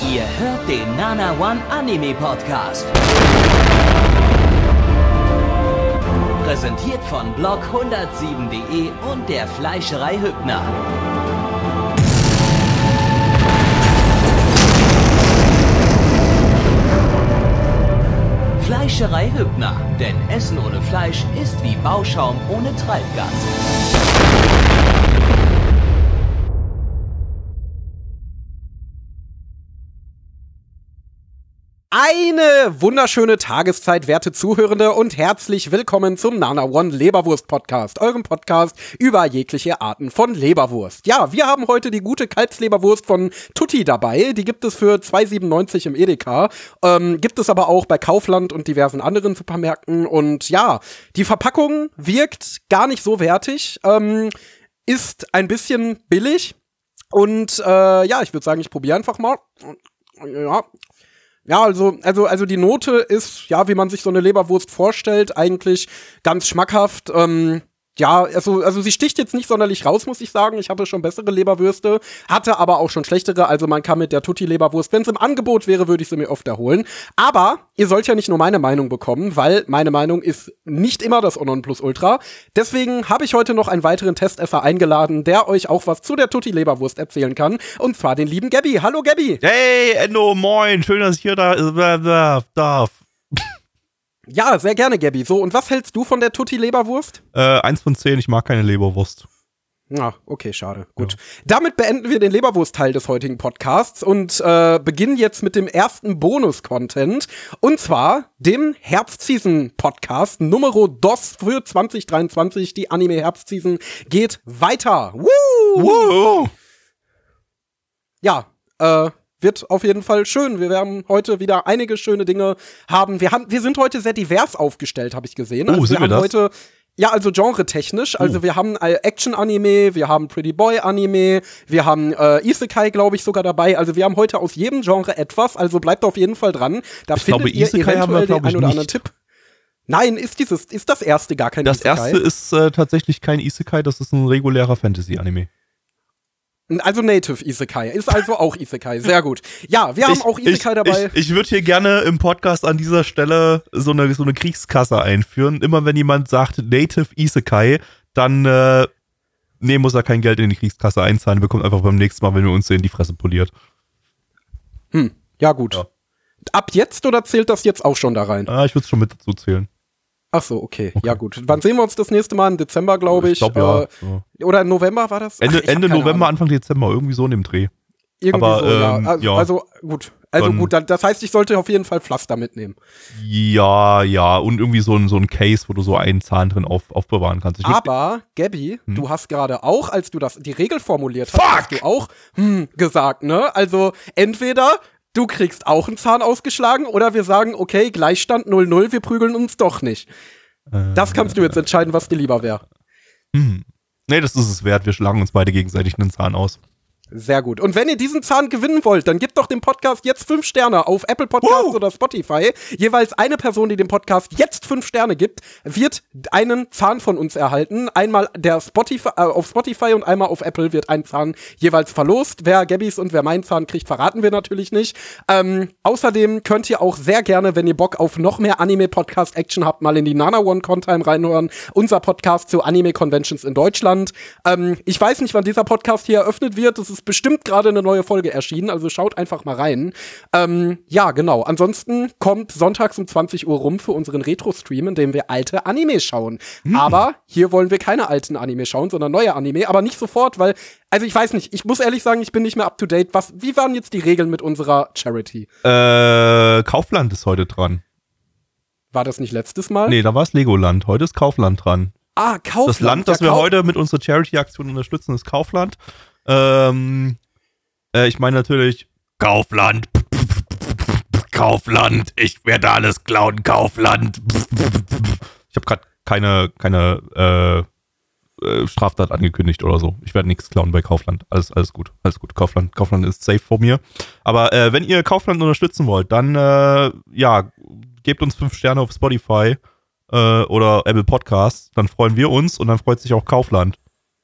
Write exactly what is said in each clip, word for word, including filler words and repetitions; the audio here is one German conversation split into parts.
Ihr hört den Nana One Anime Podcast. Präsentiert von blog hundertsieben punkt de und der Fleischerei Hübner. Fleischerei Hübner, denn Essen ohne Fleisch ist wie Bauschaum ohne Treibgas. Eine wunderschöne Tageszeit, werte Zuhörende, und herzlich willkommen zum Nana One Leberwurst Podcast, eurem Podcast über jegliche Arten von Leberwurst. Ja, wir haben heute die gute Kalbsleberwurst von Tutti dabei. Die gibt es für zwei siebenundneunzig im Edeka. Ähm, gibt es aber auch bei Kaufland und diversen anderen Supermärkten. Und ja, die Verpackung wirkt gar nicht so wertig, ähm, ist ein bisschen billig. Und äh, ja, ich würde sagen, ich probiere einfach mal. Ja. Ja, also, also, also die Note ist, ja, wie man sich so eine Leberwurst vorstellt, eigentlich ganz schmackhaft. Ähm, ja, also, also sie sticht jetzt nicht sonderlich raus, muss ich sagen. Ich hatte schon bessere Leberwürste, hatte aber auch schon schlechtere. Also man kann mit der Tutti-Leberwurst, wenn es im Angebot wäre, würde ich sie mir oft erholen. Aber ihr sollt ja nicht nur meine Meinung bekommen, weil meine Meinung ist nicht immer das Nonplusultra. Deswegen habe ich heute noch einen weiteren Testesser eingeladen, der euch auch was zu der Tutti-Leberwurst erzählen kann. Und zwar den lieben Gabby. Hallo Gabby. Hey, Endo, moin. Schön, dass ich hier da darf. Ja, sehr gerne, Gabby. So, und was hältst du von der Tutti-Leberwurst? Äh, eins von zehn, ich mag keine Leberwurst. Ah, okay, schade. Gut. Ja. Damit beenden wir den Leberwurst-Teil des heutigen Podcasts und äh, beginnen jetzt mit dem ersten Bonus-Content. Und zwar dem Herbstseason-Podcast Numero dos für zwanzig dreiundzwanzig. Die Anime-Herbstseason geht weiter. Woo! Woo! Ja, äh, wird auf jeden Fall schön. Wir werden heute wieder einige schöne Dinge haben. Wir haben, wir sind heute sehr divers aufgestellt, habe ich gesehen. Oh, also sind wir haben wir das? heute, ja, also genre-technisch. Also oh. wir haben äh, Action-Anime, wir haben Pretty Boy-Anime, wir haben äh, Isekai, glaube ich, sogar dabei. Also wir haben heute aus jedem Genre etwas. Also bleibt auf jeden Fall dran. Da ich findet glaube, ihr Isekai eventuell haben wir, den glaub ich, einen oder anderen nicht. Tipp. Nein, ist dieses, ist das erste gar kein Das Isekai? erste ist äh, tatsächlich kein Isekai, das ist ein regulärer Fantasy-Anime. Also Native Isekai. Ist also auch Isekai. Sehr gut. Ja, wir haben ich, auch Isekai ich, dabei. Ich, ich würde hier gerne im Podcast an dieser Stelle so eine, so eine Kriegskasse einführen. Immer wenn jemand sagt Native Isekai, dann äh, nee, muss er kein Geld in die Kriegskasse einzahlen. Bekommt einfach beim nächsten Mal, wenn wir uns in die Fresse poliert. Hm, ja gut. Ja. Ab jetzt oder zählt das jetzt auch schon da rein? Ah, ich würde es schon mit dazu zählen. Ach so, okay. okay. Ja gut. Wann sehen wir uns das nächste Mal? Im Dezember, glaube ich. Ich glaube, äh, ja. Oder im November war das? Ende, Ach, Ende November, Ahnung. Anfang Dezember, irgendwie so in dem Dreh. Irgendwie Aber, so, ähm, ja. Also, ja. also gut. Also Dann, gut, das heißt, ich sollte auf jeden Fall Pflaster mitnehmen. Ja, ja. Und irgendwie so ein, so ein Case, wo du so einen Zahn drin auf, aufbewahren kannst. Ich Aber, Gabby, hm? du hast gerade auch, als du das die Regel formuliert Fuck! hast, hast du auch hm, gesagt, ne? Also entweder du kriegst auch einen Zahn ausgeschlagen oder wir sagen, okay, Gleichstand null null, wir prügeln uns doch nicht. Das kannst du jetzt entscheiden, was dir lieber wäre. Hm. Nee, das ist es wert. Wir schlagen uns beide gegenseitig einen Zahn aus. Sehr gut. Und wenn ihr diesen Zahn gewinnen wollt, dann gebt doch dem Podcast jetzt fünf Sterne auf Apple Podcasts wow. oder Spotify. Jeweils eine Person, die dem Podcast jetzt fünf Sterne gibt, wird einen Zahn von uns erhalten. Einmal der Spotify, äh, auf Spotify und einmal auf Apple wird ein Zahn jeweils verlost. Wer Gabbys und wer meinen Zahn kriegt, verraten wir natürlich nicht. Ähm, außerdem könnt ihr auch sehr gerne, wenn ihr Bock auf noch mehr Anime-Podcast-Action habt, mal in die Nana One Contime reinhören. Unser Podcast zu Anime-Conventions in Deutschland. Ähm, ich weiß nicht, wann dieser Podcast hier eröffnet wird. Das ist bestimmt gerade eine neue Folge erschienen, also schaut einfach mal rein. Ähm, ja, genau. Ansonsten kommt sonntags um zwanzig Uhr rum für unseren Retro-Stream, in dem wir alte Anime schauen. Hm. Aber hier wollen wir keine alten Anime schauen, sondern neue Anime, aber nicht sofort, weil, also ich weiß nicht, ich muss ehrlich sagen, ich bin nicht mehr up to date. Was, wie waren jetzt die Regeln mit unserer Charity? Äh, Kaufland ist heute dran. War das nicht letztes Mal? Nee, da war es Legoland. Heute ist Kaufland dran. Ah, Kaufland. Das Land, das ja, wir Kauf- heute mit unserer Charity-Aktion unterstützen, ist Kaufland. Ähm, äh, ich meine natürlich Kaufland. Kaufland. Ich werde alles klauen, Kaufland. Ich habe gerade keine, keine äh, äh, Straftat angekündigt oder so. Ich werde nichts klauen bei Kaufland. Alles, alles gut. Alles gut. Kaufland, Kaufland ist safe vor mir. Aber äh, wenn ihr Kaufland unterstützen wollt, dann äh, ja, gebt uns fünf Sterne auf Spotify äh, oder Apple Podcasts. Dann freuen wir uns und dann freut sich auch Kaufland.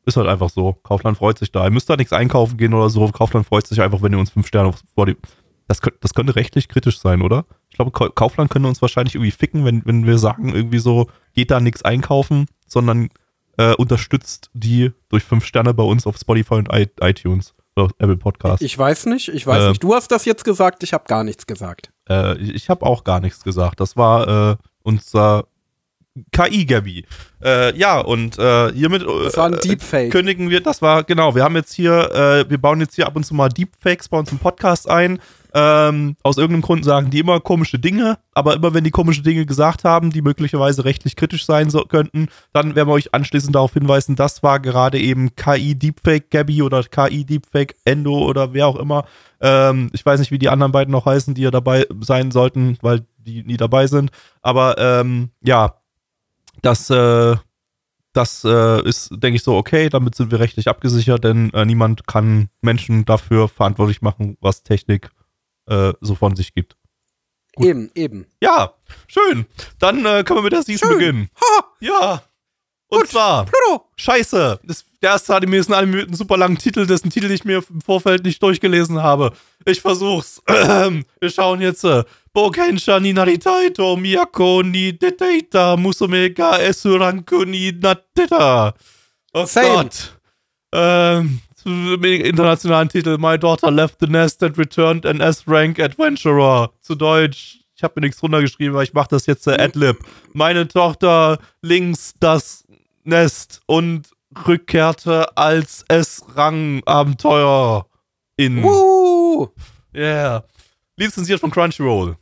Ist halt einfach so. Kaufland freut sich da. Ihr müsst da nichts einkaufen gehen oder so. Kaufland freut sich einfach, wenn ihr uns fünf Sterne auf Spotify. Das, könnt, das könnte rechtlich kritisch sein, oder? Ich glaube, Kaufland könnte uns wahrscheinlich irgendwie ficken, wenn, wenn wir sagen, irgendwie so, geht da nichts einkaufen, sondern äh, unterstützt die durch fünf Sterne bei uns auf Spotify und I- iTunes oder Apple Podcast. Ich weiß nicht, ich weiß äh, nicht. Du hast das jetzt gesagt, ich habe gar nichts gesagt. Äh, ich ich habe auch gar nichts gesagt. Das war äh, unser K I-Gabi. Äh, ja, und äh, hiermit äh, Das war ein Deepfake. kündigen wir, das war, genau, wir haben jetzt hier, äh, wir bauen jetzt hier ab und zu mal Deepfakes bei uns im Podcast ein. Ähm, aus irgendeinem Grund sagen die immer komische Dinge, aber immer wenn die komische Dinge gesagt haben, die möglicherweise rechtlich kritisch sein so, könnten, dann werden wir euch anschließend darauf hinweisen, das war gerade eben K I-Deepfake-Gabi oder K I-Deepfake-Endo oder wer auch immer. Ähm, ich weiß nicht, wie die anderen beiden noch heißen, die ja dabei sein sollten, weil die nie dabei sind. Aber ähm, ja, das, äh, das äh, ist, denke ich, so okay. Damit sind wir rechtlich abgesichert, denn äh, niemand kann Menschen dafür verantwortlich machen, was Technik äh, so von sich gibt. Gut. Eben, eben. Ja, schön. Dann äh, können wir mit der Season Schön. beginnen. Ha! Ja. Und Gut. zwar, Pluto! scheiße. Das, der erste Anime ist ein Anime mit einem super langen Titel, dessen Titel ich mir im Vorfeld nicht durchgelesen habe. Ich versuch's. Wir schauen jetzt. Äh, Bokensha ni naritaito miyako ni deteita musumega esuranku ni nateta. Oh Same. Gott. Ähm, im internationalen Titel My Daughter Left the Nest and Returned an S-Rank Adventurer. Zu Deutsch. Ich habe mir nichts runtergeschrieben, aber ich mache das jetzt äh, Adlib. Meine Tochter links das Nest und rückkehrte als S-Rang-Abenteuer in. Woo! Yeah. Lizenziert von Crunchyroll.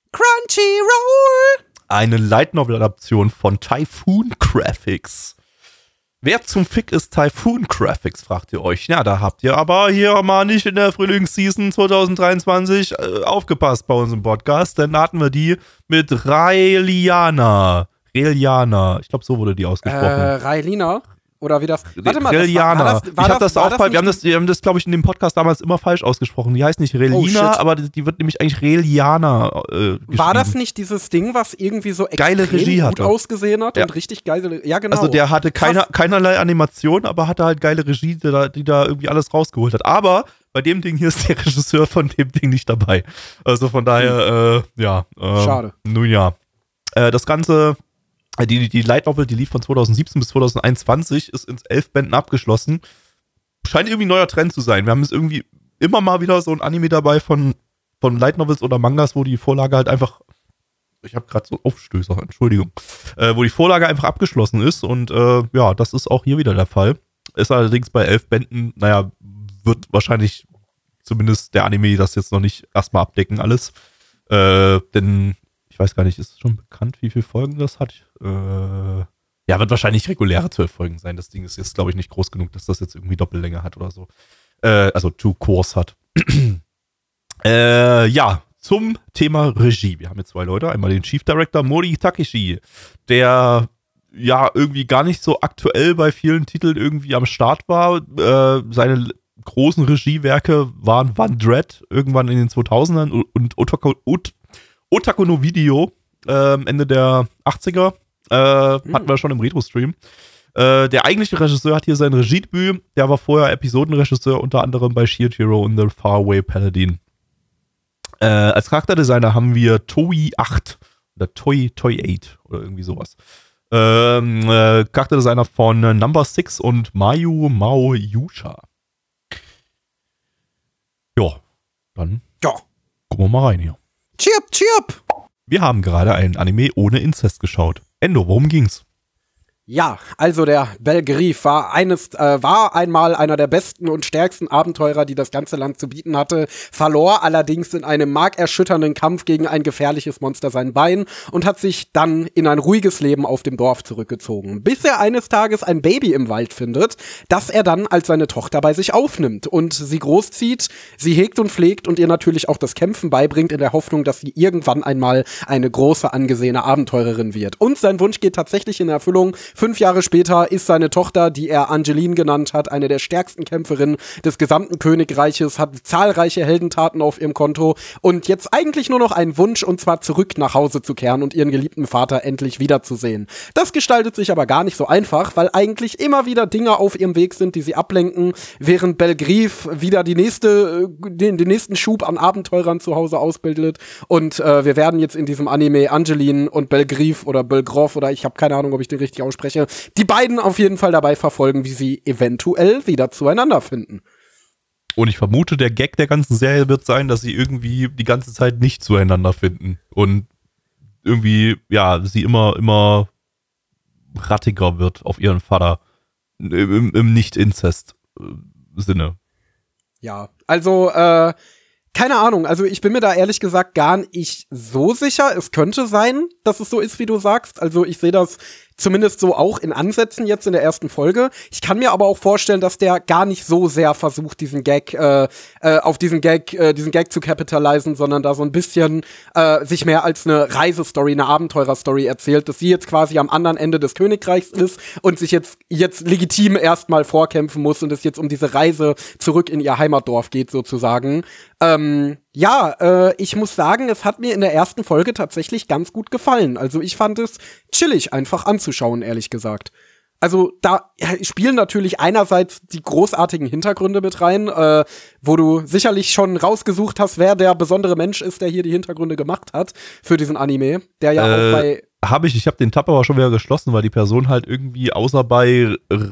Crunchyroll! Eine Light Novel-Adaption von Typhoon Graphics. Wer zum Fick ist Typhoon Graphics, fragt ihr euch. Ja, da habt ihr aber hier mal nicht in der Frühlingsseason zwanzig dreiundzwanzig äh, aufgepasst bei uns im Podcast, denn da hatten wir die mit Raeliana. Raeliana. Ich glaube, so wurde die ausgesprochen. Äh, Raelina? Oder wie das? Warte mal, Raeliana. das war, war das, war ich habe das, war auch falsch. Wir haben nicht- das, wir haben das, glaube ich, in dem Podcast damals immer falsch ausgesprochen. Die heißt nicht Oh, Raelina, shit. aber die, die wird nämlich eigentlich Raeliana äh, geschrieben. War das nicht dieses Ding, was irgendwie so Geile extrem Regie gut hatte. ausgesehen hat Ja. und richtig geile, ja genau. Also der hatte keine, Krass. keinerlei Animation, aber hatte halt geile Regie, die da, die da irgendwie alles rausgeholt hat. Aber bei dem Ding hier ist der Regisseur von dem Ding nicht dabei. Also von daher, äh, ja. Äh, Schade. Nun ja. Äh, das Ganze, äh, die, die Light Novel, die lief von zweitausendsiebzehn bis zweitausendeinundzwanzig, ist in elf Bänden abgeschlossen. Scheint irgendwie ein neuer Trend zu sein. Wir haben jetzt irgendwie immer mal wieder so ein Anime dabei von, von Light Novels oder Mangas, wo die Vorlage halt einfach, ich habe gerade so Aufstößer, Entschuldigung, äh, wo die Vorlage einfach abgeschlossen ist und äh, ja, das ist auch hier wieder der Fall. Ist allerdings bei elf Bänden, naja, wird wahrscheinlich zumindest der Anime das jetzt noch nicht erstmal abdecken alles, äh, denn ich weiß gar nicht, ist schon bekannt, wie viele Folgen das hat? Äh, ja, wird wahrscheinlich reguläre zwölf Folgen sein. Das Ding ist jetzt, glaube ich, nicht groß genug, dass das jetzt irgendwie Doppellänge hat oder so. Äh, also Two Course hat. äh, ja, zum Thema Regie. Wir haben jetzt zwei Leute. Einmal den Chief Director Mori Takeshi, der ja irgendwie gar nicht so aktuell bei vielen Titeln irgendwie am Start war. Äh, seine großen Regiewerke waren One Dread irgendwann in den zweitausendern und Otako, Ot, Otako no Video äh, Ende der achtziger. Äh, Mhm. Hatten wir schon im Retro-Stream. Äh, der eigentliche Regisseur hat hier sein Regiedebüt. Der war vorher Episodenregisseur, unter anderem bei Shield Hero und The Faraway Paladin. Äh, als Charakterdesigner haben wir Toei acht oder Toei, Toei acht oder irgendwie sowas. Ähm, äh, Charakterdesigner von äh, Number six und Mayu Mao Yusha. Ja, dann Ja. gucken wir mal rein hier. Chirp, chirp! Wir haben gerade einen Anime ohne Inzest geschaut. Endo, worum ging's? Ja, also der Belgrief war eines, äh, war einmal einer der besten und stärksten Abenteurer, die das ganze Land zu bieten hatte, verlor allerdings in einem markerschütternden Kampf gegen ein gefährliches Monster sein Bein und hat sich dann in ein ruhiges Leben auf dem Dorf zurückgezogen, bis er eines Tages ein Baby im Wald findet, das er dann als seine Tochter bei sich aufnimmt und sie großzieht, sie hegt und pflegt und ihr natürlich auch das Kämpfen beibringt, in der Hoffnung, dass sie irgendwann einmal eine große, angesehene Abenteurerin wird. Und sein Wunsch geht tatsächlich in Erfüllung. Fünf Jahre später ist seine Tochter, die er Angeline genannt hat, eine der stärksten Kämpferinnen des gesamten Königreiches, hat zahlreiche Heldentaten auf ihrem Konto und jetzt eigentlich nur noch einen Wunsch, und zwar zurück nach Hause zu kehren und ihren geliebten Vater endlich wiederzusehen. Das gestaltet sich aber gar nicht so einfach, weil eigentlich immer wieder Dinge auf ihrem Weg sind, die sie ablenken, während Belgrief wieder die nächste, den, den nächsten Schub an Abenteurern zu Hause ausbildet. Und äh, wir werden jetzt in diesem Anime Angeline und Belgrief oder Belgroff oder ich habe keine Ahnung, ob ich den richtig ausspreche, die beiden auf jeden Fall dabei verfolgen, wie sie eventuell wieder zueinander finden. Und ich vermute, der Gag der ganzen Serie wird sein, dass sie irgendwie die ganze Zeit nicht zueinander finden. Und irgendwie, ja, sie immer, immer rattiger wird auf ihren Vater. Im, im Nicht-Inzest-Sinne. Ja, also, äh, keine Ahnung, also ich bin mir da ehrlich gesagt gar nicht so sicher. Es könnte sein, dass es so ist, wie du sagst. Also ich sehe das zumindest so auch in Ansätzen jetzt in der ersten Folge. Ich kann mir aber auch vorstellen, dass der gar nicht so sehr versucht, diesen Gag, äh, äh, auf diesen Gag, äh, diesen Gag zu capitalisieren, sondern da so ein bisschen äh, sich mehr als eine Reisestory, eine Abenteurerstory erzählt, dass sie jetzt quasi am anderen Ende des Königreichs ist und sich jetzt, jetzt legitim erstmal vorkämpfen muss und es jetzt um diese Reise zurück in ihr Heimatdorf geht, sozusagen. Ähm, ja, äh, ich muss sagen, es hat mir in der ersten Folge tatsächlich ganz gut gefallen. Also ich fand es chillig einfach anzuschauen, ehrlich gesagt. Also da spielen natürlich einerseits die großartigen Hintergründe mit rein, äh, wo du sicherlich schon rausgesucht hast, wer der besondere Mensch ist, der hier die Hintergründe gemacht hat für diesen Anime, der ja äh, auch bei Habe ich, ich habe den Tab aber schon wieder geschlossen, weil die Person halt irgendwie außer bei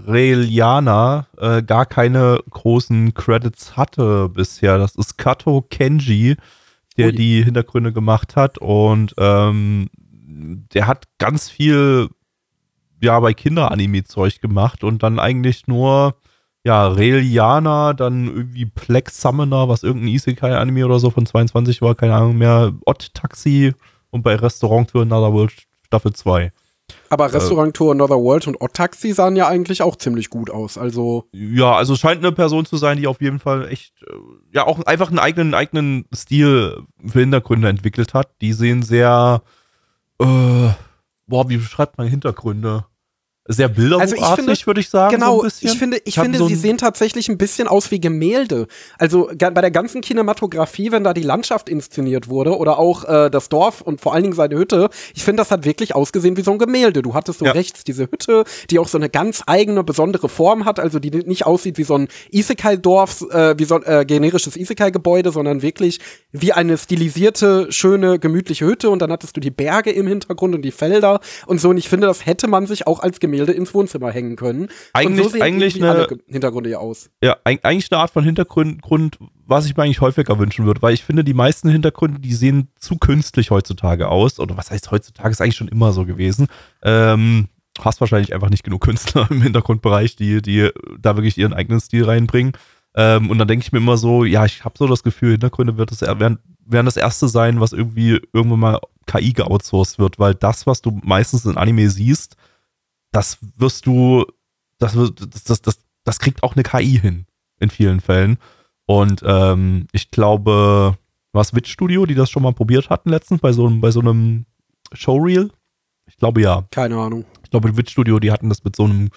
Raeliana äh, gar keine großen Credits hatte bisher. Das ist Kato Kenji, der Ui. die Hintergründe gemacht hat und ähm, der hat ganz viel ja bei Kinderanime-Zeug gemacht und dann eigentlich nur ja Raeliana, dann irgendwie Plex Summoner, was irgendein Isekai-Anime oder so von zweiundzwanzig war, keine Ahnung mehr, Odd Taxi und bei Restaurant Tour Another World Staffel zwei. Aber Restaurant Tour Another World und Odd Taxi sahen ja eigentlich auch ziemlich gut aus, also ja, also scheint eine Person zu sein, die auf jeden Fall echt ja auch einfach einen eigenen eigenen Stil für Hintergründe entwickelt hat. Die sehen sehr äh, boah, wie beschreibt man Hintergründe? Sehr bilderbuchartig, also ich würde ich sagen. Genau, so ein bisschen. ich finde, ich, ich finde so sie sehen tatsächlich ein bisschen aus wie Gemälde. Also bei der ganzen Kinematografie, wenn da die Landschaft inszeniert wurde oder auch äh, das Dorf und vor allen Dingen seine Hütte, ich finde, das hat wirklich ausgesehen wie so ein Gemälde. Du hattest so ja. rechts diese Hütte, die auch so eine ganz eigene, besondere Form hat, also die nicht aussieht wie so ein Isekai-Dorf, äh, wie so ein äh, generisches Isekai-Gebäude, sondern wirklich wie eine stilisierte, schöne, gemütliche Hütte und dann hattest du die Berge im Hintergrund und die Felder und so und ich finde, das hätte man sich auch als Gemälde ins Wohnzimmer hängen können. Eigentlich, und so sehen eigentlich eine, alle Hintergründe ja aus. Ja, eigentlich eine Art von Hintergrund, Grund, was ich mir eigentlich häufiger wünschen würde, weil ich finde, die meisten Hintergründe, die sehen zu künstlich heutzutage aus. Oder was heißt heutzutage, ist eigentlich schon immer so gewesen. Ähm, hast wahrscheinlich einfach nicht genug Künstler im Hintergrundbereich, die, die da wirklich ihren eigenen Stil reinbringen. Ähm, und dann denke ich mir immer so, ja, ich habe so das Gefühl, Hintergründe wird das, werden, werden das erste sein, was irgendwie irgendwann mal K I geoutsourced wird, weil das, was du meistens in Anime siehst, das wirst du, das, das, das, das, das kriegt auch eine K I hin, in vielen Fällen. Und ähm, ich glaube, war es Witch Studio, die das schon mal probiert hatten letztens bei so einem, bei so einem Showreel? Ich glaube ja. Keine Ahnung. Ich glaube, Witch Studio, die hatten das mit so einem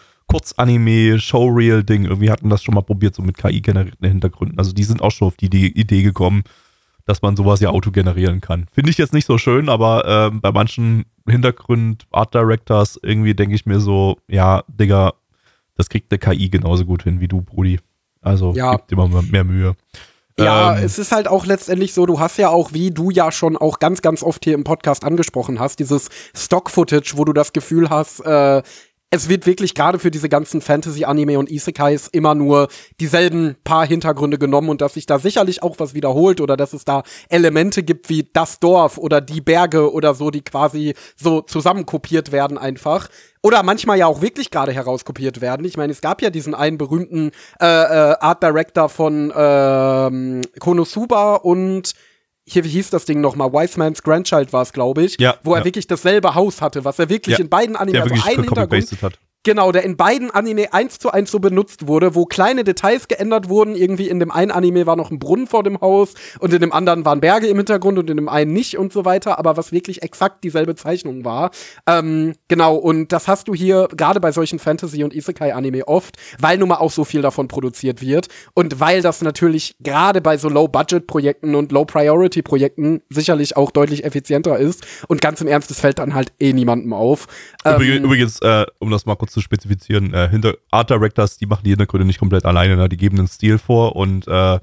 Kurzanime-Showreel-Ding, irgendwie hatten das schon mal probiert, so mit K I-generierten Hintergründen. Also die sind auch schon auf die, die Idee gekommen, dass man sowas ja autogenerieren kann. Finde ich jetzt nicht so schön, aber ähm, bei manchen Hintergrund Art Directors irgendwie denke ich mir so, ja, Digga, das kriegt der K I genauso gut hin wie du, Brudi. Also ja. gibt immer mehr Mühe. Ja, ähm, es ist halt auch letztendlich so, du hast ja auch, wie du ja schon auch ganz, ganz oft hier im Podcast angesprochen hast, dieses Stock-Footage, wo du das Gefühl hast, äh, es wird wirklich gerade für diese ganzen Fantasy-Anime und Isekais immer nur dieselben paar Hintergründe genommen und dass sich da sicherlich auch was wiederholt oder dass es da Elemente gibt wie das Dorf oder die Berge oder so, die quasi so zusammenkopiert werden einfach. Oder manchmal ja auch wirklich gerade herauskopiert werden. Ich meine, es gab ja diesen einen berühmten äh, äh, Art Director von ähm, Konosuba und hier, wie hieß das Ding nochmal? Wise Man's Grandchild war es, glaube ich. Ja, wo er ja. wirklich dasselbe Haus hatte, was er wirklich ja, in beiden Animes, also einen Hintergrund. Hat. Genau, der in beiden Anime eins zu eins so benutzt wurde, wo kleine Details geändert wurden. Irgendwie in dem einen Anime war noch ein Brunnen vor dem Haus und in dem anderen waren Berge im Hintergrund und in dem einen nicht und so weiter, aber was wirklich exakt dieselbe Zeichnung war. Ähm, genau, und das hast du hier gerade bei solchen Fantasy- und Isekai-Anime oft, weil nun mal auch so viel davon produziert wird und weil das natürlich gerade bei so Low-Budget-Projekten und Low-Priority-Projekten sicherlich auch deutlich effizienter ist und ganz im Ernst, es fällt dann halt eh niemandem auf. Übrigens, Ähm, übrigens äh, um das mal kurz zu spezifizieren, äh, hinter Art Directors, die machen die Hintergründe nicht komplett alleine, ne? Die geben den Stil vor und äh,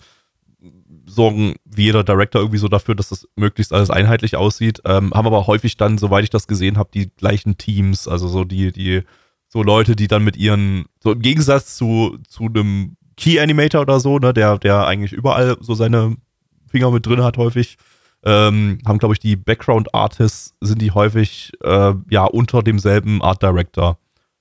sorgen wie jeder Director irgendwie so dafür, dass das möglichst alles einheitlich aussieht, ähm, haben aber häufig dann, soweit ich das gesehen habe, die gleichen Teams, also so die, die, so Leute, die dann mit ihren, so im Gegensatz zu, zu einem Key Animator oder so, ne, der, der eigentlich überall so seine Finger mit drin hat häufig, Ähm, haben, glaube ich, die Background-Artists, sind die häufig äh, ja unter demselben Art Director.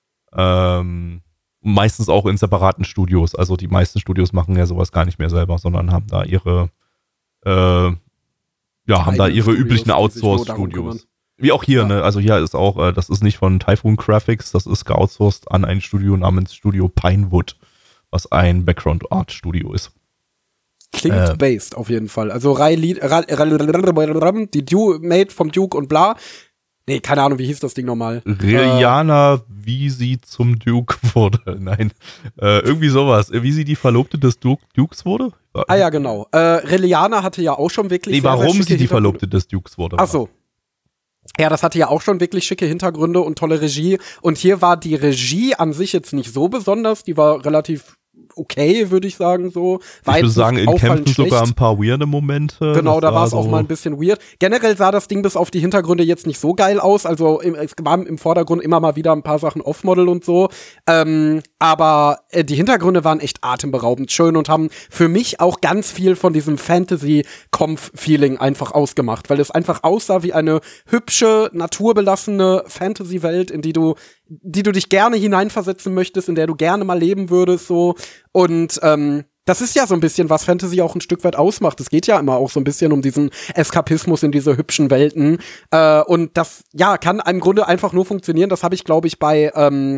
Ähm, meistens auch in separaten Studios. Also die meisten Studios machen ja sowas gar nicht mehr selber, sondern haben da ihre äh, ja, haben da ihre Studios, üblichen Outsource-Studios. Wie auch hier, ja. ne? Also hier ist auch, äh, das ist nicht von Typhoon Graphics, das ist geoutsourced an ein Studio namens Studio Pinewood, was ein Background-Art-Studio ist. Klingt äh, based auf jeden Fall. Also Rai Li- Ra- Ra- die du Made vom Duke und bla. Nee, keine Ahnung, wie hieß das Ding nochmal? Reliana, äh, wie sie zum Duke wurde. Nein, äh, irgendwie sowas. Wie sie die Verlobte des Duke, Dukes wurde? Ah ja, genau. Äh, Reliana hatte ja auch schon wirklich Nee, sehr, warum sehr sie die Verlobte des Dukes wurde. Ach so. Ja, das hatte ja auch schon wirklich schicke Hintergründe und tolle Regie. Und hier war die Regie an sich jetzt nicht so besonders. Die war relativ okay, würde ich sagen, so. War ich würde sagen, in Kämpfen schlecht. Sogar ein paar weirde Momente. Genau, das da war es so auch mal ein bisschen weird. Generell sah das Ding bis auf die Hintergründe jetzt nicht so geil aus. Also im, es waren im Vordergrund immer mal wieder ein paar Sachen Off-Model und so. Ähm, aber äh, die Hintergründe waren echt atemberaubend schön und haben für mich auch ganz viel von diesem Fantasy-Conf-Feeling einfach ausgemacht, weil es einfach aussah wie eine hübsche, naturbelassene Fantasy-Welt, in die du die du dich gerne hineinversetzen möchtest, in der du gerne mal leben würdest, so. Und ähm, das ist ja so ein bisschen, was Fantasy auch ein Stück weit ausmacht. Es geht ja immer auch so ein bisschen um diesen Eskapismus in diese hübschen Welten. Äh, und das, ja, kann im Grunde einfach nur funktionieren. Das habe ich, glaube ich, bei ähm,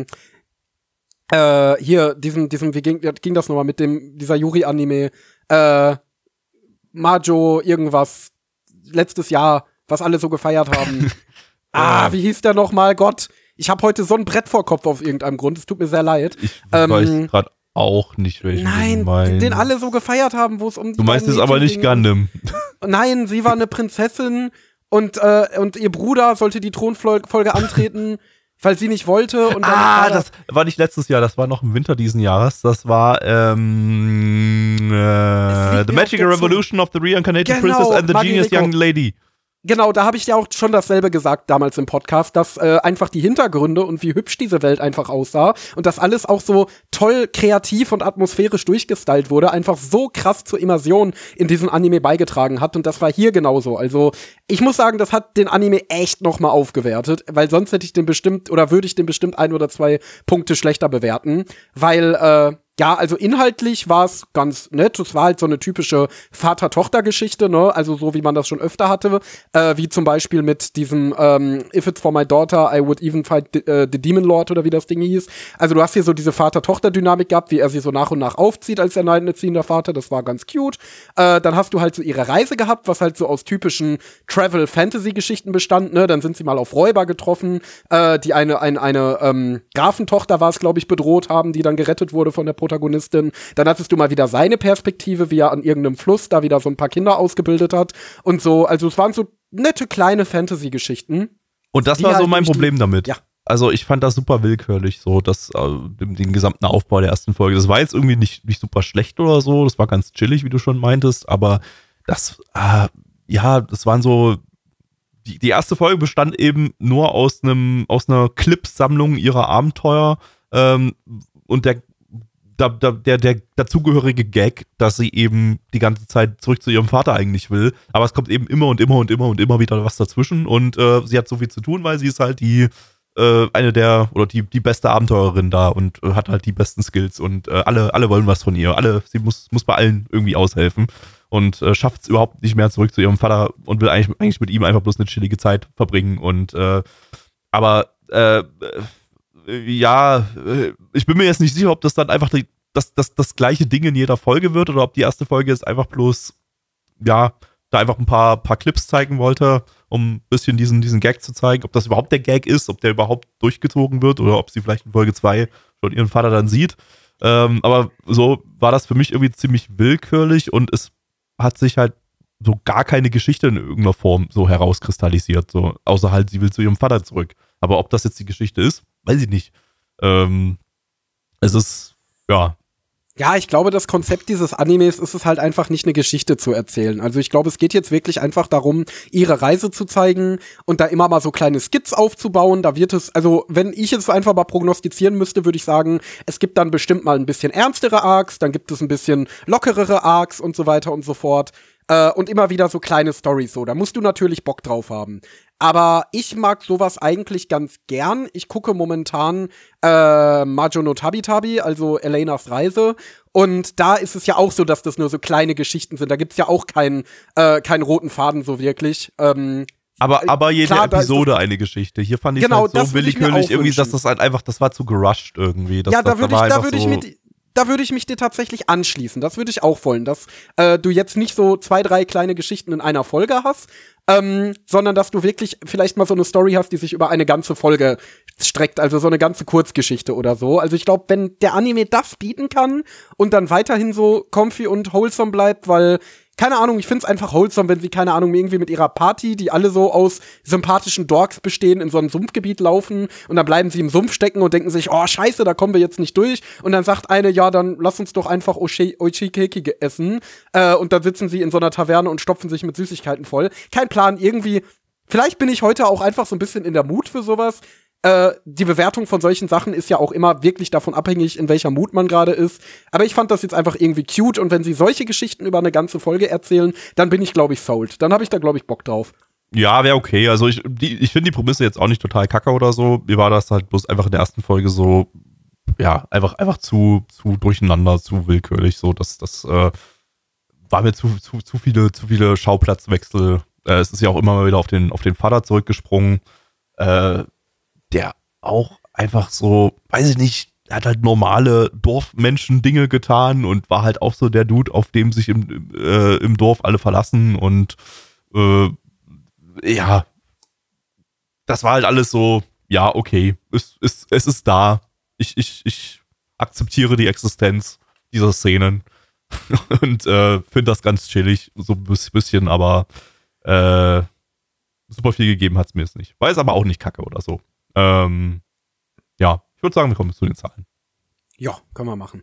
äh, hier, diesem, diesem, wie ging, ging das nochmal mit dem, dieser Yuri-Anime, äh, Majo irgendwas, letztes Jahr, was alle so gefeiert haben. ah, wie hieß der nochmal? Gott. Ich habe heute so ein Brett vor Kopf auf irgendeinem Grund. Es tut mir sehr leid. Ich ähm, weiß gerade auch nicht, welchen nein, du meinst. Den, den alle so gefeiert haben, wo es um die Du meinst es aber nicht Gundam. Nein, sie war eine Prinzessin und, äh, und ihr Bruder sollte die Thronfolge antreten, weil sie nicht wollte. Und dann ah, war das war nicht letztes Jahr, das war noch im Winter diesen Jahres. Das war ähm, äh, The Magical Revolution of the Reincarnated genau, Princess and the Magiriko. Genius Young Lady. Genau, da habe ich ja auch schon dasselbe gesagt damals im Podcast, dass äh, einfach die Hintergründe und wie hübsch diese Welt einfach aussah und dass alles auch so toll kreativ und atmosphärisch durchgestylt wurde, einfach so krass zur Immersion in diesen Anime beigetragen hat und das war hier genauso. Also ich muss sagen, das hat den Anime echt noch mal aufgewertet, weil sonst hätte ich den bestimmt oder würde ich den bestimmt ein oder zwei Punkte schlechter bewerten, weil äh, ja, also inhaltlich war es ganz nett. Es war halt so eine typische Vater-Tochter-Geschichte, ne? Also so, wie man das schon öfter hatte. Äh, wie zum Beispiel mit diesem ähm, If it's for my daughter, I would even fight the, uh, the Demon Lord oder wie das Ding hieß. Also du hast hier so diese Vater-Tochter-Dynamik gehabt, wie er sie so nach und nach aufzieht als alleinerziehender Vater. Das war ganz cute. Äh, dann hast du halt so ihre Reise gehabt, was halt so aus typischen Travel-Fantasy-Geschichten bestand, ne? Dann sind sie mal auf Räuber getroffen, äh, die eine, eine, eine ähm, Grafentochter war es, glaube ich, bedroht haben, die dann gerettet wurde von der Protagonistin. Dann hattest du mal wieder seine Perspektive, wie er an irgendeinem Fluss da wieder so ein paar Kinder ausgebildet hat und so. Also es waren so nette kleine Fantasy-Geschichten. Und das war so halt mein Problem damit. Ja. Also ich fand das super willkürlich, so das, äh, den, den gesamten Aufbau der ersten Folge. Das war jetzt irgendwie nicht, nicht super schlecht oder so, das war ganz chillig, wie du schon meintest, aber das, äh, ja, das waren so, die, die erste Folge bestand eben nur aus einem, aus einer Clips-Sammlung ihrer Abenteuer ähm, und der Da, da, der, der dazugehörige Gag, dass sie eben die ganze Zeit zurück zu ihrem Vater eigentlich will. Aber es kommt eben immer und immer und immer und immer wieder was dazwischen. Und äh, sie hat so viel zu tun, weil sie ist halt die äh, eine der, oder die, die beste Abenteurerin da und äh, hat halt die besten Skills. Und äh, alle, alle wollen was von ihr. Alle, sie muss, muss bei allen irgendwie aushelfen. Und äh, schafft es überhaupt nicht mehr zurück zu ihrem Vater und will eigentlich, eigentlich mit ihm einfach bloß eine chillige Zeit verbringen. Und äh, aber äh, ja, ich bin mir jetzt nicht sicher, ob das dann einfach die, das, das, das gleiche Ding in jeder Folge wird oder ob die erste Folge jetzt einfach bloß, ja, da einfach ein paar, paar Clips zeigen wollte, um ein bisschen diesen, diesen Gag zu zeigen, ob das überhaupt der Gag ist, ob der überhaupt durchgezogen wird oder ob sie vielleicht in Folge zwei schon ihren Vater dann sieht. Ähm, aber so war das für mich irgendwie ziemlich willkürlich und es hat sich halt so gar keine Geschichte in irgendeiner Form so herauskristallisiert, so, außer halt, sie will zu ihrem Vater zurück. Aber ob das jetzt die Geschichte ist, weiß ich nicht. Ähm, es ist, ja, Ja, ich glaube, das Konzept dieses Animes ist es halt einfach nicht, eine Geschichte zu erzählen. Also ich glaube, es geht jetzt wirklich einfach darum, ihre Reise zu zeigen und da immer mal so kleine Skits aufzubauen. Da wird es, also wenn ich jetzt einfach mal prognostizieren müsste, würde ich sagen, es gibt dann bestimmt mal ein bisschen ernstere Arcs, dann gibt es ein bisschen lockerere Arcs und so weiter und so fort. Äh, und immer wieder so kleine Storys so. Da musst du natürlich Bock drauf haben. Aber ich mag sowas eigentlich ganz gern. Ich gucke momentan äh, Majo no Tabi Tabi, also Elenas Reise. Und da ist es ja auch so, dass das nur so kleine Geschichten sind. Da gibt's ja auch keinen äh, keinen roten Faden so wirklich. Ähm, aber, aber jede klar, Episode eine Geschichte. Hier fand ich genau, halt so das würd ich mir willkürlich auch irgendwie, dass wünschen. das halt einfach, das war zu gerusht irgendwie. Das, ja, da das, würde war ich, da einfach würde ich so, mit Da würde ich mich dir tatsächlich anschließen. Das würde ich auch wollen, dass äh, du jetzt nicht so zwei, drei kleine Geschichten in einer Folge hast, ähm, sondern dass du wirklich vielleicht mal so eine Story hast, die sich über eine ganze Folge streckt, also so eine ganze Kurzgeschichte oder so. Also ich glaube, wenn der Anime das bieten kann und dann weiterhin so comfy und wholesome bleibt, weil keine Ahnung, ich find's einfach wholesome, wenn sie, keine Ahnung, irgendwie mit ihrer Party, die alle so aus sympathischen Dorks bestehen, in so einem Sumpfgebiet laufen und dann bleiben sie im Sumpf stecken und denken sich, oh, scheiße, da kommen wir jetzt nicht durch. Und dann sagt eine, ja, dann lass uns doch einfach Oshi- Oishikeki essen. Äh, und dann sitzen sie in so einer Taverne und stopfen sich mit Süßigkeiten voll. Kein Plan, irgendwie, vielleicht bin ich heute auch einfach so ein bisschen in der Mut für sowas. Äh, die Bewertung von solchen Sachen ist ja auch immer wirklich davon abhängig, in welcher Mut man gerade ist. Aber ich fand das jetzt einfach irgendwie cute. Und wenn sie solche Geschichten über eine ganze Folge erzählen, dann bin ich, glaube ich, sold. Dann habe ich da, glaube ich, Bock drauf. Ja, wäre okay. Also ich, die, ich finde die Prämisse jetzt auch nicht total kacke oder so. Mir war das halt bloß einfach in der ersten Folge so, ja, einfach, einfach zu, zu durcheinander, zu willkürlich. So, das, das äh, war mir zu, zu, zu viele, zu viele Schauplatzwechsel. Äh, es ist ja auch immer mal wieder auf den, auf den Vater zurückgesprungen. Äh, der auch einfach so, weiß ich nicht, er hat halt normale Dorfmenschen-Dinge getan und war halt auch so der Dude, auf dem sich im, äh, im Dorf alle verlassen und äh, ja, das war halt alles so, ja, okay, es, es, es ist da. Ich, ich, ich akzeptiere die Existenz dieser Szenen und äh, finde das ganz chillig, so ein bisschen, aber äh, super viel gegeben hat es mir jetzt nicht. War es aber auch nicht kacke oder so. Ähm, ja, ich würde sagen, wir kommen zu den Zahlen. Ja, können wir machen.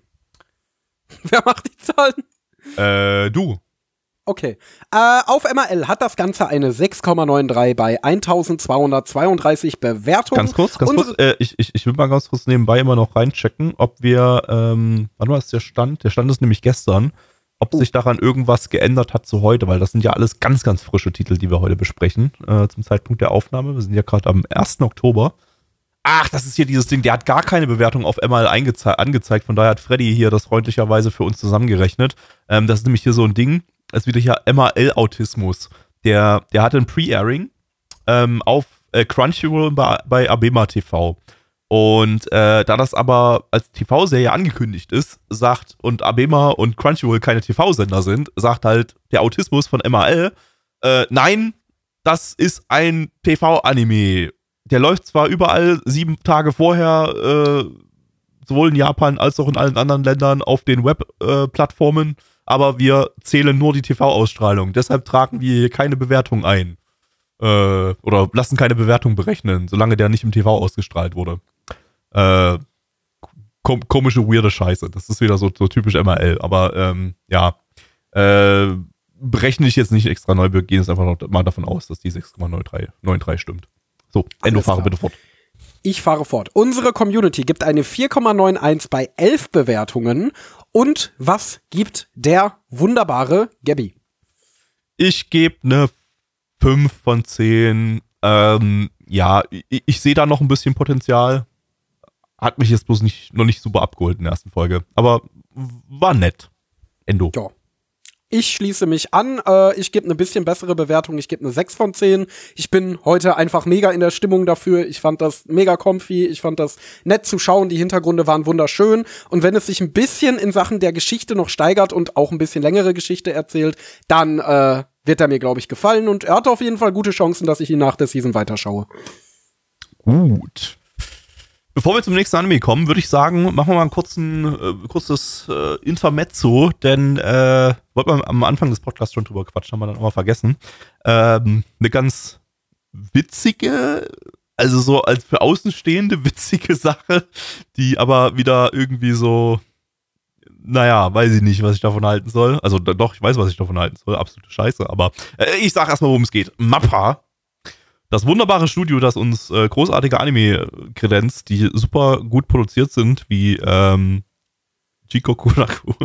Wer macht die Zahlen? Äh, du. Okay. Äh, auf M R L hat das Ganze eine sechs Komma neununddreißig bei eintausendzweihundertzweiunddreißig Bewertungen. Ganz kurz, ganz Unsere- kurz. Äh, ich, ich, ich will mal ganz kurz nebenbei immer noch reinchecken, ob wir, ähm, wann war es der Stand? Der Stand ist nämlich gestern, ob Oh. sich daran irgendwas geändert hat zu heute, weil das sind ja alles ganz, ganz frische Titel, die wir heute besprechen, äh, zum Zeitpunkt der Aufnahme. Wir sind ja gerade am ersten Oktober. Ach, das ist hier dieses Ding, der hat gar keine Bewertung auf M R L eingeze- angezeigt, von daher hat Freddy hier das freundlicherweise für uns zusammengerechnet. Ähm, das ist nämlich hier so ein Ding, das ist wieder hier M R L-Autismus. Der, der hatte ein Pre-Airing ähm, auf äh, Crunchyroll bei, bei Abema T V. Und äh, da das aber als T V-Serie angekündigt ist, sagt, und Abema und Crunchyroll keine T V-Sender sind, sagt halt der Autismus von M R L, äh, nein, das ist ein T V-Anime. Der läuft zwar überall sieben Tage vorher, äh, sowohl in Japan als auch in allen anderen Ländern auf den Web-Plattformen, äh, aber wir zählen nur die T V-Ausstrahlung. Deshalb tragen wir hier keine Bewertung ein. Äh, oder lassen keine Bewertung berechnen, solange der nicht im T V ausgestrahlt wurde. Äh, kom- komische, weirde Scheiße. Das ist wieder so, so typisch M R L. Aber ähm, ja, äh, berechne ich jetzt nicht extra neu. Wir gehen jetzt einfach noch mal davon aus, dass die sechs Komma neununddreißig stimmt. So, Endo, fahre bitte fort. Ich fahre fort. Unsere Community gibt eine vier Komma einundneunzig bei elf Bewertungen. Und was gibt der wunderbare Gabby? Ich gebe eine fünf von zehn. Ähm, ja, ich, ich sehe da noch ein bisschen Potenzial. Hat mich jetzt bloß nicht, noch nicht super abgeholt in der ersten Folge. Aber war nett. Endo. Ja. ich schließe mich an. Äh, ich gebe eine bisschen bessere Bewertung. Ich gebe eine sechs von zehn. Ich bin heute einfach mega in der Stimmung dafür. Ich fand das mega comfy. Ich fand das nett zu schauen. Die Hintergründe waren wunderschön. Und wenn es sich ein bisschen in Sachen der Geschichte noch steigert und auch ein bisschen längere Geschichte erzählt, dann äh, wird er mir, glaube ich, gefallen. Und er hat auf jeden Fall gute Chancen, dass ich ihn nach der Season weiterschaue. Gut. Bevor wir zum nächsten Anime kommen, würde ich sagen, machen wir mal ein kurzen, äh, kurzes äh, Intermezzo, denn äh, wollten wir am Anfang des Podcasts schon drüber quatschen, haben wir dann auch mal vergessen. Ähm, eine ganz witzige, also so als für Außenstehende witzige Sache, die aber wieder irgendwie so, naja, weiß ich nicht, was ich davon halten soll. Also doch, ich weiß, was ich davon halten soll, absolute Scheiße, aber äh, ich sag erstmal, worum es geht. Mappa. Das wunderbare Studio, das uns äh, großartige Anime kredenzt, die super gut produziert sind, wie ähm, Jikoku Raku,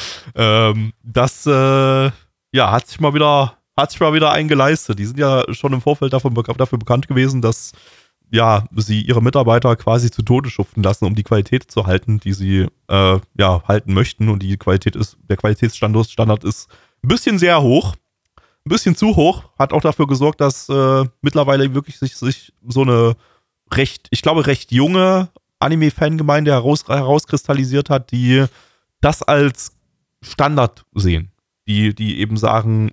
ähm, das äh, ja, hat sich mal wieder hat sich mal wieder einen geleistet. Die sind ja schon im Vorfeld davon, dafür bekannt gewesen, dass ja, sie ihre Mitarbeiter quasi zu Tode schuften lassen, um die Qualität zu halten, die sie äh, ja, halten möchten. Und die Qualität ist, der Qualitätsstandard Standard ist ein bisschen sehr hoch. Ein bisschen zu hoch, hat auch dafür gesorgt, dass äh, mittlerweile wirklich sich, sich so eine recht, ich glaube, recht junge Anime-Fangemeinde heraus, herauskristallisiert hat, die das als Standard sehen. Die, die eben sagen,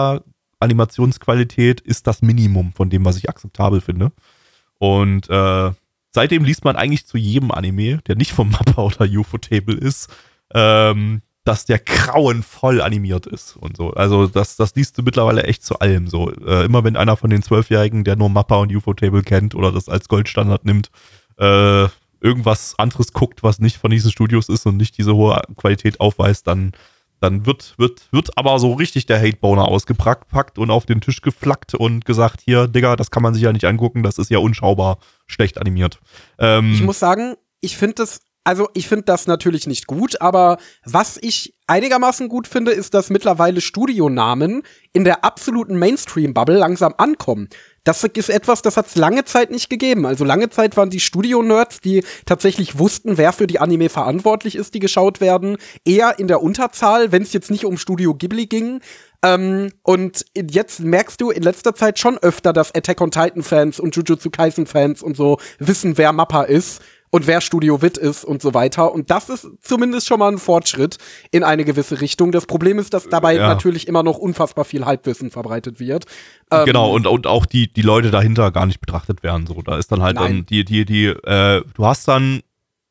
Mappa-Animationsqualität ist das Minimum von dem, was ich akzeptabel finde. Und äh, seitdem liest man eigentlich zu jedem Anime, der nicht vom Mappa oder Ufotable ist, ähm, dass der grauenvoll animiert ist und so. Also das, das liest du mittlerweile echt zu allem so. Äh, immer wenn einer von den Zwölfjährigen, der nur Mappa und Ufotable kennt oder das als Goldstandard nimmt, äh, irgendwas anderes guckt, was nicht von diesen Studios ist und nicht diese hohe Qualität aufweist, dann, dann wird, wird, wird aber so richtig der Hate-Boner ausgepackt und auf den Tisch geflackt und gesagt, hier, Digga, das kann man sich ja nicht angucken, das ist ja unschaubar schlecht animiert. Ähm, ich muss sagen, ich finde das Also ich finde das natürlich nicht gut, aber was ich einigermaßen gut finde, ist, dass mittlerweile Studionamen in der absoluten Mainstream-Bubble langsam ankommen. Das ist etwas, das hat es lange Zeit nicht gegeben. Also lange Zeit waren die Studio-Nerds, die tatsächlich wussten, wer für die Anime verantwortlich ist, die geschaut werden, eher in der Unterzahl, wenn es jetzt nicht um Studio Ghibli ging. Ähm, und jetzt merkst du in letzter Zeit schon öfter, dass Attack on Titan-Fans und Jujutsu Kaisen-Fans und so wissen, wer Mappa ist. Und wer Studio Wit ist und so weiter. Und das ist zumindest schon mal ein Fortschritt in eine gewisse Richtung. Das Problem ist, dass dabei ja. natürlich immer noch unfassbar viel Halbwissen verbreitet wird. Ähm, genau, und, und auch die, die Leute dahinter gar nicht betrachtet werden. So, da ist dann halt Nein. dann die, die, die, äh, du hast dann,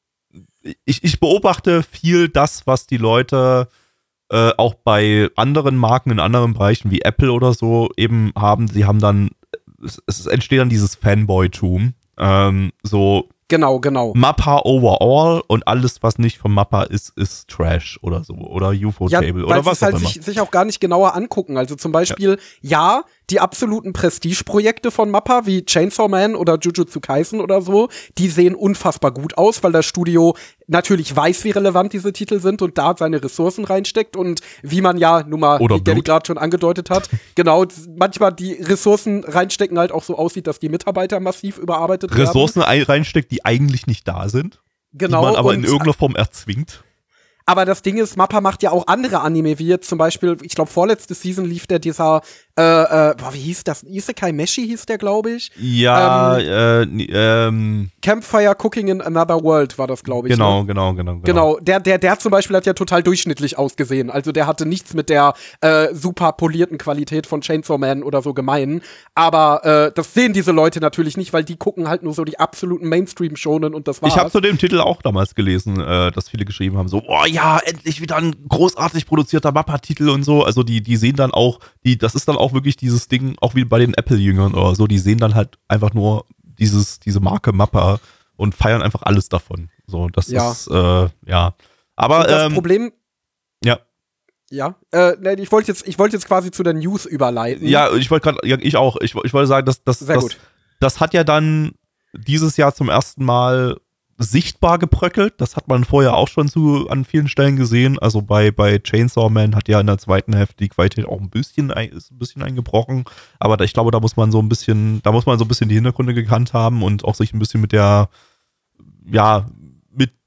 ich, ich beobachte viel das, was die Leute äh, auch bei anderen Marken in anderen Bereichen wie Apple oder so eben haben. Sie haben dann, es, es entsteht dann dieses Fanboy-Tum. Ähm, so, Genau, genau. Mappa overall und alles, was nicht von Mappa ist, ist Trash oder so. Oder Ufotable ja, oder was auch halt immer. Sich, sich auch gar nicht genauer angucken. Also zum Beispiel, ja, ja die absoluten Prestigeprojekte von Mappa, wie Chainsaw Man oder Jujutsu Kaisen oder so, die sehen unfassbar gut aus, weil das Studio natürlich weiß, wie relevant diese Titel sind und da seine Ressourcen reinsteckt und wie man ja nun mal, oder wie Gary gerade schon angedeutet hat, genau, manchmal die Ressourcen reinstecken halt auch so aussieht, dass die Mitarbeiter massiv überarbeitet werden. Ressourcen reinsteckt, die eigentlich nicht da sind, genau, die man aber und in irgendeiner Form erzwingt. Aber das Ding ist, Mappa macht ja auch andere Anime, wie jetzt zum Beispiel, ich glaube, vorletzte Season lief der dieser, äh, äh, boah, wie hieß das? Isekai Meshi hieß der, glaube ich. Ja, ähm, äh, ähm. Campfire Cooking in Another World war das, glaube ich. Genau, ne? genau, genau, genau. Genau, der, der, der zum Beispiel hat ja total durchschnittlich ausgesehen. Also der hatte nichts mit der äh, super polierten Qualität von Chainsaw Man oder so gemein. Aber äh, das sehen diese Leute natürlich nicht, weil die gucken halt nur so die absoluten Mainstream-Shonen und das war's. Ich habe zu dem Titel auch damals gelesen, äh, dass viele geschrieben haben, so, oh ja, endlich wieder ein großartig produzierter Mappa-Titel und so. Also die, die sehen dann auch, die, das ist dann auch wirklich dieses Ding, auch wie bei den Apple-Jüngern oder so, die sehen dann halt einfach nur dieses, diese Marke Mappa und feiern einfach alles davon. So, das ja. ist, äh, ja. Aber, und das ähm, Problem, ja. Ja, äh, ne, ich wollte jetzt, ich wollte jetzt quasi zu der News überleiten. Ja, ich wollte gerade, ja, ich auch, ich, ich wollte sagen, dass, dass, Sehr das, gut. das hat ja dann dieses Jahr zum ersten Mal sichtbar gebröckelt. Das hat man vorher auch schon zu, an vielen Stellen gesehen. Also bei, bei Chainsaw Man hat ja in der zweiten Hälfte die Qualität auch ein bisschen, ist ein bisschen eingebrochen. Aber da, ich glaube, da muss man so ein bisschen, da muss man so ein bisschen die Hintergründe gekannt haben und auch sich ein bisschen mit der, ja, mit,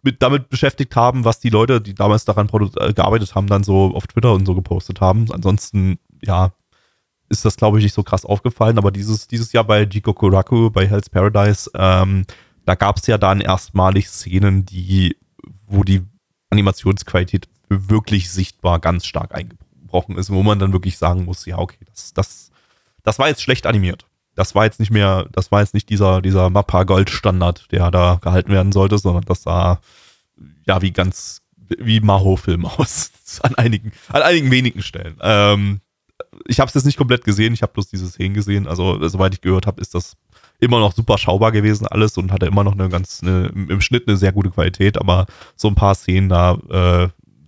mit damit beschäftigt haben, was die Leute, die damals daran produ- gearbeitet haben, dann so auf Twitter und so gepostet haben. Ansonsten, ja, ist das, glaube ich, nicht so krass aufgefallen. Aber dieses, dieses Jahr bei Jigokuraku, bei Hell's Paradise, ähm, da gab es ja dann erstmalig Szenen, die, wo die Animationsqualität wirklich sichtbar ganz stark eingebrochen ist, wo man dann wirklich sagen muss, ja, okay, das, das, das war jetzt schlecht animiert. Das war jetzt nicht mehr, das war jetzt nicht dieser, dieser Mappa-Gold-Standard, der da gehalten werden sollte, sondern das sah ja wie ganz, wie Maho-Film aus. An einigen, an einigen wenigen Stellen. Ähm, ich habe es jetzt nicht komplett gesehen, ich habe bloß diese Szenen gesehen. Also, soweit ich gehört habe, ist das immer noch super schaubar gewesen alles und hatte immer noch eine ganz, eine, im Schnitt eine sehr gute Qualität, aber so ein paar Szenen da, äh,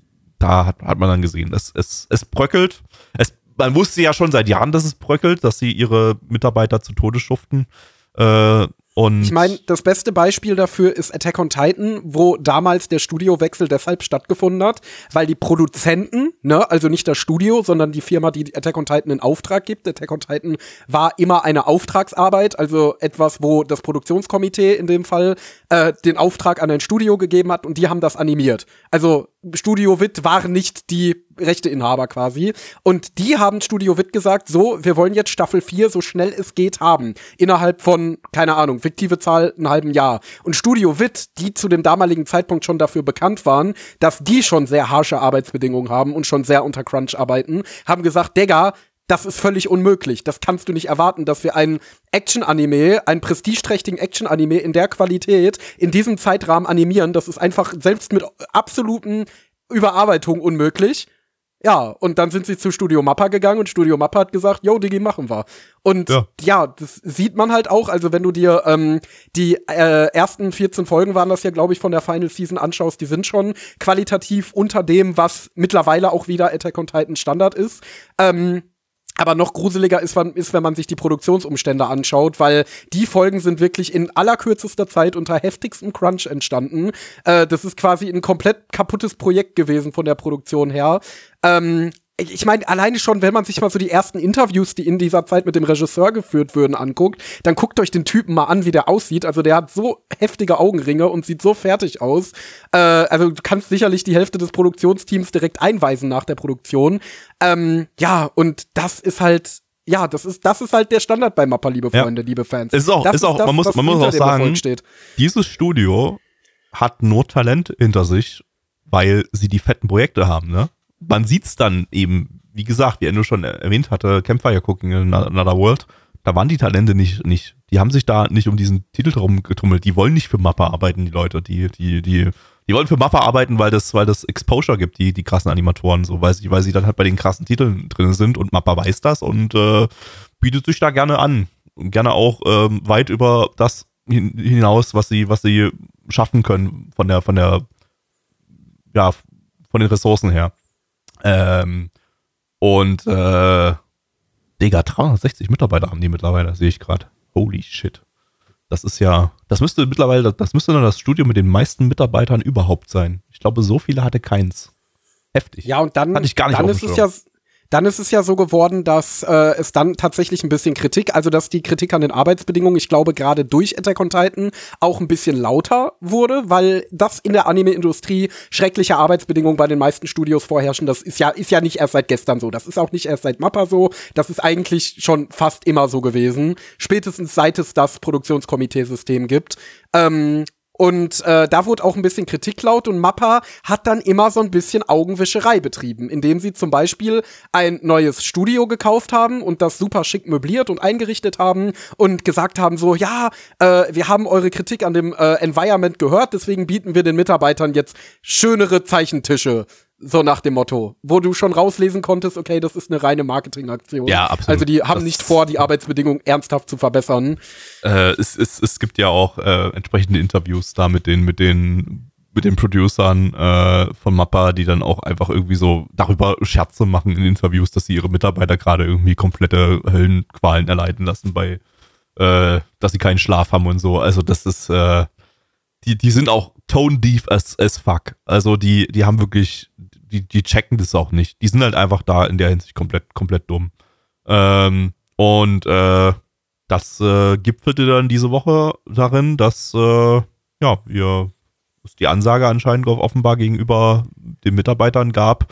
da hat, hat man dann gesehen, es, es, es bröckelt. Es, man wusste ja schon seit Jahren, dass es bröckelt, dass sie ihre Mitarbeiter zu Tode schuften. Äh, und ich meine, das beste Beispiel dafür ist Attack on Titan, wo damals der Studiowechsel deshalb stattgefunden hat, weil die Produzenten, ne, also nicht das Studio, sondern die Firma, die Attack on Titan in Auftrag gibt. Attack on Titan war immer eine Auftragsarbeit, also etwas, wo das Produktionskomitee in dem Fall äh, den Auftrag an ein Studio gegeben hat und die haben das animiert. Also Studio Witt waren nicht die Rechteinhaber quasi. Und die haben Studio Witt gesagt, so, wir wollen jetzt Staffel vier so schnell es geht haben. Innerhalb von, keine Ahnung, fiktive Zahl, einem halben Jahr. Und Studio Witt, die zu dem damaligen Zeitpunkt schon dafür bekannt waren, dass die schon sehr harsche Arbeitsbedingungen haben und schon sehr unter Crunch arbeiten, haben gesagt, Digga, das ist völlig unmöglich. Das kannst du nicht erwarten, dass wir einen Action-Anime, einen prestigeträchtigen Action-Anime in der Qualität, in diesem Zeitrahmen animieren. Das ist einfach selbst mit absoluten Überarbeitungen unmöglich. Ja, und dann sind sie zu Studio Mappa gegangen und Studio Mappa hat gesagt, yo, Digi, machen wir. Und ja. ja, das sieht man halt auch, also wenn du dir ähm, die äh, ersten vierzehn Folgen waren das ja, glaube ich, von der Final Season anschaust, die sind schon qualitativ unter dem, was mittlerweile auch wieder Attack on Titan Standard ist. Ähm, Aber noch gruseliger ist, ist, wenn man sich die Produktionsumstände anschaut, weil die Folgen sind wirklich in allerkürzester Zeit unter heftigstem Crunch entstanden. Äh, das ist quasi ein komplett kaputtes Projekt gewesen von der Produktion her. Ähm, ich meine, alleine schon, wenn man sich mal so die ersten Interviews, die in dieser Zeit mit dem Regisseur geführt würden, anguckt, dann guckt euch den Typen mal an, wie der aussieht. Also der hat so heftige Augenringe und sieht so fertig aus. Äh, also du kannst sicherlich die Hälfte des Produktionsteams direkt einweisen nach der Produktion. Ähm, ja, und das ist halt, ja, das ist, das ist halt der Standard bei Mappa, liebe Freunde, ja. liebe Fans. Es ist auch, das ist auch, das, man muss, man muss auch sagen, dieses Studio hat nur Talent hinter sich, weil sie die fetten Projekte haben, ne? Man sieht's dann eben, wie gesagt, wie Endo schon erwähnt hatte, Campfire Cooking in Another World, da waren die Talente nicht, nicht, die haben sich da nicht um diesen Titel drum getummelt, die wollen nicht für Mappa arbeiten, die Leute, die, die, die, die wollen für Mappa arbeiten, weil das, weil das Exposure gibt, die, die krassen Animatoren, so, weil sie, weil sie dann halt bei den krassen Titeln drin sind und Mappa weiß das und äh, bietet sich da gerne an. Und gerne auch ähm, weit über das hinaus, was sie, was sie schaffen können von der, von der, ja, von den Ressourcen her. Ähm, und äh, Digga, dreihundertsechzig Mitarbeiter haben die mittlerweile, sehe ich gerade. Holy shit. Das ist ja, das müsste mittlerweile, das müsste dann das Studio mit den meisten Mitarbeitern überhaupt sein. Ich glaube, so viele hatte keins. Heftig. Ja, und dann, Hatte ich gar nicht dann ist es ja, dann ist es ja so geworden, dass äh, es dann tatsächlich ein bisschen Kritik, also dass die Kritik an den Arbeitsbedingungen, ich glaube gerade durch Attack on Titan, auch ein bisschen lauter wurde, weil das in der Anime-Industrie schreckliche Arbeitsbedingungen bei den meisten Studios vorherrschen. Das ist ja, ist ja nicht erst seit gestern so. Das ist auch nicht erst seit Mappa so. Das ist eigentlich schon fast immer so gewesen. Spätestens seit es das Produktionskomitee-System gibt. Ähm, Und äh, da wurde auch ein bisschen Kritik laut und Mappa hat dann immer so ein bisschen Augenwischerei betrieben, indem sie zum Beispiel ein neues Studio gekauft haben und das super schick möbliert und eingerichtet haben und gesagt haben so, ja, äh, wir haben eure Kritik an dem äh, Environment gehört, deswegen bieten wir den Mitarbeitern jetzt schönere Zeichentische. So nach dem Motto, wo du schon rauslesen konntest, okay, das ist eine reine Marketingaktion. Ja, absolut. Also die haben das nicht vor, die Arbeitsbedingungen ernsthaft zu verbessern. Äh, es, es, es gibt ja auch äh, entsprechende Interviews da mit den, mit den, mit den Producern äh, von Mappa, die dann auch einfach irgendwie so darüber Scherze machen in Interviews, dass sie ihre Mitarbeiter gerade irgendwie komplette Höllenqualen erleiden lassen bei, äh, dass sie keinen Schlaf haben und so. Also das ist, äh, die, die sind auch tone deaf as, as fuck. Also die, die haben wirklich, die, die checken das auch nicht. Die sind halt einfach da in der Hinsicht komplett, komplett dumm. Ähm, und äh, das äh, gipfelte dann diese Woche darin, dass äh, ja, wir es die Ansage anscheinend offenbar gegenüber den Mitarbeitern gab,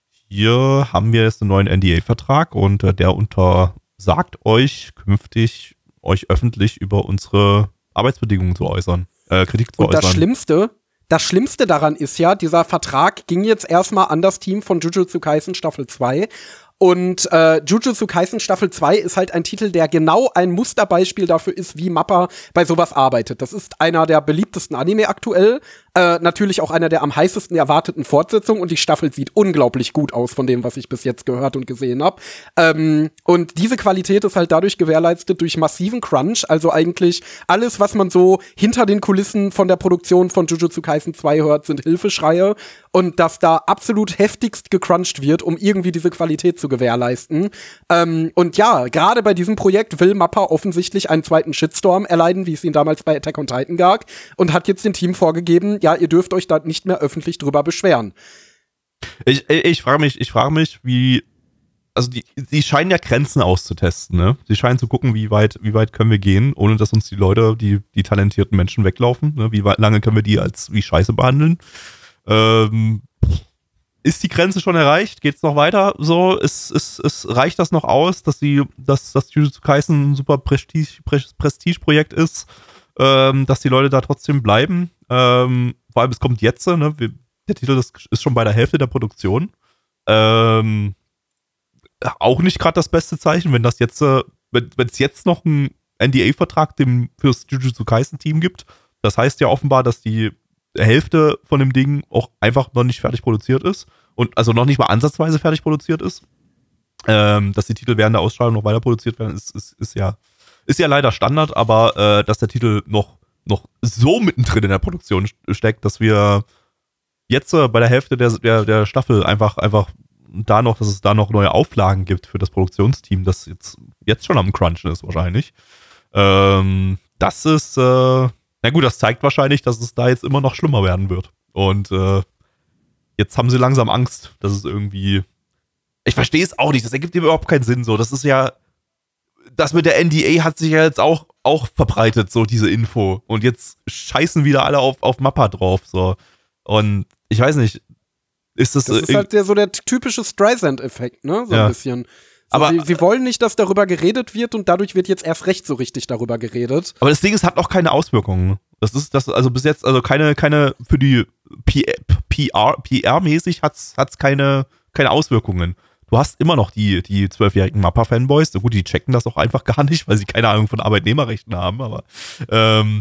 hier haben wir jetzt einen neuen N D A-Vertrag und äh, der untersagt euch künftig, euch öffentlich über unsere Arbeitsbedingungen zu äußern, äh, Kritik zu und äußern. Das Schlimmste, das Schlimmste daran ist ja, dieser Vertrag ging jetzt erstmal an das Team von Jujutsu Kaisen Staffel zwei. Und äh, Jujutsu Kaisen Staffel zwei ist halt ein Titel, der genau ein Musterbeispiel dafür ist, wie Mappa bei sowas arbeitet. Das ist einer der beliebtesten Anime aktuell, äh, natürlich auch einer der am heißesten erwarteten Fortsetzungen und die Staffel sieht unglaublich gut aus von dem, was ich bis jetzt gehört und gesehen habe. Ähm, und diese Qualität ist halt dadurch gewährleistet durch massiven Crunch, also eigentlich alles, was man so hinter den Kulissen von der Produktion von Jujutsu Kaisen zwei hört, sind Hilfeschreie und dass da absolut heftigst gecrunched wird, um irgendwie diese Qualität zu gewährleisten. Ähm, und ja, gerade bei diesem Projekt will Mappa offensichtlich einen zweiten Shitstorm erleiden, wie es ihn damals bei Attack on Titan gab, und hat jetzt dem Team vorgegeben, ja, ihr dürft euch da nicht mehr öffentlich drüber beschweren. Ich, ich, ich frage mich, ich frage mich, wie, also die, die scheinen ja Grenzen auszutesten, ne? Sie scheinen zu gucken, wie weit, wie weit können wir gehen, ohne dass uns die Leute, die, die talentierten Menschen weglaufen, ne? Wie weit, lange können wir die als wie Scheiße behandeln? Ähm, Ist die Grenze schon erreicht? Geht's noch weiter? So, ist, ist, ist, reicht das noch aus, dass die, dass das Jujutsu Kaisen ein super Prestige, Prestigeprojekt ist, ähm, dass die Leute da trotzdem bleiben? Ähm, vor allem, es kommt jetzt, ne? Wir, der Titel ist, ist schon bei der Hälfte der Produktion. Ähm, auch nicht gerade das beste Zeichen, wenn das jetzt, äh, wenn es jetzt noch einen N D A-Vertrag dem fürs Jujutsu Kaisen-Team gibt. Das heißt ja offenbar, dass die Hälfte von dem Ding auch einfach noch nicht fertig produziert ist und also noch nicht mal ansatzweise fertig produziert ist. Ähm, dass die Titel während der Ausstrahlung noch weiter produziert werden, ist, ist, ist, ja, ist ja leider Standard, aber äh, dass der Titel noch, noch so mittendrin in der Produktion steckt, dass wir jetzt äh, bei der Hälfte der, der, der Staffel einfach, einfach da noch, dass es da noch neue Auflagen gibt für das Produktionsteam, das jetzt, jetzt schon am Crunchen ist wahrscheinlich. Ähm, das ist äh, Na gut, das zeigt wahrscheinlich, dass es da jetzt immer noch schlimmer werden wird. Und äh, jetzt haben sie langsam Angst, dass es irgendwie. Ich verstehe es auch nicht, das ergibt überhaupt keinen Sinn. So, das ist ja. Das mit der N D A hat sich ja jetzt auch, auch verbreitet, so diese Info. Und jetzt scheißen wieder alle auf, auf Mappa drauf. So. Und ich weiß nicht, ist das. Das ist halt der, so der typische Streisand-Effekt, ne? So ja. ein bisschen. So, aber sie, sie wollen nicht, dass darüber geredet wird und dadurch wird jetzt erst recht so richtig darüber geredet. Aber das Ding ist, hat auch keine Auswirkungen. Das ist das, also bis jetzt, also keine, keine, für die P R, P R-mäßig hat's, hat's keine, keine Auswirkungen. Du hast immer noch die, die zwölfjährigen Mappa-Fanboys. So gut, die checken das auch einfach gar nicht, weil sie keine Ahnung von Arbeitnehmerrechten haben, aber ähm,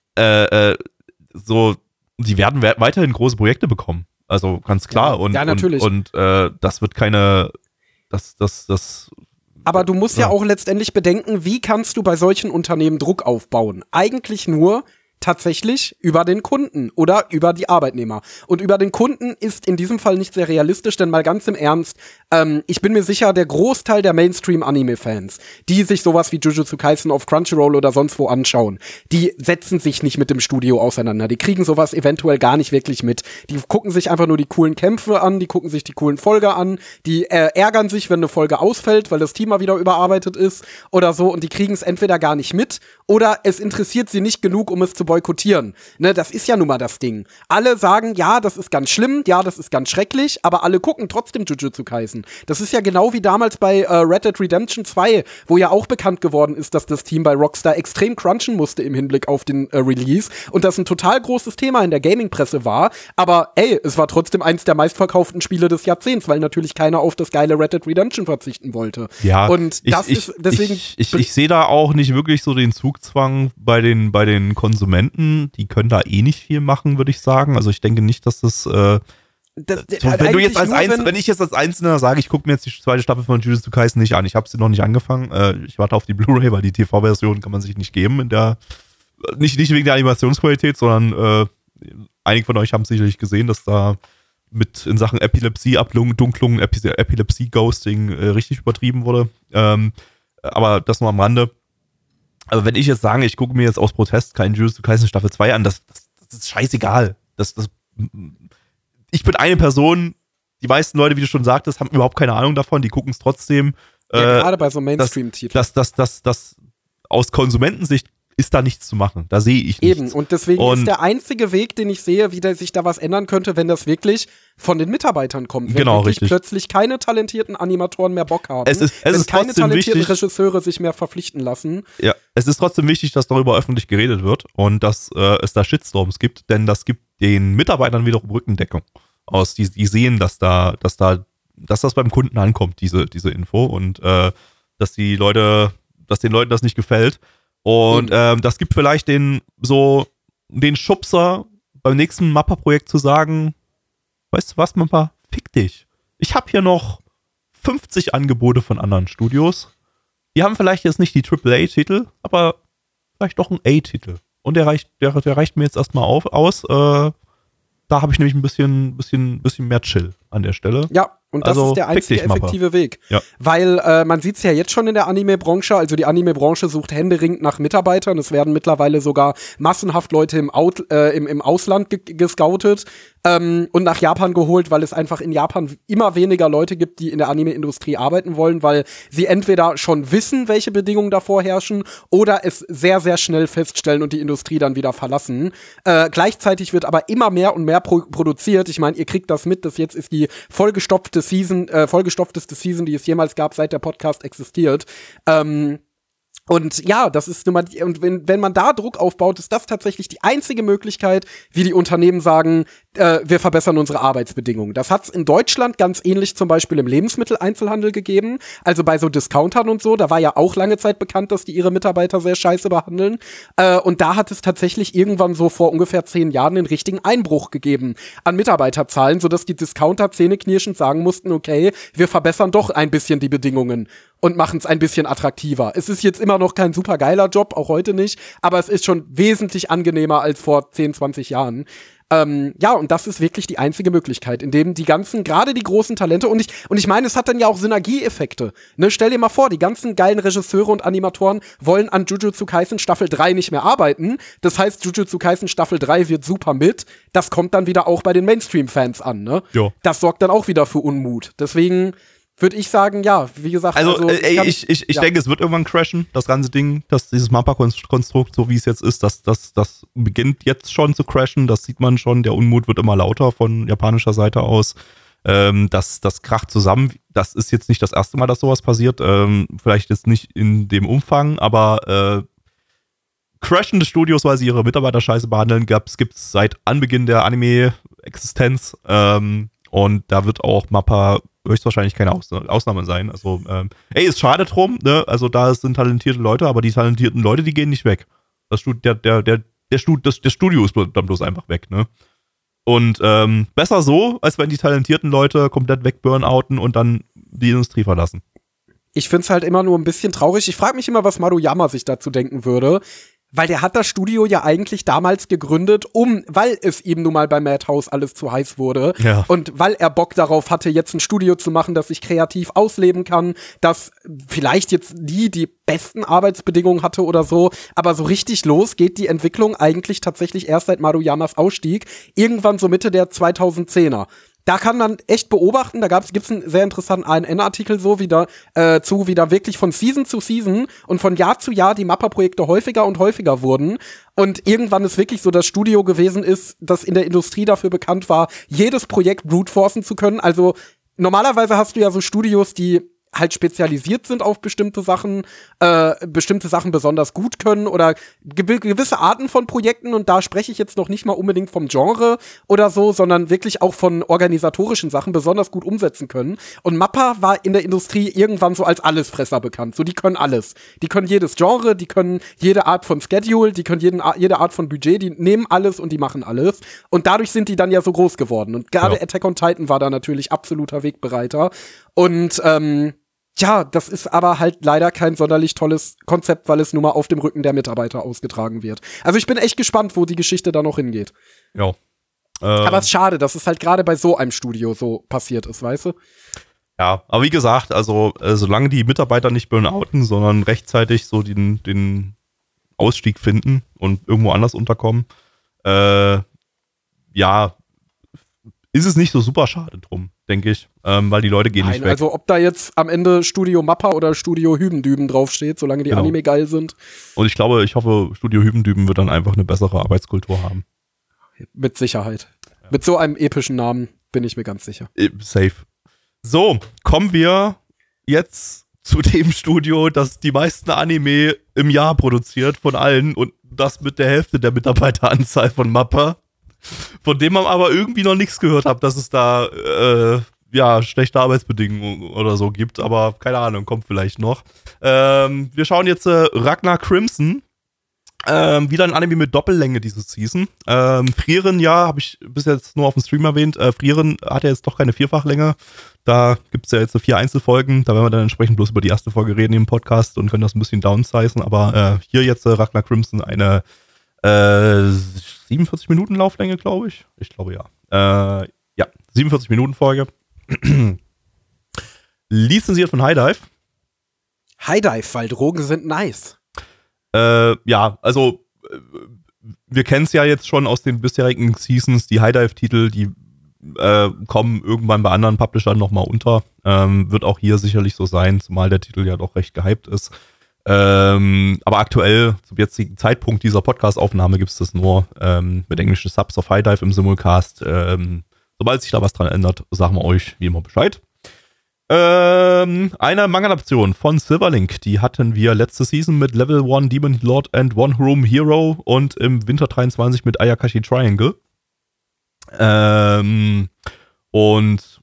äh, äh, so, die werden weiterhin große Projekte bekommen. Also ganz klar. Ja, und, ja, natürlich. Und, und äh, das wird keine. Das, das, das. Aber du musst ja. ja auch letztendlich bedenken, wie kannst du bei solchen Unternehmen Druck aufbauen? Eigentlich nur tatsächlich über den Kunden oder über die Arbeitnehmer. Und über den Kunden ist in diesem Fall nicht sehr realistisch, denn mal ganz im Ernst, ähm, ich bin mir sicher, der Großteil der Mainstream-Anime-Fans, die sich sowas wie Jujutsu Kaisen auf Crunchyroll oder sonst wo anschauen, die setzen sich nicht mit dem Studio auseinander. Die kriegen sowas eventuell gar nicht wirklich mit. Die gucken sich einfach nur die coolen Kämpfe an, die gucken sich die coolen Folge an, die äh, ärgern sich, wenn eine Folge ausfällt, weil das Team mal wieder überarbeitet ist oder so, und die kriegen es entweder gar nicht mit oder es interessiert sie nicht genug, um es zu boykottieren. Ne, das ist ja nun mal das Ding. Alle sagen, ja, das ist ganz schlimm, ja, das ist ganz schrecklich, aber alle gucken trotzdem Jujutsu Kaisen. Das ist ja genau wie damals bei äh, Red Dead Redemption zwei, wo ja auch bekannt geworden ist, dass das Team bei Rockstar extrem crunchen musste im Hinblick auf den äh, Release und das ein total großes Thema in der Gaming-Presse war, aber ey, es war trotzdem eins der meistverkauften Spiele des Jahrzehnts, weil natürlich keiner auf das geile Red Dead Redemption verzichten wollte. Ja, und das ich, ist deswegen. Ich, ich, ich sehe da auch nicht wirklich so den Zugzwang bei den, bei den Konsumenten. Die können da eh nicht viel machen, würde ich sagen. Also ich denke nicht, dass das. Äh, das so, wenn du jetzt als nur, Einzel- wenn, wenn ich jetzt als Einzelner sage, ich gucke mir jetzt die zweite Staffel von Jujutsu Kaisen nicht an. Ich habe sie noch nicht angefangen. Äh, ich warte auf die Blu-ray, weil die T V-Version kann man sich nicht geben in der. Nicht, nicht wegen der Animationsqualität, sondern äh, einige von euch haben sicherlich gesehen, dass da mit in Sachen Epilepsie-Abdunklung, Dunklung, Epi- Epilepsie-Ghosting äh, richtig übertrieben wurde. Ähm, aber das nur am Rande. Also wenn ich jetzt sage, ich gucke mir jetzt aus Protest keinen Jujutsu Kaisen Staffel zwei an, das, das, das ist scheißegal. Das, das, ich bin eine Person, die meisten Leute, wie du schon sagtest, haben überhaupt keine Ahnung davon, die gucken es trotzdem. Ja, äh, gerade bei so Mainstream-Titeln. Das, das, das, das, das aus Konsumentensicht ist da nichts zu machen. Da sehe ich nichts. Eben, und deswegen und ist der einzige Weg, den ich sehe, wie der, sich da was ändern könnte, wenn das wirklich von den Mitarbeitern kommt. Wenn genau, wirklich richtig. plötzlich keine talentierten Animatoren mehr Bock haben. Es ist, es wenn ist keine trotzdem talentierten wichtig, Regisseure sich mehr verpflichten lassen. Ja, es ist trotzdem wichtig, dass darüber öffentlich geredet wird und dass äh, es da Shitstorms gibt, denn das gibt den Mitarbeitern wiederum Rückendeckung aus. Die, die sehen, dass da, dass da, dass das beim Kunden ankommt, diese, diese Info und äh, dass die Leute, dass den Leuten das nicht gefällt. Und Mhm. ähm, das gibt vielleicht den so den Schubser beim nächsten Mappa-Projekt zu sagen, weißt du was, Mappa, fick dich. Ich habe hier noch fünfzig Angebote von anderen Studios. Die haben vielleicht jetzt nicht die Triple A Titel, aber vielleicht doch einen A-Titel. Und der reicht, der, der reicht mir jetzt erstmal auf, aus. Äh, da habe ich nämlich ein bisschen, bisschen, bisschen mehr Chill an der Stelle. Ja, und das Also, ist der fick einzige dich, Mappa. effektive Weg. Ja. Weil äh, man sieht es ja jetzt schon in der Anime-Branche, also die Anime-Branche sucht händeringend nach Mitarbeitern. Es werden mittlerweile sogar massenhaft Leute im, Out, äh, im, im Ausland ge gescoutet ähm, und nach Japan geholt, weil es einfach in Japan immer weniger Leute gibt, die in der Anime-Industrie arbeiten wollen, weil sie entweder schon wissen, welche Bedingungen davor herrschen oder es sehr, sehr schnell feststellen und die Industrie dann wieder verlassen. Äh, gleichzeitig wird aber immer mehr und mehr pro produziert. Ich meine, ihr kriegt das mit, dass jetzt ist die vollgestopfte Season, äh, vollgestopfteste Season, die es jemals gab, seit der Podcast existiert. Ähm, und ja, das ist nun mal, die, und wenn, wenn man da Druck aufbaut, ist das tatsächlich die einzige Möglichkeit, wie die Unternehmen sagen, äh, wir verbessern unsere Arbeitsbedingungen. Das hat's in Deutschland ganz ähnlich zum Beispiel im Lebensmitteleinzelhandel gegeben, also bei so Discountern und so, da war ja auch lange Zeit bekannt, dass die ihre Mitarbeiter sehr scheiße behandeln. Äh, und da hat es tatsächlich irgendwann so vor ungefähr zehn Jahren einen richtigen Einbruch gegeben an Mitarbeiterzahlen, sodass die Discounter zähneknirschend sagen mussten, okay, wir verbessern doch ein bisschen die Bedingungen und machen es ein bisschen attraktiver. Es ist jetzt immer noch kein super geiler Job, auch heute nicht, aber es ist schon wesentlich angenehmer als vor zehn, zwanzig Jahren. Ähm, ja, und das ist wirklich die einzige Möglichkeit, in dem die ganzen, gerade die großen Talente, und ich, und ich meine, es hat dann ja auch Synergieeffekte. Ne, stell dir mal vor, die ganzen geilen Regisseure und Animatoren wollen an Jujutsu Kaisen Staffel drei nicht mehr arbeiten. Das heißt, Jujutsu Kaisen Staffel drei wird super mit. Das kommt dann wieder auch bei den Mainstream-Fans an, ne? Jo. Das sorgt dann auch wieder für Unmut. Deswegen würde ich sagen, ja, wie gesagt. Also, also äh, kann, ich, ich, ich ja. denke, es wird irgendwann crashen, das ganze Ding, dass dieses Mappa-Konstrukt, so wie es jetzt ist, das, das, das beginnt jetzt schon zu crashen, das sieht man schon, der Unmut wird immer lauter von japanischer Seite aus. Ähm, das, das kracht zusammen, das ist jetzt nicht das erste Mal, dass sowas passiert, ähm, vielleicht jetzt nicht in dem Umfang, aber äh, crashende Studios, weil sie ihre Mitarbeiter scheiße behandeln, gibt es seit Anbeginn der Anime-Existenz ähm, und da wird auch Mappa höchstwahrscheinlich keine Aus Ausnahme sein. Also, ähm, ey, ist schade drum, ne? Also da sind talentierte Leute, aber die talentierten Leute, die gehen nicht weg. Das Stud der, der, der, der, Stud das, der Studio ist dann bloß einfach weg, ne? Und ähm, besser so, als wenn die talentierten Leute komplett wegburnouten und dann die Industrie verlassen. Ich find's halt immer nur ein bisschen traurig. Ich frage mich immer, was Maruyama sich dazu denken würde. Weil der hat das Studio ja eigentlich damals gegründet, um, weil es ihm nun mal bei Madhouse alles zu heiß wurde. Ja. Und weil er Bock darauf hatte, jetzt ein Studio zu machen, das sich kreativ ausleben kann, das vielleicht jetzt nie die besten Arbeitsbedingungen hatte oder so. Aber so richtig los geht die Entwicklung eigentlich tatsächlich erst seit Maruyamas Ausstieg. Irgendwann so Mitte der zweitausendzehner. Da kann man echt beobachten, da gab's, gibt's einen sehr interessanten A N N-Artikel so wieder äh, zu, wie da wirklich von Season zu Season und von Jahr zu Jahr die Mappa-Projekte häufiger und häufiger wurden. Und irgendwann ist wirklich so das Studio gewesen ist, das in der Industrie dafür bekannt war, jedes Projekt brute forcen zu können. Also normalerweise hast du ja so Studios, die halt spezialisiert sind auf bestimmte Sachen, äh, bestimmte Sachen besonders gut können oder ge gewisse Arten von Projekten, und da spreche ich jetzt noch nicht mal unbedingt vom Genre oder so, sondern wirklich auch von organisatorischen Sachen besonders gut umsetzen können. Und Mappa war in der Industrie irgendwann so als Allesfresser bekannt. So, die können alles. Die können jedes Genre, die können jede Art von Schedule, die können jeden, jede Art von Budget, die nehmen alles und die machen alles. Und dadurch sind die dann ja so groß geworden. Und gerade ja. Attack on Titan war da natürlich absoluter Wegbereiter. Und, ähm, ja, das ist aber halt leider kein sonderlich tolles Konzept, weil es nur mal auf dem Rücken der Mitarbeiter ausgetragen wird. Also ich bin echt gespannt, wo die Geschichte da noch hingeht. Ja. Äh, aber es ist schade, dass es halt gerade bei so einem Studio so passiert ist, weißt du? Ja, aber wie gesagt, also äh, solange die Mitarbeiter nicht burnouten, sondern rechtzeitig so den, den Ausstieg finden und irgendwo anders unterkommen, äh, ja, ist es nicht so super schade drum, denke ich, ähm, weil die Leute gehen Nein, nicht weg. Also ob da jetzt am Ende Studio Mappa oder Studio Hübendüben draufsteht, solange die Genau. Anime geil sind. Und ich glaube, ich hoffe, Studio Hübendüben wird dann einfach eine bessere Arbeitskultur haben. Mit Sicherheit. Ja. Mit so einem epischen Namen bin ich mir ganz sicher. Safe. So, kommen wir jetzt zu dem Studio, das die meisten Anime im Jahr produziert von allen und das mit der Hälfte der Mitarbeiteranzahl von Mappa, von dem man aber irgendwie noch nichts gehört hat, dass es da äh, ja schlechte Arbeitsbedingungen oder so gibt, aber keine Ahnung, kommt vielleicht noch. Ähm, wir schauen jetzt äh, Ragnar Crimson. Ähm, wieder ein Anime mit Doppellänge diese Season. Ähm, Frieren, ja, habe ich bis jetzt nur auf dem Stream erwähnt. Äh, Frieren hat ja jetzt doch keine Vierfachlänge. Da gibt es ja jetzt vier Einzelfolgen. Da werden wir dann entsprechend bloß über die erste Folge reden im Podcast und können das ein bisschen downsizen. Aber äh, hier jetzt äh, Ragnar Crimson eine äh, siebenundvierzig Minuten Lauflänge, glaube ich. Ich glaube ja. Äh, ja, siebenundvierzig Minuten Folge. Lizenziert von High Dive. High Dive, weil Drogen sind nice. Äh, ja, also äh, wir kennen es ja jetzt schon aus den bisherigen Seasons, die High Dive-Titel, die äh, kommen irgendwann bei anderen Publishern nochmal unter. Ähm, wird auch hier sicherlich so sein, zumal der Titel ja doch recht gehypt ist. Ähm, aber aktuell, zum jetzigen Zeitpunkt dieser Podcast-Aufnahme, gibt es das nur ähm, mit englischen Subs auf High Dive im Simulcast. Ähm, sobald sich da was dran ändert, sagen wir euch wie immer Bescheid. Ähm, eine Manga-Adaption von Silverlink, die hatten wir letzte Season mit Level one Demon Lord and One Room Hero und im Winter dreiundzwanzig mit Ayakashi Triangle. Ähm, und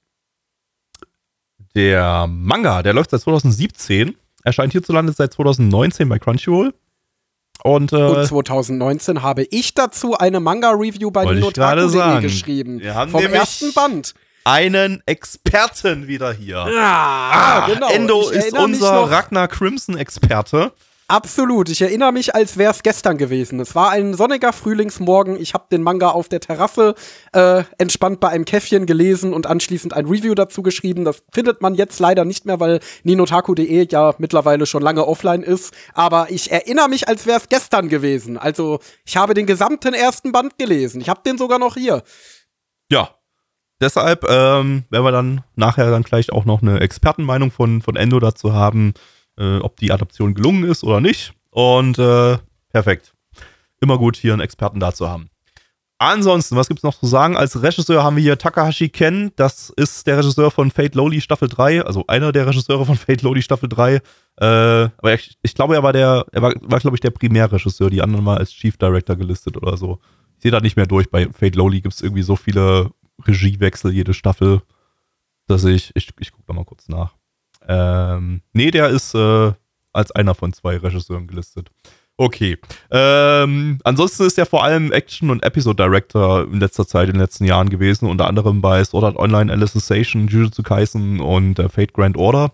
der Manga, der läuft seit zwanzig siebzehn, erscheint hierzulande seit zwanzig neunzehn bei Crunchyroll. Und, äh, und zwanzig neunzehn habe ich dazu eine Manga-Review bei ninotaku punkt de geschrieben. Wir haben vom nämlich ersten Band. Einen Experten wieder hier. Ja, ah, genau. Endo Ich ist unser Ragnar Crimson-Experte. Absolut. Ich erinnere mich, als wäre es gestern gewesen. Es war ein sonniger Frühlingsmorgen. Ich habe den Manga auf der Terrasse äh, entspannt bei einem Käffchen gelesen und anschließend ein Review dazu geschrieben. Das findet man jetzt leider nicht mehr, weil ninotaku punkt de ja mittlerweile schon lange offline ist. Aber ich erinnere mich, als wäre es gestern gewesen. Also ich habe den gesamten ersten Band gelesen. Ich habe den sogar noch hier. Ja. Deshalb ähm, werden wir dann nachher dann gleich auch noch eine Expertenmeinung von, von Endo dazu haben, äh, ob die Adaption gelungen ist oder nicht. Und äh, perfekt. Immer gut, hier einen Experten da zu haben. Ansonsten, was gibt's noch zu sagen? Als Regisseur haben wir hier Takahashi Ken. Das ist der Regisseur von Fate Lowly Staffel drei, also einer der Regisseure von Fate Lowly Staffel drei. Äh, aber ich, ich glaube, er war der, er war, war glaube ich, der Primärregisseur. Die anderen mal als Chief Director gelistet oder so. Ich sehe da nicht mehr durch. Bei Fate Lowly gibt's irgendwie so viele Regiewechsel jede Staffel, dass ich, ich, ich gucke da mal kurz nach. Ähm, nee, der ist äh, als einer von zwei Regisseuren gelistet. Okay. Ähm, ansonsten ist er vor allem Action- und Episode-Director in letzter Zeit, in den letzten Jahren gewesen, unter anderem bei Sword Art Online, Alicization, Jujutsu Kaisen und äh, Fate Grand Order.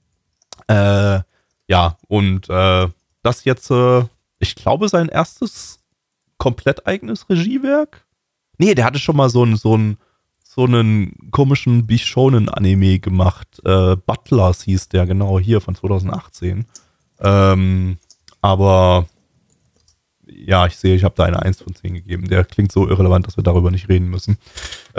Äh, ja, und äh, das jetzt, äh, ich glaube, sein erstes komplett eigenes Regiewerk? Nee, der hatte schon mal so ein, so ein so einen komischen Bishonen-Anime gemacht. Äh, Butlers hieß der, genau, hier von zwanzig achtzehn. Ähm, aber ja, ich sehe, ich habe da eine eins von zehn gegeben. Der klingt so irrelevant, dass wir darüber nicht reden müssen. Äh,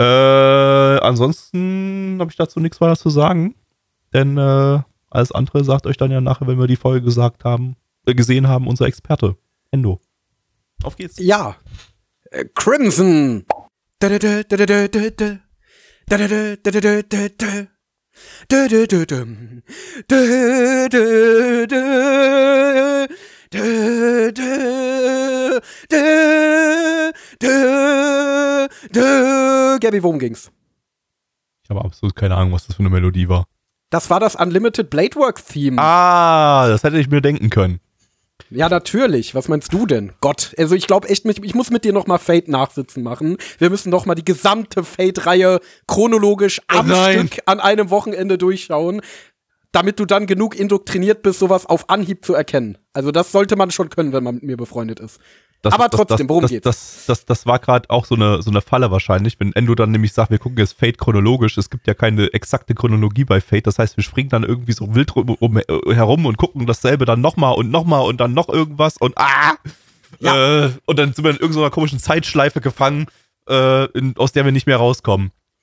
ansonsten habe ich dazu nichts weiter zu sagen. Denn äh, alles andere sagt euch dann ja nachher, wenn wir die Folge gesagt haben, äh, gesehen haben, unser Experte, Endo. Auf geht's. Ja. Äh, Crimson. Da da da da da da da. Da da da da da da da. Da da da da. Da da da. Da da da da da. Gabby, worum ging's? Ich habe absolut keine Ahnung, was das für eine Melodie war. Das war das Unlimited Blade Works Theme. Ah, das hätte ich mir denken können. Ja, natürlich. Was meinst du denn? Gott, also ich glaube echt, ich muss mit dir noch mal Fate nachsitzen machen. Wir müssen noch mal die gesamte Fate-Reihe chronologisch am oh Stück an einem Wochenende durchschauen, damit du dann genug indoktriniert bist, sowas auf Anhieb zu erkennen. Also das sollte man schon können, wenn man mit mir befreundet ist. Das, Aber das, trotzdem, das, worum das, geht's? Das, das, das war gerade auch so eine, so eine Falle wahrscheinlich, wenn Endo dann nämlich sagt, wir gucken jetzt Fate chronologisch. Es gibt ja keine exakte Chronologie bei Fate. Das heißt, wir springen dann irgendwie so wild rum, um, herum und gucken dasselbe dann nochmal und nochmal und dann noch irgendwas und ah! Ja. Äh, und dann sind wir in irgendeiner komischen Zeitschleife gefangen, äh, in, aus der wir nicht mehr rauskommen.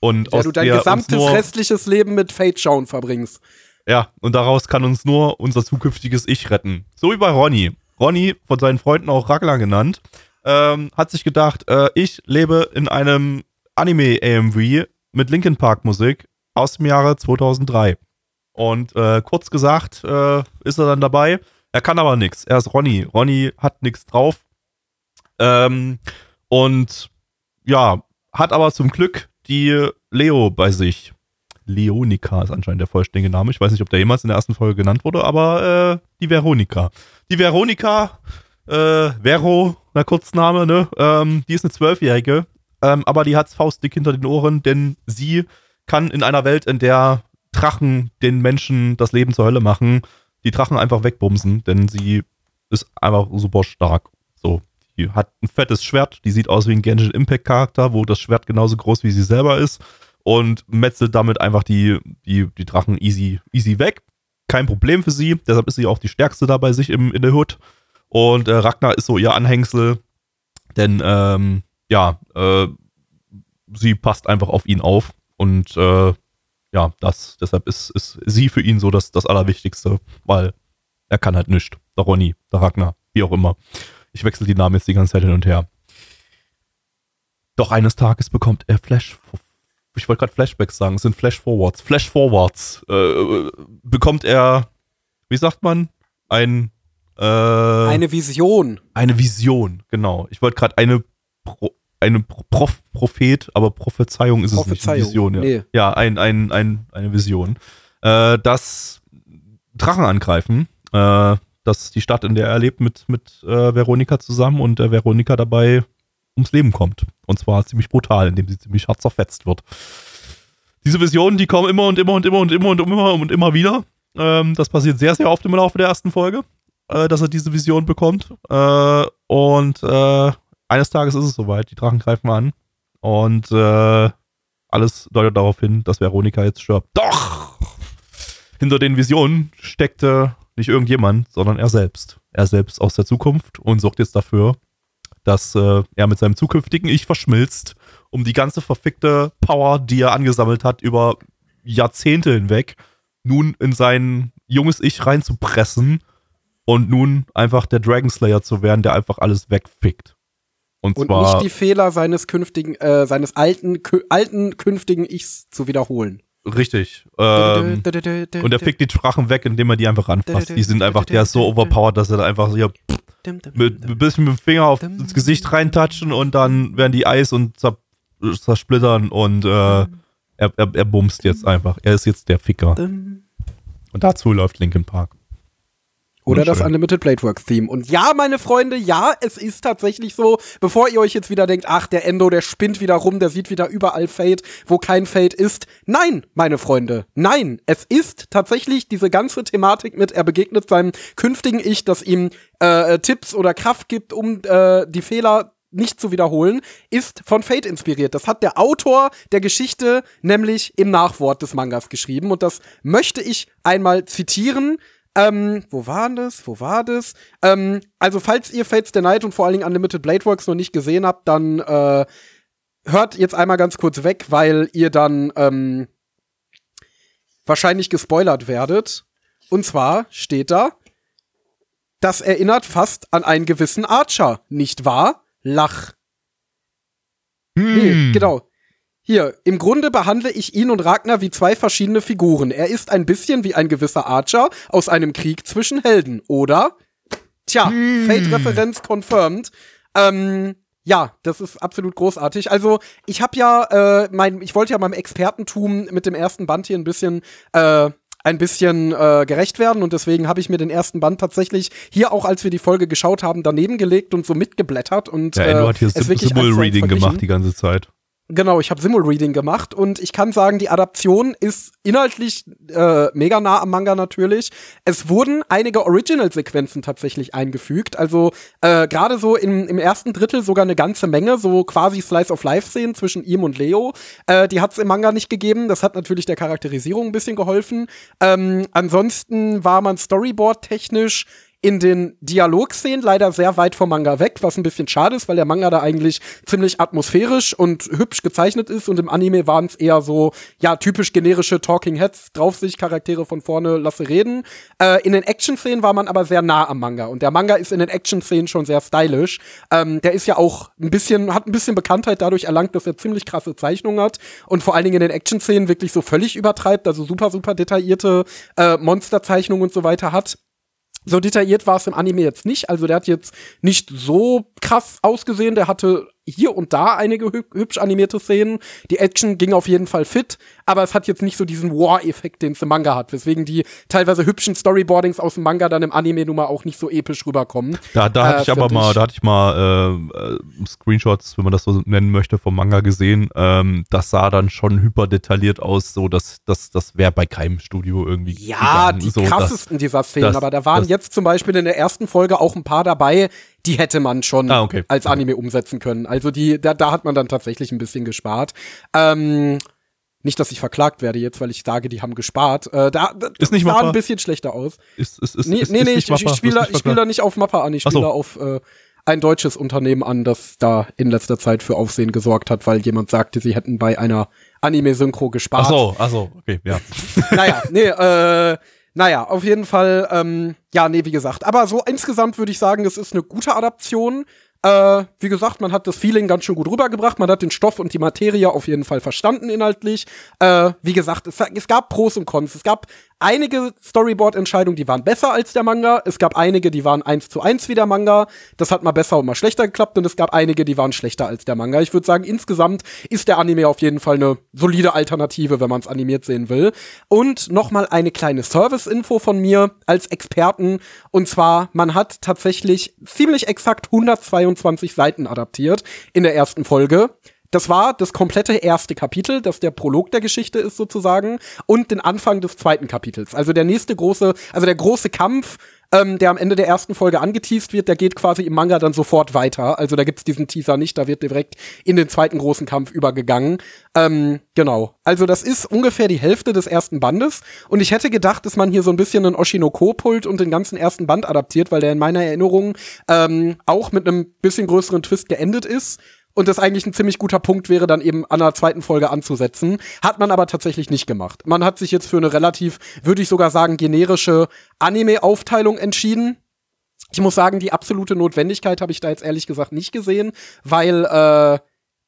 Und ja, aus du dein der gesamtes nur, restliches Leben mit Fate-Schauen verbringst. Ja, und daraus kann uns nur unser zukünftiges Ich retten. So wie bei Ronny. Ronny, von seinen Freunden auch Ragnar genannt, ähm, hat sich gedacht, äh, ich lebe in einem Anime-A M V mit Linkin Park Musik aus dem Jahre zweitausenddrei. Und äh, kurz gesagt äh, ist er dann dabei. Er kann aber nichts. Er ist Ronny. Ronny hat nichts drauf. Ähm, und ja, hat aber zum Glück die Leo bei sich. Leonika ist anscheinend der vollständige Name. Ich weiß nicht, ob der jemals in der ersten Folge genannt wurde, aber äh, die Veronika. Die Veronika, äh, Vero, na Kurzname, ne? Ähm, die ist eine Zwölfjährige, ähm, aber die hat's faustdick hinter den Ohren, denn sie kann in einer Welt, in der Drachen den Menschen das Leben zur Hölle machen, die Drachen einfach wegbumsen, denn sie ist einfach super stark. So, die hat ein fettes Schwert, die sieht aus wie ein Genshin Impact Charakter, wo das Schwert genauso groß wie sie selber ist. Und metzelt damit einfach die, die, die Drachen easy, easy weg. Kein Problem für sie. Deshalb ist sie auch die stärkste da bei sich im, in der Hood. Und äh, Ragnar ist so ihr Anhängsel. Denn, ähm, ja, äh, sie passt einfach auf ihn auf. Und, äh, ja, das, deshalb ist, ist sie für ihn so das, das Allerwichtigste. Weil er kann halt nichts. Der Ronny, der Ragnar, wie auch immer. Ich wechsle die Namen jetzt die ganze Zeit hin und her. Doch eines Tages bekommt er Flash Ich wollte gerade Flashbacks sagen, es sind Flash-Forwards. Flash-Forwards äh, bekommt er, wie sagt man, ein äh, eine Vision. Eine Vision, genau. Ich wollte gerade eine Pro, eine Prof, Prophet, aber Prophezeiung ist es nicht, eine Vision. Ja, nee. ja ein, ein, ein, eine Vision. Äh, dass Drachen angreifen, äh, dass die Stadt, in der er lebt, mit, mit äh, Veronika zusammen und der Veronika dabei ums Leben kommt. Und zwar ziemlich brutal, indem sie ziemlich hart zerfetzt wird. Diese Visionen, die kommen immer und immer und immer und immer und immer und immer wieder. Ähm, das passiert sehr, sehr oft im Laufe der ersten Folge, äh, dass er diese Vision bekommt. Äh, und äh, eines Tages ist es soweit, die Drachen greifen an. Und äh, alles deutet darauf hin, dass Veronika jetzt stirbt. Doch! Hinter den Visionen steckte nicht irgendjemand, sondern er selbst. Er selbst aus der Zukunft und sorgt jetzt dafür, dass äh, er mit seinem zukünftigen Ich verschmilzt, um die ganze verfickte Power, die er angesammelt hat, über Jahrzehnte hinweg, nun in sein junges Ich reinzupressen und nun einfach der Dragon Slayer zu werden, der einfach alles wegfickt. Und, und zwar nicht die Fehler seines künftigen, äh, seines alten, kü- alten künftigen Ichs zu wiederholen. Richtig. Ähm, und er fickt die Drachen weg, indem er die einfach anfasst. Die sind einfach, der ist so overpowered, dass er da einfach hier mit ein bisschen mit dem Finger auf ins Gesicht reintatschen und dann werden die Eis und zer- zersplittern und äh, er, er, er bumst jetzt einfach. Er ist jetzt der Ficker. Und dazu läuft Linkin Park. Oder das Unlimited Blade Works Theme. Und ja, meine Freunde, ja, es ist tatsächlich so, bevor ihr euch jetzt wieder denkt, ach, der Endo, der spinnt wieder rum, der sieht wieder überall Fate, wo kein Fate ist. Nein, meine Freunde, nein. Es ist tatsächlich diese ganze Thematik mit, er begegnet seinem künftigen Ich, das ihm äh, Tipps oder Kraft gibt, um äh, die Fehler nicht zu wiederholen, ist von Fate inspiriert. Das hat der Autor der Geschichte nämlich im Nachwort des Mangas geschrieben. Und das möchte ich einmal zitieren. Ähm, wo war das? Wo war das? Ähm, also, falls ihr Fates the Night und vor allen Dingen Unlimited Blade Works noch nicht gesehen habt, dann äh, hört jetzt einmal ganz kurz weg, weil ihr dann ähm, wahrscheinlich gespoilert werdet. Und zwar steht da, das erinnert fast an einen gewissen Archer, nicht wahr? Lach. Hm. Nee, genau. Hier, im Grunde behandle ich ihn und Ragnar wie zwei verschiedene Figuren. Er ist ein bisschen wie ein gewisser Archer aus einem Krieg zwischen Helden, oder? Tja, hm. Fate-Referenz confirmed. Ähm, ja, das ist absolut großartig. Also, ich habe ja, äh, mein, ich wollte ja meinem Expertentum mit dem ersten Band hier ein bisschen, äh, ein bisschen äh, gerecht werden und deswegen habe ich mir den ersten Band tatsächlich hier auch, als wir die Folge geschaut haben, daneben gelegt und so mitgeblättert und ja, äh, du hast hier es wirklich Simul-Reading gemacht die ganze Zeit. Genau, ich habe Simul-Reading gemacht und ich kann sagen, die Adaption ist inhaltlich äh, mega nah am Manga natürlich. Es wurden einige Original-Sequenzen tatsächlich eingefügt, also äh, gerade so im, im ersten Drittel sogar eine ganze Menge, so quasi Slice-of-Life-Szenen zwischen ihm und Leo. Äh, die hat es im Manga nicht gegeben, das hat natürlich der Charakterisierung ein bisschen geholfen. Ähm, ansonsten war man Storyboard-technisch in den Dialogszenen leider sehr weit vom Manga weg, was ein bisschen schade ist, weil der Manga da eigentlich ziemlich atmosphärisch und hübsch gezeichnet ist und im Anime waren es eher so, ja, typisch generische Talking Heads, Draufsicht, Charaktere von vorne, lasse reden. Äh, in den Action-Szenen war man aber sehr nah am Manga und der Manga ist in den Action-Szenen schon sehr stylisch. Ähm, der ist ja auch ein bisschen, hat ein bisschen Bekanntheit dadurch erlangt, dass er ziemlich krasse Zeichnungen hat und vor allen Dingen in den Action-Szenen wirklich so völlig übertreibt, also super, super detaillierte äh, Monsterzeichnungen und so weiter hat. So detailliert war es im Anime jetzt nicht, also der hat jetzt nicht so krass ausgesehen, der hatte hier und da einige hüb- hübsch animierte Szenen, die Action ging auf jeden Fall fit, aber es hat jetzt nicht so diesen War-Effekt, den es im Manga hat, weswegen die teilweise hübschen Storyboardings aus dem Manga dann im Anime nun mal auch nicht so episch rüberkommen. Da, da hatte äh, ich aber mal, da hatte ich mal äh, Screenshots, wenn man das so nennen möchte, vom Manga gesehen. Ähm, das sah dann schon hyperdetailliert aus, so dass das, das wäre bei keinem Studio irgendwie. Ja, gegangen. die so, krassesten das, dieser Szenen, das, aber da waren das, jetzt zum Beispiel in der ersten Folge auch ein paar dabei, die hätte man schon ah, okay. als Anime umsetzen können. Also die, da, da hat man dann tatsächlich ein bisschen gespart. Ähm, nicht, dass ich verklagt werde jetzt, weil ich sage, die haben gespart. Äh, da da ist nicht sah Mappa. ein bisschen schlechter aus. Ist, ist, ist, nee, ist, nee, ist nee, nicht ich, ich spiele ich spiel da nicht auf Mappa an, ich spiele so. da auf äh, ein deutsches Unternehmen an, das da in letzter Zeit für Aufsehen gesorgt hat, weil jemand sagte, sie hätten bei einer Anime-Synchro gespart. Ach so, ach so, okay, ja. Naja, nee, äh, naja, auf jeden Fall, ähm, ja, nee, wie gesagt. Aber so insgesamt würde ich sagen, es ist eine gute Adaption. Äh, wie gesagt, man hat das Feeling ganz schön gut rübergebracht. Man hat den Stoff und die Materie auf jeden Fall verstanden inhaltlich. Äh, wie gesagt, es, es gab Pros und Cons. Es gab einige Storyboard-Entscheidungen, die waren besser als der Manga. Es gab einige, die waren eins zu eins wie der Manga. Das hat mal besser und mal schlechter geklappt. Und es gab einige, die waren schlechter als der Manga. Ich würde sagen, insgesamt ist der Anime auf jeden Fall eine solide Alternative, wenn man es animiert sehen will. Und noch mal eine kleine Service-Info von mir als Experten. Und zwar, man hat tatsächlich ziemlich exakt hundertzweiundzwanzig Seiten adaptiert in der ersten Folge. Das war das komplette erste Kapitel, das der Prolog der Geschichte ist sozusagen, und den Anfang des zweiten Kapitels. Also der nächste große, also der große Kampf, ähm, der am Ende der ersten Folge angeteased wird, der geht quasi im Manga dann sofort weiter. Also da gibt's diesen Teaser nicht, da wird direkt in den zweiten großen Kampf übergegangen. Ähm, genau. Also das ist ungefähr die Hälfte des ersten Bandes. Und ich hätte gedacht, dass man hier so ein bisschen einen Oshinoko-Pult und den ganzen ersten Band adaptiert, weil der in meiner Erinnerung ähm, auch mit einem bisschen größeren Twist geendet ist. Und das eigentlich ein ziemlich guter Punkt wäre, dann eben an der zweiten Folge anzusetzen. Hat man aber tatsächlich nicht gemacht. Man hat sich jetzt für eine relativ, würde ich sogar sagen, generische Anime-Aufteilung entschieden. Ich muss sagen, die absolute Notwendigkeit habe ich da jetzt ehrlich gesagt nicht gesehen, weil, äh,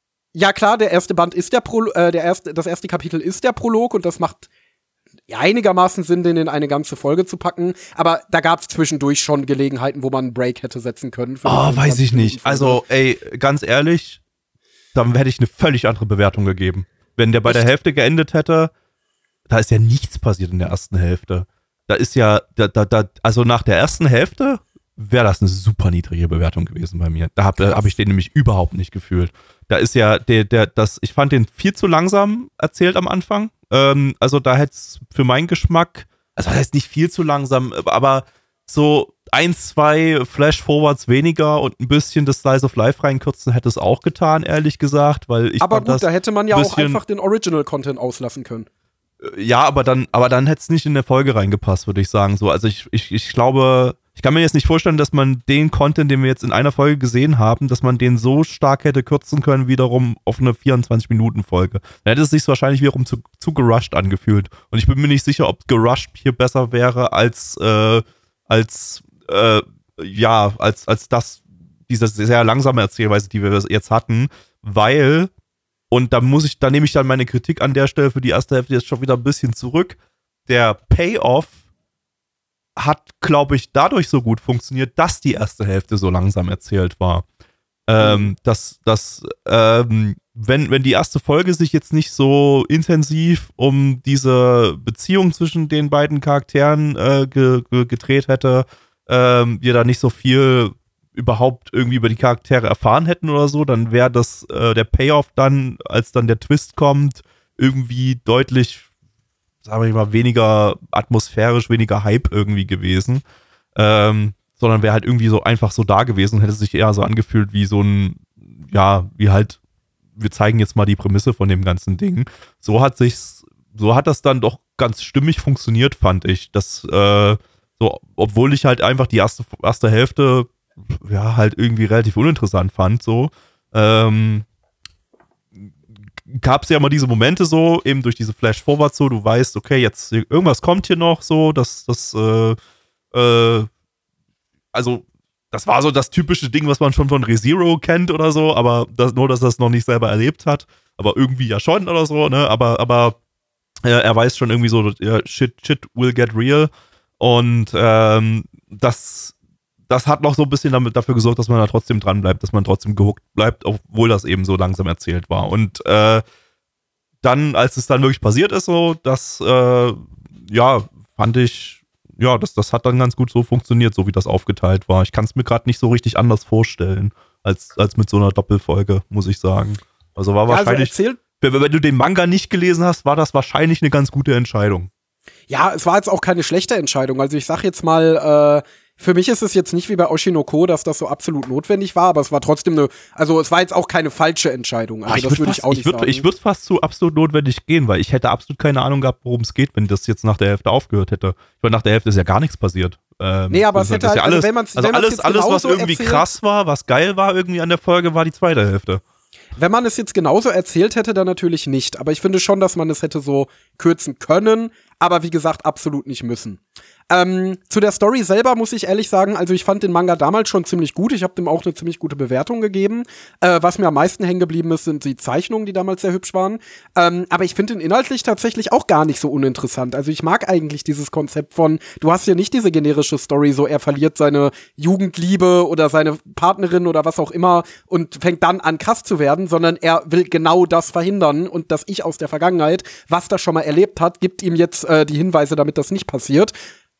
ja klar, der erste Band ist der Pro, äh, der erste, das erste Kapitel ist der Prolog und das macht einigermaßen Sinn, den in eine ganze Folge zu packen, aber da gab es zwischendurch schon Gelegenheiten, wo man einen Break hätte setzen können. Oh, weiß ich nicht. Also, ey, ganz ehrlich, dann hätte ich eine völlig andere Bewertung gegeben. Wenn der bei Echt? der Hälfte geendet hätte, da ist ja nichts passiert in der ersten Hälfte. Da ist ja, da, da, da, also nach der ersten Hälfte wäre das eine super niedrige Bewertung gewesen bei mir. Da habe hab ich den nämlich überhaupt nicht gefühlt. Da ist ja, der, der, das, ich fand den viel zu langsam erzählt am Anfang. Ähm, also da hätte es für meinen Geschmack, also das heißt nicht viel zu langsam, aber so ein, zwei Flash-Forwards weniger und ein bisschen das Slice of Life reinkürzen hätte es auch getan, ehrlich gesagt, weil ich Aber gut, da hätte man ja bisschen, auch einfach den Original-Content auslassen können. Ja, aber dann, aber dann hätte es nicht in der Folge reingepasst, würde ich sagen. So, also ich, ich, ich glaube, ich kann mir jetzt nicht vorstellen, dass man den Content, den wir jetzt in einer Folge gesehen haben, dass man den so stark hätte kürzen können, wiederum auf eine vierundzwanzig-Minuten-Folge. Dann hätte es sich wahrscheinlich wiederum zu, zu gerusht angefühlt. Und ich bin mir nicht sicher, ob gerusht hier besser wäre als, äh, als, äh, ja, als, als das, diese sehr langsame Erzählweise, die wir jetzt hatten, weil, und da muss ich, da nehme ich dann meine Kritik an der Stelle für die erste Hälfte jetzt schon wieder ein bisschen zurück. Der Payoff hat, glaube ich, dadurch so gut funktioniert, dass die erste Hälfte so langsam erzählt war. Ähm, mhm. Dass, dass ähm, wenn, wenn die erste Folge sich jetzt nicht so intensiv um diese Beziehung zwischen den beiden Charakteren äh, ge, ge, gedreht hätte, ähm, wir da nicht so viel überhaupt irgendwie über die Charaktere erfahren hätten oder so, dann wäre das äh, der Payoff dann, als dann der Twist kommt, irgendwie deutlich, sagen wir mal, weniger atmosphärisch, weniger Hype irgendwie gewesen, ähm, sondern wäre halt irgendwie so einfach so da gewesen und hätte sich eher so angefühlt wie so ein, ja, wie halt, wir zeigen jetzt mal die Prämisse von dem ganzen Ding. So hat sich's, so hat das dann doch ganz stimmig funktioniert, fand ich. Das, äh, So, obwohl ich halt einfach die erste, erste Hälfte ja halt irgendwie relativ uninteressant fand, so, ähm, gab es ja immer diese Momente so, eben durch diese Flash-Forward so, du weißt, okay, jetzt irgendwas kommt hier noch so, das, das, äh, äh, also, das war so das typische Ding, was man schon von ReZero kennt oder so, aber das, nur, dass er es noch nicht selber erlebt hat, aber irgendwie ja schon oder so, ne, aber, aber äh, er weiß schon irgendwie so, ja, shit, shit will get real und ähm, das das hat noch so ein bisschen damit dafür gesorgt, dass man da trotzdem dran bleibt, dass man trotzdem gehuckt bleibt, obwohl das eben so langsam erzählt war. Und äh, dann, als es dann wirklich passiert ist, so, das, äh, ja, fand ich, ja, das, das hat dann ganz gut so funktioniert, so wie das aufgeteilt war. Ich kann es mir gerade nicht so richtig anders vorstellen, als, als mit so einer Doppelfolge, muss ich sagen. Also war ja, wahrscheinlich, also erzähl- wenn, wenn du den Manga nicht gelesen hast, war das wahrscheinlich eine ganz gute Entscheidung. Ja, es war jetzt auch keine schlechte Entscheidung. Also ich sag jetzt mal, äh, für mich ist es jetzt nicht wie bei Oshinoko, dass das so absolut notwendig war, aber es war trotzdem eine, also es war jetzt auch keine falsche Entscheidung. Also ich das würde fast, ich auch nicht ich würd, sagen. Ich würde fast zu absolut notwendig gehen, weil ich hätte absolut keine Ahnung gehabt, worum es geht, wenn das jetzt nach der Hälfte aufgehört hätte. Ich meine, nach der Hälfte ist ja gar nichts passiert. Ähm, nee, aber es das, hätte das halt, ja alles, also wenn man's, also wenn man's alles, jetzt alles, was genauso irgendwie erzählt, krass war, was geil war irgendwie an der Folge, war die zweite Hälfte. Wenn man es jetzt genauso erzählt hätte, dann natürlich nicht. Aber ich finde schon, dass man es hätte so kürzen können, aber wie gesagt, absolut nicht müssen. Ähm, zu der Story selber muss ich ehrlich sagen, also ich fand den Manga damals schon ziemlich gut. Ich habe dem auch eine ziemlich gute Bewertung gegeben. Äh, was mir am meisten hängen geblieben ist, sind die Zeichnungen, die damals sehr hübsch waren. Ähm, aber ich finde ihn inhaltlich tatsächlich auch gar nicht so uninteressant. Also ich mag eigentlich dieses Konzept von, du hast ja nicht diese generische Story, so er verliert seine Jugendliebe oder seine Partnerin oder was auch immer und fängt dann an krass zu werden, sondern er will genau das verhindern und das Ich aus der Vergangenheit, was das schon mal erlebt hat, gibt ihm jetzt äh, die Hinweise, damit das nicht passiert.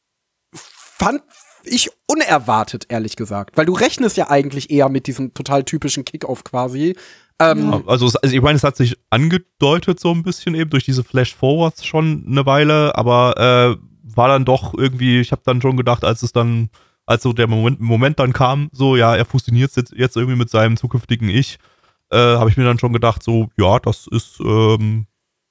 Fand ich unerwartet, ehrlich gesagt. Weil du rechnest ja eigentlich eher mit diesem total typischen Kick-Off quasi. Ähm, ja, also, es, also ich meine, es hat sich angedeutet so ein bisschen eben durch diese Flash-Forwards schon eine Weile, aber äh, war dann doch irgendwie, ich habe dann schon gedacht, als es dann, als so der Moment, Moment dann kam, so ja, er fusioniert jetzt, jetzt irgendwie mit seinem zukünftigen Ich, äh, habe ich mir dann schon gedacht, so ja, das ist, ähm,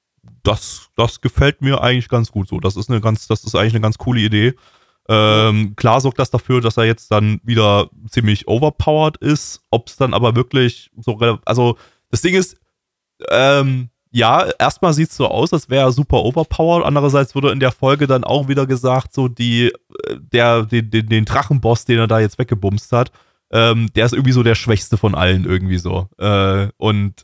das, das gefällt mir eigentlich ganz gut so. Das ist eine ganz, das ist eigentlich eine ganz coole Idee. Ähm, klar sorgt das dafür, dass er jetzt dann wieder ziemlich overpowered ist. Ob es dann aber wirklich so, also das Ding ist, ähm, ja, erstmal sieht es so aus, als wäre er super overpowered. Andererseits wurde in der Folge dann auch wieder gesagt, so die, der, den, den, den Drachenboss, den er da jetzt weggebumst hat, ähm, der ist irgendwie so der Schwächste von allen irgendwie so. Äh, und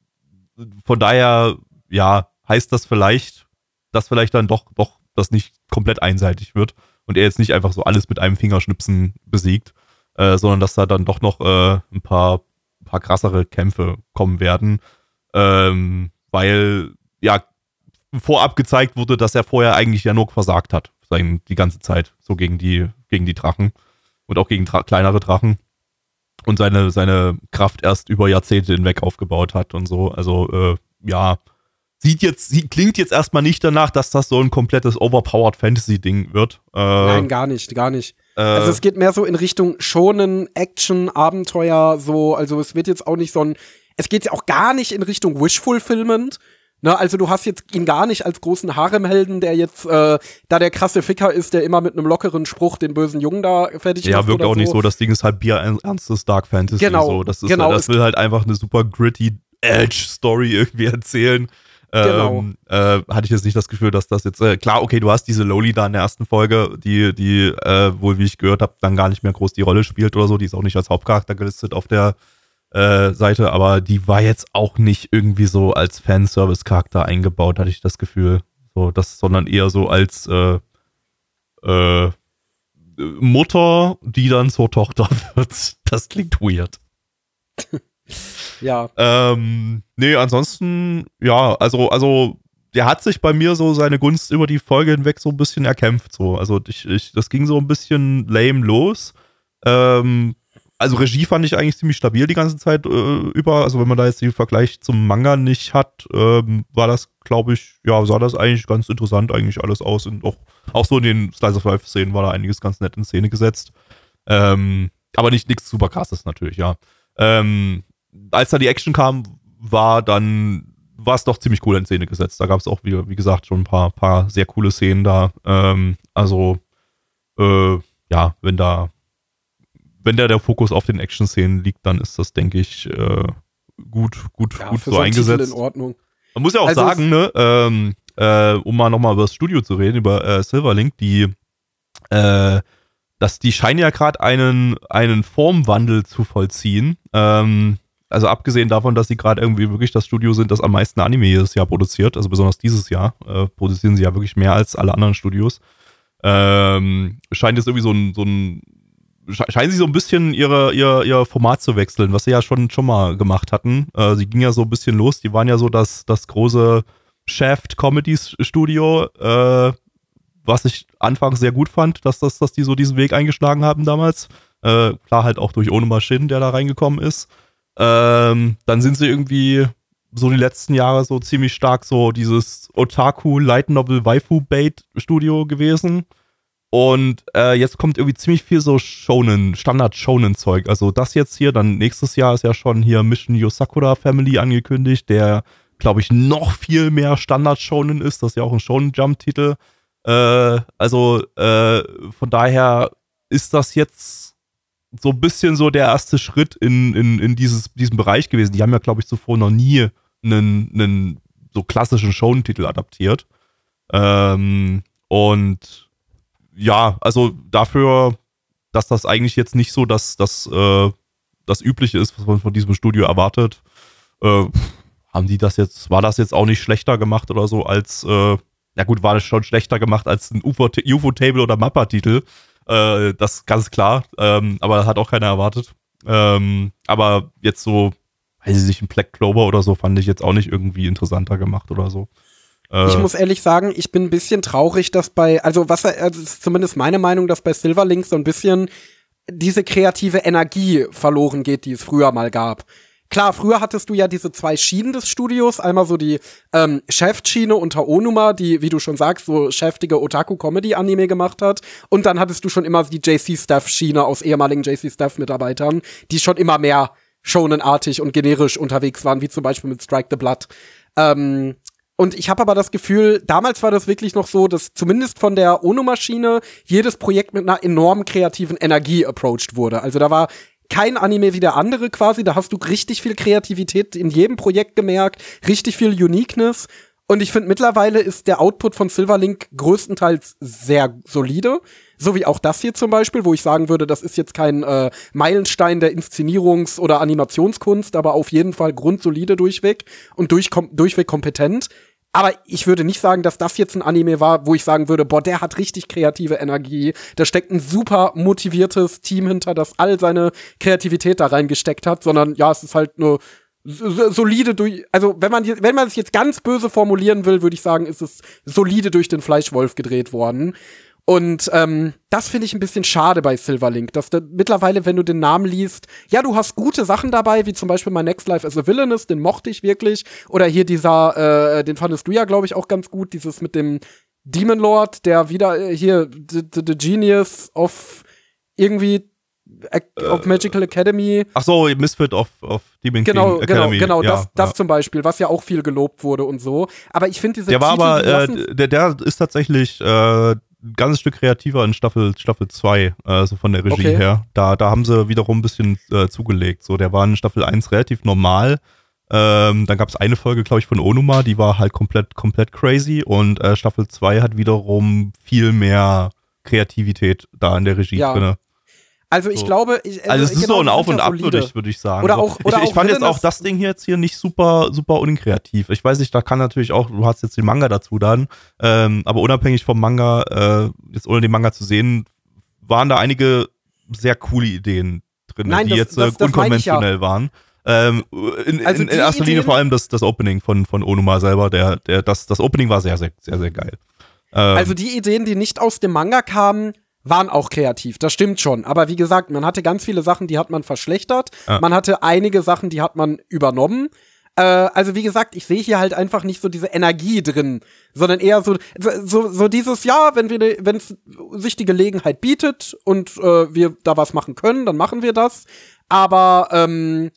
von daher, ja, heißt das vielleicht, dass vielleicht dann doch, doch das nicht komplett einseitig wird. Und er jetzt nicht einfach so alles mit einem Fingerschnipsen besiegt, äh, sondern dass da dann doch noch äh, ein paar, paar krassere Kämpfe kommen werden. Ähm, weil, ja, vorab gezeigt wurde, dass er vorher eigentlich ja nur versagt hat, sein, die ganze Zeit, so gegen die, gegen die Drachen und auch gegen Dra- kleinere Drachen und seine, seine Kraft erst über Jahrzehnte hinweg aufgebaut hat und so. Also, äh, ja, Sieht jetzt, sieht, klingt jetzt erstmal nicht danach, dass das so ein komplettes Overpowered Fantasy-Ding wird. Äh, Nein, gar nicht, gar nicht. Äh, also es geht mehr so in Richtung Shonen, Action, Abenteuer, so, also es wird jetzt auch nicht so ein, es geht ja auch gar nicht in Richtung Wish-Fulfillment. Ne, also du hast jetzt ihn gar nicht als großen Haremhelden, der jetzt äh, da der krasse Ficker ist, der immer mit einem lockeren Spruch den bösen Jungen da fertig macht. Ja, wirkt oder auch so. nicht so, das Ding ist halt bierernstes Dark Fantasy. Genau, so. Das, ist, genau. das will halt einfach eine super gritty Edge-Story irgendwie erzählen. Genau. Ähm, äh, hatte ich jetzt nicht das Gefühl, dass das jetzt, äh, klar, okay, du hast diese Loli da in der ersten Folge, die, die äh, wohl, wie ich gehört habe, dann gar nicht mehr groß die Rolle spielt oder so, die ist auch nicht als Hauptcharakter gelistet auf der äh, Seite, aber die war jetzt auch nicht irgendwie so als Fanservice-Charakter eingebaut, hatte ich das Gefühl, so, das, sondern eher so als äh, äh, Mutter, die dann zur Tochter wird. Das klingt weird. Ja. Ähm, nee, ansonsten, ja, also, also, der hat sich bei mir so seine Gunst über die Folge hinweg so ein bisschen erkämpft, so. Also, ich, ich, das ging so ein bisschen lame los. Ähm, also, Regie fand ich eigentlich ziemlich stabil die ganze Zeit äh, über. Also, wenn man da jetzt den Vergleich zum Manga nicht hat, ähm, war das, glaube ich, ja, sah das eigentlich ganz interessant eigentlich alles aus. Und auch, auch so in den Slice of Life-Szenen war da einiges ganz nett in Szene gesetzt. Ähm, aber nicht nichts super krasses natürlich, ja. Ähm, als da die Action kam, war dann, war es doch ziemlich cool in Szene gesetzt. Da gab es auch, wie, wie gesagt, schon ein paar, paar sehr coole Szenen da. Ähm, also, äh, ja, wenn da, wenn da der Fokus auf den Action-Szenen liegt, dann ist das, denke ich, äh, gut, gut, ja, gut für so so einen eingesetzt. Titel in Ordnung. Man muss ja auch Also sagen, ne, ähm, äh, um mal nochmal über das Studio zu reden, über äh, Silverlink, die, äh, dass die scheinen ja gerade einen, einen Formwandel zu vollziehen. Ähm, also abgesehen davon, dass sie gerade irgendwie wirklich das Studio sind, das am meisten Anime jedes Jahr produziert, also besonders dieses Jahr, äh, produzieren sie ja wirklich mehr als alle anderen Studios. Ähm, scheint es irgendwie so ein, so ein scheinen sie so ein bisschen ihre, ihr, ihr Format zu wechseln, was sie ja schon, schon mal gemacht hatten. Äh, sie ging ja so ein bisschen los, die waren ja so das, das große Shaft-Comedy-Studio, äh, was ich anfangs sehr gut fand, dass, das, dass die so diesen Weg eingeschlagen haben damals. Äh, klar halt auch durch Onuma Shin, der da reingekommen ist. Ähm, dann sind sie irgendwie so die letzten Jahre so ziemlich stark so dieses Otaku Light Novel Waifu Bait Studio gewesen. Und äh, jetzt kommt irgendwie ziemlich viel so Shonen, Standard-Shonen-Zeug. Also das jetzt hier, dann nächstes Jahr ist ja schon hier Mission Yosakura Family angekündigt, der, glaube ich, noch viel mehr Standard-Shonen ist. Das ist ja auch ein Shonen-Jump-Titel. Äh, also äh, von daher ist das jetzt so ein bisschen so der erste Schritt in, in, in dieses, diesen Bereich gewesen. Die haben ja, glaube ich, zuvor noch nie einen, einen so klassischen Shonen-Titel adaptiert. Ähm, und ja, also dafür, dass das eigentlich jetzt nicht so das, das, äh, das Übliche ist, was man von diesem Studio erwartet, äh, haben die das jetzt, war das jetzt auch nicht schlechter gemacht oder so als, äh, ja gut, war das schon schlechter gemacht als ein U F O-Table oder Mappa-Titel, äh, das ist ganz klar, ähm, aber das hat auch keiner erwartet. Ähm, aber jetzt so, weiß ich nicht, ein Black Clover oder so fand ich jetzt auch nicht irgendwie interessanter gemacht oder so. Ich muss ehrlich sagen, ich bin ein bisschen traurig, dass bei, also was, also ist zumindest meine Meinung, dass bei Silverlink so ein bisschen diese kreative Energie verloren geht, die es früher mal gab. Klar, früher hattest du ja diese zwei Schienen des Studios, einmal so die ähm, Chef-Schiene unter Onuma, die, wie du schon sagst, so cheftige Otaku-Comedy-Anime gemacht hat, und dann hattest du schon immer die J C-Staff-Schiene aus ehemaligen J C-Staff-Mitarbeitern, die schon immer mehr shonenartig und generisch unterwegs waren, wie zum Beispiel mit Strike the Blood. Ähm, Und ich habe aber das Gefühl, damals war das wirklich noch so, dass zumindest von der Ono-Maschine jedes Projekt mit einer enorm kreativen Energie approached wurde. Also da war kein Anime wie der andere quasi, da hast du richtig viel Kreativität in jedem Projekt gemerkt, richtig viel Uniqueness. Und ich finde, mittlerweile ist der Output von Silverlink größtenteils sehr solide. So wie auch das hier zum Beispiel, wo ich sagen würde, das ist jetzt kein äh, Meilenstein der Inszenierungs- oder Animationskunst, aber auf jeden Fall grundsolide durchweg und durch, durchweg kompetent. Aber ich würde nicht sagen, dass das jetzt ein Anime war, wo ich sagen würde, boah, der hat richtig kreative Energie. Da steckt ein super motiviertes Team hinter, das all seine Kreativität da reingesteckt hat, sondern ja, es ist halt nur solide durch, also wenn man wenn man es jetzt ganz böse formulieren will, würde ich sagen, ist es solide durch den Fleischwolf gedreht worden. Und ähm, das finde ich ein bisschen schade bei Silverlink, dass da mittlerweile, wenn du den Namen liest, ja, du hast gute Sachen dabei, wie zum Beispiel My Next Life as a Villainous, den mochte ich wirklich. Oder hier dieser, äh, den fandest du ja, glaube ich, auch ganz gut, dieses mit dem Demon Lord, der wieder äh, hier, the, the, the Genius of irgendwie of Magical Academy. Ach so, Misfit of, of Demon genau, King Academy. Genau, genau, ja, das, das ja. zum Beispiel, was ja auch viel gelobt wurde und so. Aber ich finde diese Der war Titel, aber, die lassen- äh, der, der ist tatsächlich äh, ein ganzes Stück kreativer in Staffel Staffel zwei, also von der Regie Okay. her. Da, da haben sie wiederum ein bisschen äh, zugelegt. So, der war in Staffel eins relativ normal. Ähm, dann gab es eine Folge, glaube ich, von Onuma, die war halt komplett, komplett crazy. Und äh, Staffel zwei hat wiederum viel mehr Kreativität da in der Regie Ja. drinne. Also ich So. glaube, ich, Also es ist genau, so ein die Auf sind und ja Ab, solide. würde ich, würde ich sagen. Oder So. auch- oder ich ich auch fand jetzt Villainous- auch das Ding hier jetzt hier nicht super, super unkreativ. Ich weiß nicht, da kann natürlich auch, du hast jetzt den Manga dazu dann, ähm, aber unabhängig vom Manga, äh, jetzt ohne den Manga zu sehen, waren da einige sehr coole Ideen drin, Nein, die das- jetzt das- äh, das meine ich ja. unkonventionell waren. Ähm, in, Also in, in die erster Linie Ideen- vor allem das, das Opening von, von Onuma selber, der, der, das, das Opening war sehr, sehr, sehr, sehr geil. Ähm, Also die Ideen, die nicht aus dem Manga kamen, waren auch kreativ, das stimmt schon. Aber wie gesagt, man hatte ganz viele Sachen, die hat man verschlechtert. Ja. Man hatte einige Sachen, die hat man übernommen. Äh, also wie gesagt, ich sehe hier halt einfach nicht so diese Energie drin, sondern eher so so, so dieses, ja, wenn wir, wenn es sich die Gelegenheit bietet und äh, wir da was machen können, dann machen wir das. Aber ähm,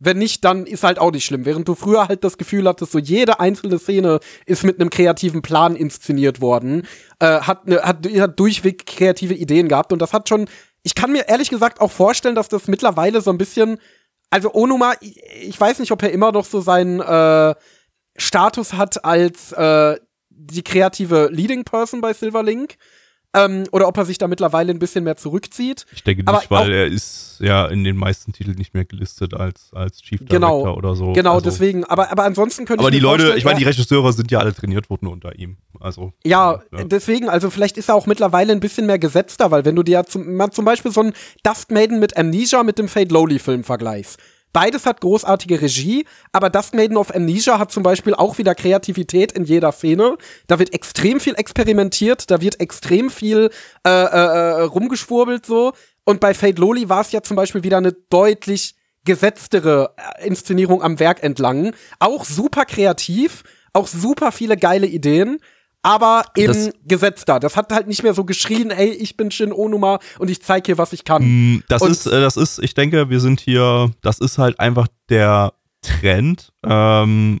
Wenn nicht, dann ist halt auch nicht schlimm. Während du früher halt das Gefühl hattest, so jede einzelne Szene ist mit einem kreativen Plan inszeniert worden, äh, hat, ne, hat, hat durchweg kreative Ideen gehabt. Und das hat schon, ich kann mir ehrlich gesagt auch vorstellen, dass das mittlerweile so ein bisschen, also Onuma, ich, ich weiß nicht, ob er immer noch so seinen äh, Status hat als äh, die kreative Leading Person bei Silverlink. Ähm, oder ob er sich da mittlerweile ein bisschen mehr zurückzieht. Ich denke nicht, aber weil auch, er ist ja in den meisten Titeln nicht mehr gelistet als, als Chief Director genau, oder so. Genau, also, deswegen, aber, aber ansonsten könnte aber ich die mir Leute, vorstellen, ich meine, die er- Regisseure sind ja alle trainiert worden unter ihm. Also Ja, ja. deswegen, also vielleicht ist er auch mittlerweile ein bisschen mehr gesetzter, weil wenn du dir ja zum, mal zum Beispiel so einen Dust Maiden mit Amnesia mit dem Fade Lowly Film vergleichst. Beides hat großartige Regie, aber Dust Maiden of Amnesia hat zum Beispiel auch wieder Kreativität in jeder Szene. Da wird extrem viel experimentiert, da wird extrem viel äh, äh, rumgeschwurbelt so. Und bei Fade Lowly war es ja zum Beispiel wieder eine deutlich gesetztere Inszenierung am Werk entlang. Auch super kreativ, auch super viele geile Ideen. Aber eben Das- gesetzter. Das hat halt nicht mehr so geschrien, ey, ich bin Shin Onuma und ich zeig hier, was ich kann. Das Und- ist, äh, das ist, ich denke, wir sind hier, das ist halt einfach der Trend, ähm,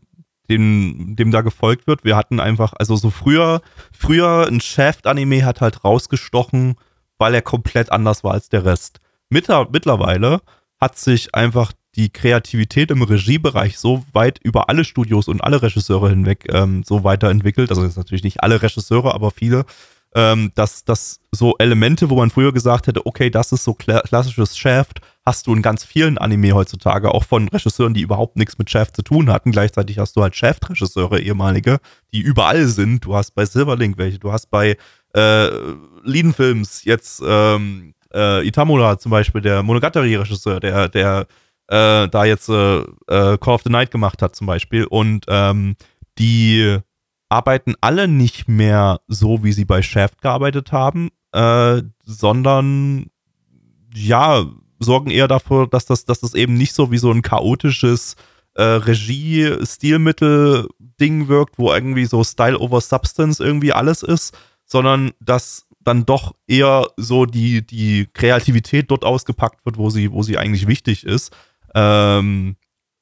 dem, dem da gefolgt wird. Wir hatten einfach, also so früher, früher ein Shaft-Anime hat halt rausgestochen, weil er komplett anders war als der Rest. Mitter, mittlerweile hat sich einfach die Kreativität im Regiebereich so weit über alle Studios und alle Regisseure hinweg ähm, so weiterentwickelt, also jetzt natürlich nicht alle Regisseure, aber viele, ähm, dass, dass so Elemente, wo man früher gesagt hätte, okay, das ist so kla- klassisches Shaft, hast du in ganz vielen Anime heutzutage, auch von Regisseuren, die überhaupt nichts mit Shaft zu tun hatten. Gleichzeitig hast du halt Shaft-Regisseure, ehemalige, die überall sind. Du hast bei Silverlink welche, du hast bei äh, Lean Films jetzt ähm, äh, Itamura zum Beispiel, der Monogatari-Regisseur, der, der äh, da jetzt äh, äh, Call of the Night gemacht hat zum Beispiel. Und ähm, die arbeiten alle nicht mehr so, wie sie bei Shaft gearbeitet haben, äh, sondern ja, sorgen eher dafür, dass das, dass das eben nicht so wie so ein chaotisches äh, Regie-Stilmittel-Ding wirkt, wo irgendwie so Style over Substance irgendwie alles ist, sondern dass dann doch eher so die, die Kreativität dort ausgepackt wird, wo sie, wo sie eigentlich wichtig ist. Ähm,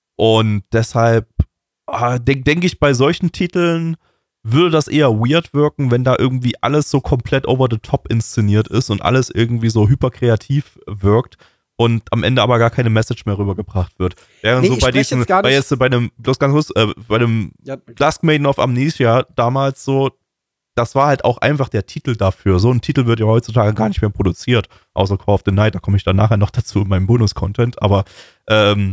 und deshalb ah, denke denk ich, bei solchen Titeln würde das eher weird wirken, wenn da irgendwie alles so komplett over the top inszeniert ist und alles irgendwie so hyperkreativ wirkt und am Ende aber gar keine Message mehr rübergebracht wird. Während Nee, so ich bei spreche diesem, jetzt gar bei nicht- jetzt bei einem, bloß ganz kurz, äh, bei dem Ja, Dusk Maiden of Amnesia damals so, das war halt auch einfach der Titel dafür. So ein Titel wird ja heutzutage gar nicht mehr produziert, außer Call of the Night, da komme ich dann nachher noch dazu in meinem Bonus-Content, aber ähm,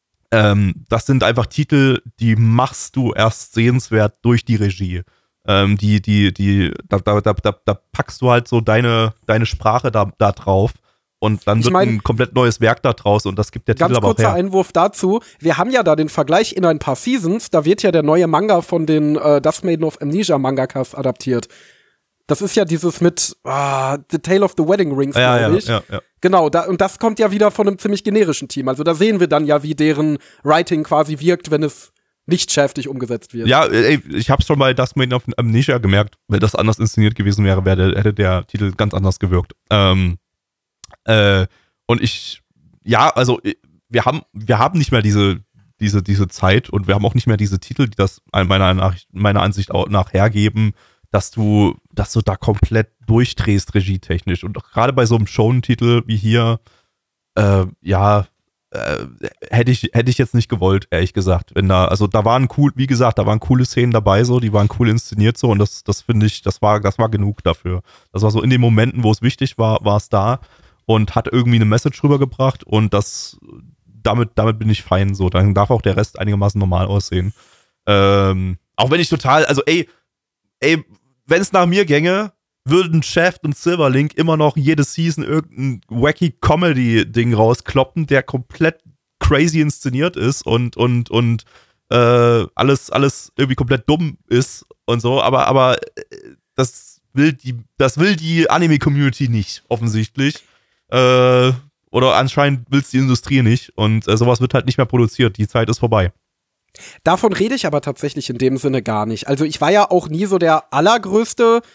ähm, das sind einfach Titel, die machst du erst sehenswert durch die Regie. Ähm, die, die, die, da, da, da, da, da packst du halt so deine, deine Sprache da, da drauf und dann Ich wird mein- ein komplett neues Werk da draus und das gibt der Ganz Titel aber auch kurzer her. Einwurf dazu. Wir haben ja da den Vergleich in ein paar Seasons. Da wird ja der neue Manga von den äh, Dust Maiden of Amnesia Mangakas adaptiert. Das ist ja dieses mit ah, The Tale of the Wedding Rings, Ja, glaube ja, ich. ja, ja. Genau, da, und das kommt ja wieder von einem ziemlich generischen Team. Also da sehen wir dann ja, wie deren Writing quasi wirkt, wenn es nicht schäftig umgesetzt wird. Ja, ey, ich hab's schon bei Dust Maiden of Amnesia gemerkt, wenn das anders inszeniert gewesen wäre, wäre hätte der Titel ganz anders gewirkt. Ähm, äh, und ich, ja, also wir haben, wir haben nicht mehr diese, diese, diese Zeit und wir haben auch nicht mehr diese Titel, die das meiner, nach, meiner Ansicht auch nach hergeben, dass du, dass du da komplett durchdrehst, regietechnisch. Und auch gerade bei so einem Shonen-Titel wie hier, äh, ja, äh, hätte ich, hätte ich jetzt nicht gewollt, ehrlich gesagt. Wenn da, also da waren cool, wie gesagt, da waren coole Szenen dabei, so, die waren cool inszeniert so und das, das finde ich, das war, das war genug dafür. Das war so in den Momenten, wo es wichtig war, war es da und hat irgendwie eine Message rübergebracht und das, damit, damit bin ich fein, so. Dann darf auch der Rest einigermaßen normal aussehen. Ähm, auch wenn ich total, also ey, ey, wenn es nach mir gänge, würden Shaft und Silverlink immer noch jede Season irgendein wacky Comedy-Ding rauskloppen, der komplett crazy inszeniert ist und, und, und äh, alles, alles irgendwie komplett dumm ist und so, aber, aber äh, das will die, das will die Anime-Community nicht, offensichtlich. Äh, oder anscheinend will es die Industrie nicht und äh, sowas wird halt nicht mehr produziert. Die Zeit ist vorbei. Davon rede ich aber tatsächlich in dem Sinne gar nicht. Also ich war ja auch nie so der allergrößte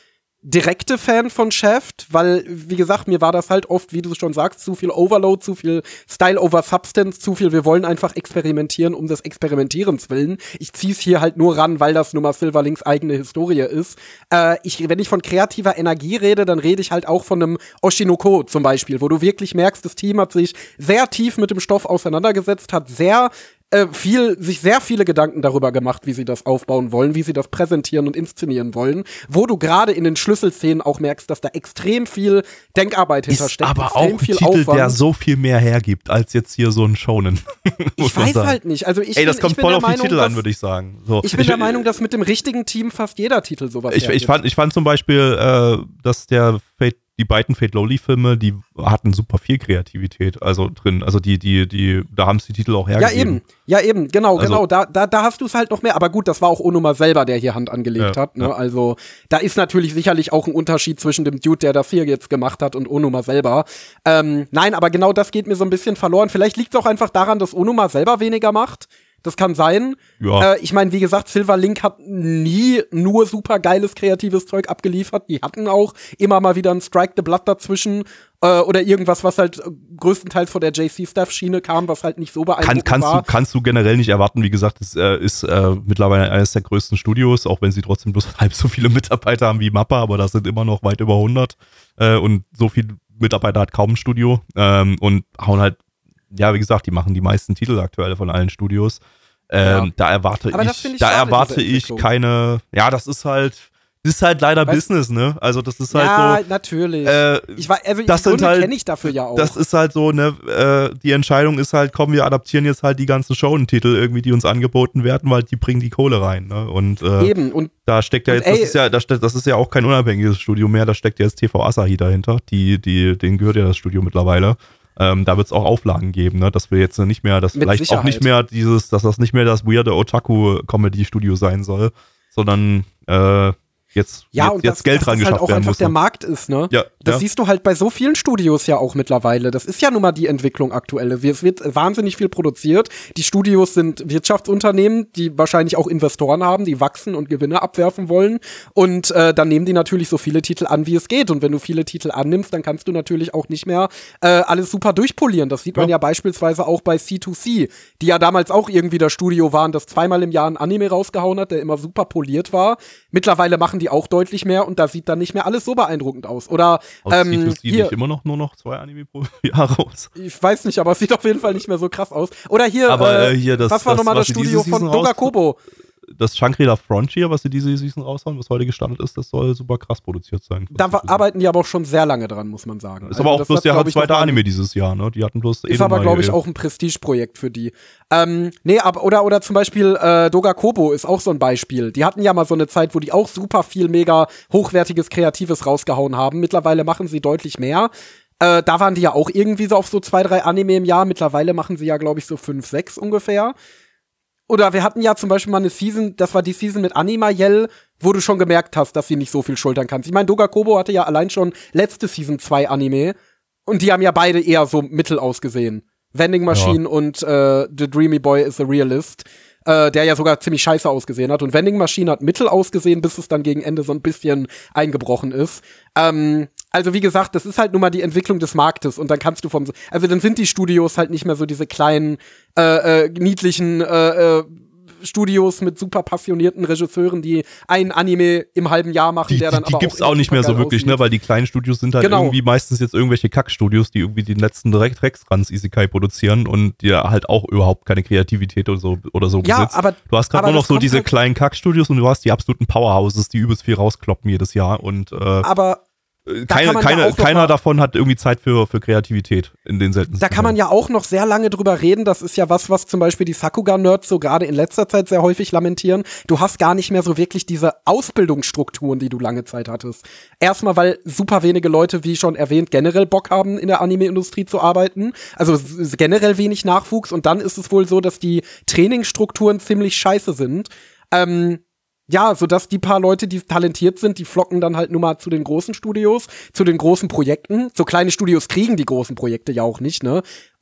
direkte Fan von Shaft, weil, wie gesagt, mir war das halt oft, wie du schon sagst, zu viel Overload, zu viel Style over Substance, zu viel, wir wollen einfach experimentieren um des Experimentierens willen. Ich zieh's hier halt nur ran, weil das nun mal Silverlinks eigene Historie ist. Äh, ich, wenn ich von kreativer Energie rede, dann rede ich halt auch von einem Oshinoko zum Beispiel, wo du wirklich merkst, das Team hat sich sehr tief mit dem Stoff auseinandergesetzt, hat sehr Äh, viel, sich sehr viele Gedanken darüber gemacht, wie sie das aufbauen wollen, wie sie das präsentieren und inszenieren wollen, wo du gerade in den Schlüsselszenen auch merkst, dass da extrem viel Denkarbeit hintersteckt, aber extrem auch ein viel Titel, Aufwand. der so viel mehr hergibt, als jetzt hier so ein Shonen. Ich weiß halt nicht. Also ich Ey, das bin, kommt ich bin voll der auf Meinung, die Titel dass, an, würde ich sagen. So. Ich bin ich, der Meinung, dass mit dem richtigen Team fast jeder Titel sowas ich, hergibt. ich, fand, ich fand zum Beispiel, äh, dass der Fate die beiden Fate Lowly Filme, die hatten super viel Kreativität also drin. Also die, die, die, da haben es die Titel auch hergegeben. Ja eben, ja eben, genau, also, genau. Da, da, da hast du es halt noch mehr. Aber gut, das war auch Onuma selber, der hier Hand angelegt ja, hat. Ne? Ja. Also da ist natürlich sicherlich auch ein Unterschied zwischen dem Dude, der das hier jetzt gemacht hat, und Onuma selber. Ähm, nein, aber genau das geht mir so ein bisschen verloren. Vielleicht liegt es auch einfach daran, dass Onuma selber weniger macht. Das kann sein. Ja. Äh, ich meine, wie gesagt, Silverlink hat nie nur super geiles, kreatives Zeug abgeliefert. Die hatten auch immer mal wieder ein Strike the Blood dazwischen äh, oder irgendwas, was halt größtenteils von der J C-Staff-Schiene kam, was halt nicht so beeindruckend Kann, kannst war. Du, kannst du generell nicht erwarten. Wie gesagt, es äh, ist äh, mittlerweile eines der größten Studios, auch wenn sie trotzdem bloß halb so viele Mitarbeiter haben wie Mappa, aber das sind immer noch weit über hundert. Äh, und so viele Mitarbeiter hat kaum ein Studio. Ähm, und hauen halt, ja, wie gesagt, die machen die meisten Titel aktuell von allen Studios. Ähm, Ja. Da erwarte Aber das ich, find ich da schade, erwarte diese ich Entwicklung. keine, ja, das ist halt, das ist halt leider Weißt- Business, ne? Also das ist halt Ja, so, natürlich. äh, ich war, also das im sind Grunde halt- kenne ich dafür ja auch. das ist halt so, ne, äh, die Entscheidung ist halt, komm, wir adaptieren jetzt halt die ganzen Shonen-Titel irgendwie, die uns angeboten werden, weil die bringen die Kohle rein, ne? Und äh, Eben, und da steckt ja Und jetzt, das ey- ist ja, das, ste- das ist ja auch kein unabhängiges Studio mehr, da steckt ja jetzt T V Asahi dahinter, die, die, denen gehört ja das Studio mittlerweile. Ähm, da wird es auch Auflagen geben, ne, dass wir jetzt nicht mehr, dass Mit vielleicht auch Sicherheit. nicht mehr dieses, dass das nicht mehr das weirde Otaku-Comedy-Studio sein soll, sondern äh, jetzt, ja, jetzt, und jetzt das, Geld dass dran das halt geschafft auch werden einfach muss. der Ne? Markt ist, ne? Ja, Das ja. siehst du halt bei so vielen Studios ja auch mittlerweile. Das ist ja nun mal die Entwicklung aktuelle. Es wird wahnsinnig viel produziert. Die Studios sind Wirtschaftsunternehmen, die wahrscheinlich auch Investoren haben, die wachsen und Gewinne abwerfen wollen. Und äh, dann nehmen die natürlich so viele Titel an, wie es geht. Und wenn du viele Titel annimmst, dann kannst du natürlich auch nicht mehr äh, alles super durchpolieren. Das sieht man Ja. ja beispielsweise auch bei C zwei C, die ja damals auch irgendwie das Studio waren, das zweimal im Jahr ein Anime rausgehauen hat, der immer super poliert war. Mittlerweile machen die auch deutlich mehr und da sieht dann nicht mehr alles so beeindruckend aus. Oder Aus ähm, C zwei C hier, nicht immer noch nur noch zwei Anime pro Jahr raus. ich weiß nicht, aber es sieht auf jeden Fall nicht mehr so krass aus. Oder hier, Aber, äh, äh, hier das- was war das, nochmal das was sie diese Studio von Season raus- Dogakobo? Das Shangri-La Frontier, was sie diese Season raushauen, was heute gestartet ist, das soll super krass produziert sein. Da wa- arbeiten die aber auch schon sehr lange dran, muss man sagen. Ist Also aber auch das bloß hat, der glaub ich, zweite noch mal- Anime dieses Jahr, ne? Die hatten bloß Ist aber, glaube ich, auch ein Prestigeprojekt für die. Ähm, nee, aber, oder, oder zum Beispiel äh, Dogakobo ist auch so ein Beispiel. Die hatten ja mal so eine Zeit, wo die auch super viel mega hochwertiges, Kreatives rausgehauen haben. Mittlerweile machen sie deutlich mehr. Äh, da waren die ja auch irgendwie so auf so zwei, drei Anime im Jahr. Mittlerweile machen sie ja, glaube ich, so fünf, sechs ungefähr. Oder wir hatten ja zum Beispiel mal eine Season, das war die Season mit Animayel, wo du schon gemerkt hast, dass sie nicht so viel schultern kannst. Ich meine, Dogakobo hatte ja allein schon letzte Season zwei Anime und die haben ja beide eher so mittel ausgesehen. Vending Machine Ja. und äh, The Dreamy Boy is a Realist, äh, der ja sogar ziemlich scheiße ausgesehen hat. Und Vending Machine hat mittel ausgesehen, bis es dann gegen Ende so ein bisschen eingebrochen ist. Ähm, also wie gesagt, das ist halt nun mal die Entwicklung des Marktes und dann kannst du vom, also dann sind die Studios halt nicht mehr so diese kleinen, äh, äh, niedlichen äh, äh, Studios mit super passionierten Regisseuren, die einen Anime im halben Jahr machen, Die, der dann die, die aber gibt's auch, auch nicht mehr so supergeil wirklich, aussieht. ne? Weil die kleinen Studios sind halt Genau. irgendwie meistens jetzt irgendwelche Kackstudios, die irgendwie den letzten Dreck Drecksranz Isekai produzieren und die halt auch überhaupt keine Kreativität oder so, oder so Ja, besitzt. aber Du hast gerade aber nur noch das so kommt diese halt- kleinen Kackstudios und du hast die absoluten Powerhouses, die übelst viel rauskloppen jedes Jahr und äh, aber keine, kann man ja keine, auch noch keiner mal- davon hat irgendwie Zeit für, für Kreativität in den seltensten da kann man ja auch noch sehr lange drüber reden. Das ist ja was, was zum Beispiel die Sakuga-Nerds so gerade in letzter Zeit sehr häufig lamentieren. Du hast gar nicht mehr so wirklich diese Ausbildungsstrukturen, die du lange Zeit hattest. Erstmal, weil super wenige Leute, wie schon erwähnt, generell Bock haben, in der Anime-Industrie zu arbeiten. Also es ist generell wenig Nachwuchs. Und dann ist es wohl so, dass die Trainingsstrukturen ziemlich scheiße sind. Ähm, Ja, sodass die paar Leute, die talentiert sind, die flocken dann halt nur mal zu den großen Studios, zu den großen Projekten. So kleine Studios kriegen die großen Projekte ja auch nicht, ne?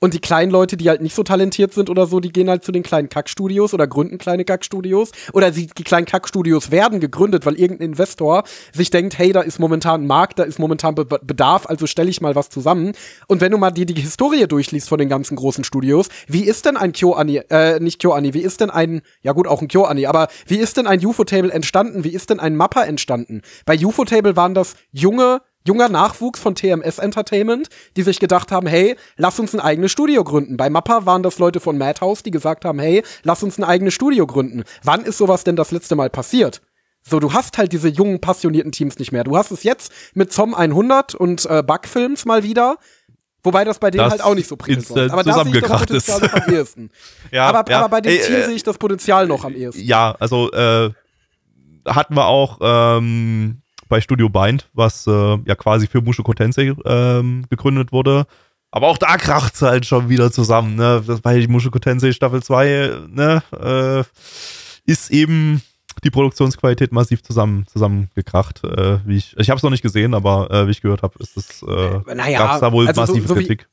Und die kleinen Leute, die halt nicht so talentiert sind oder so, die gehen halt zu den kleinen Kackstudios oder gründen kleine Kackstudios. Oder sie, die kleinen Kackstudios werden gegründet, weil irgendein Investor sich denkt, hey, da ist momentan ein Markt, da ist momentan Be- Bedarf, also stelle ich mal was zusammen. Und wenn du mal die, die Historie durchliest von den ganzen großen Studios, wie ist denn ein KyoAni, äh, nicht KyoAni, wie ist denn ein, ja gut, auch ein KyoAni, aber wie ist denn ein Ufotable entstanden? Wie ist denn ein Mappa entstanden? Bei Ufotable waren das junge Junger Nachwuchs von T M S Entertainment, die sich gedacht haben, hey, lass uns ein eigenes Studio gründen. Bei Mappa waren das Leute von Madhouse, die gesagt haben, hey, lass uns ein eigenes Studio gründen. Wann ist sowas denn das letzte Mal passiert? So, du hast halt diese jungen, passionierten Teams nicht mehr. Du hast es jetzt mit Zom hundert und äh, Bugfilms mal wieder, wobei das bei denen das halt auch nicht so prickelnd äh, ist. Aber da sehe ich das Potenzial noch am ehesten. ja, aber, ja. aber bei dem Ey, Team äh, sehe ich das Potenzial noch am ehesten. Ja, also äh, hatten wir auch ähm, bei Studio Bind, was äh, ja quasi für Mushoku Tensei ähm, gegründet wurde. Aber auch da kracht's halt schon wieder zusammen, ne? Das bei Mushoku Tensei Staffel zwei, ne, äh, ist eben die Produktionsqualität massiv zusammen zusammengekracht. Äh, wie ich ich habe es noch nicht gesehen, aber äh, wie ich gehört habe, ist es äh, naja, gab's da wohl also so- massive so wie- Kritik.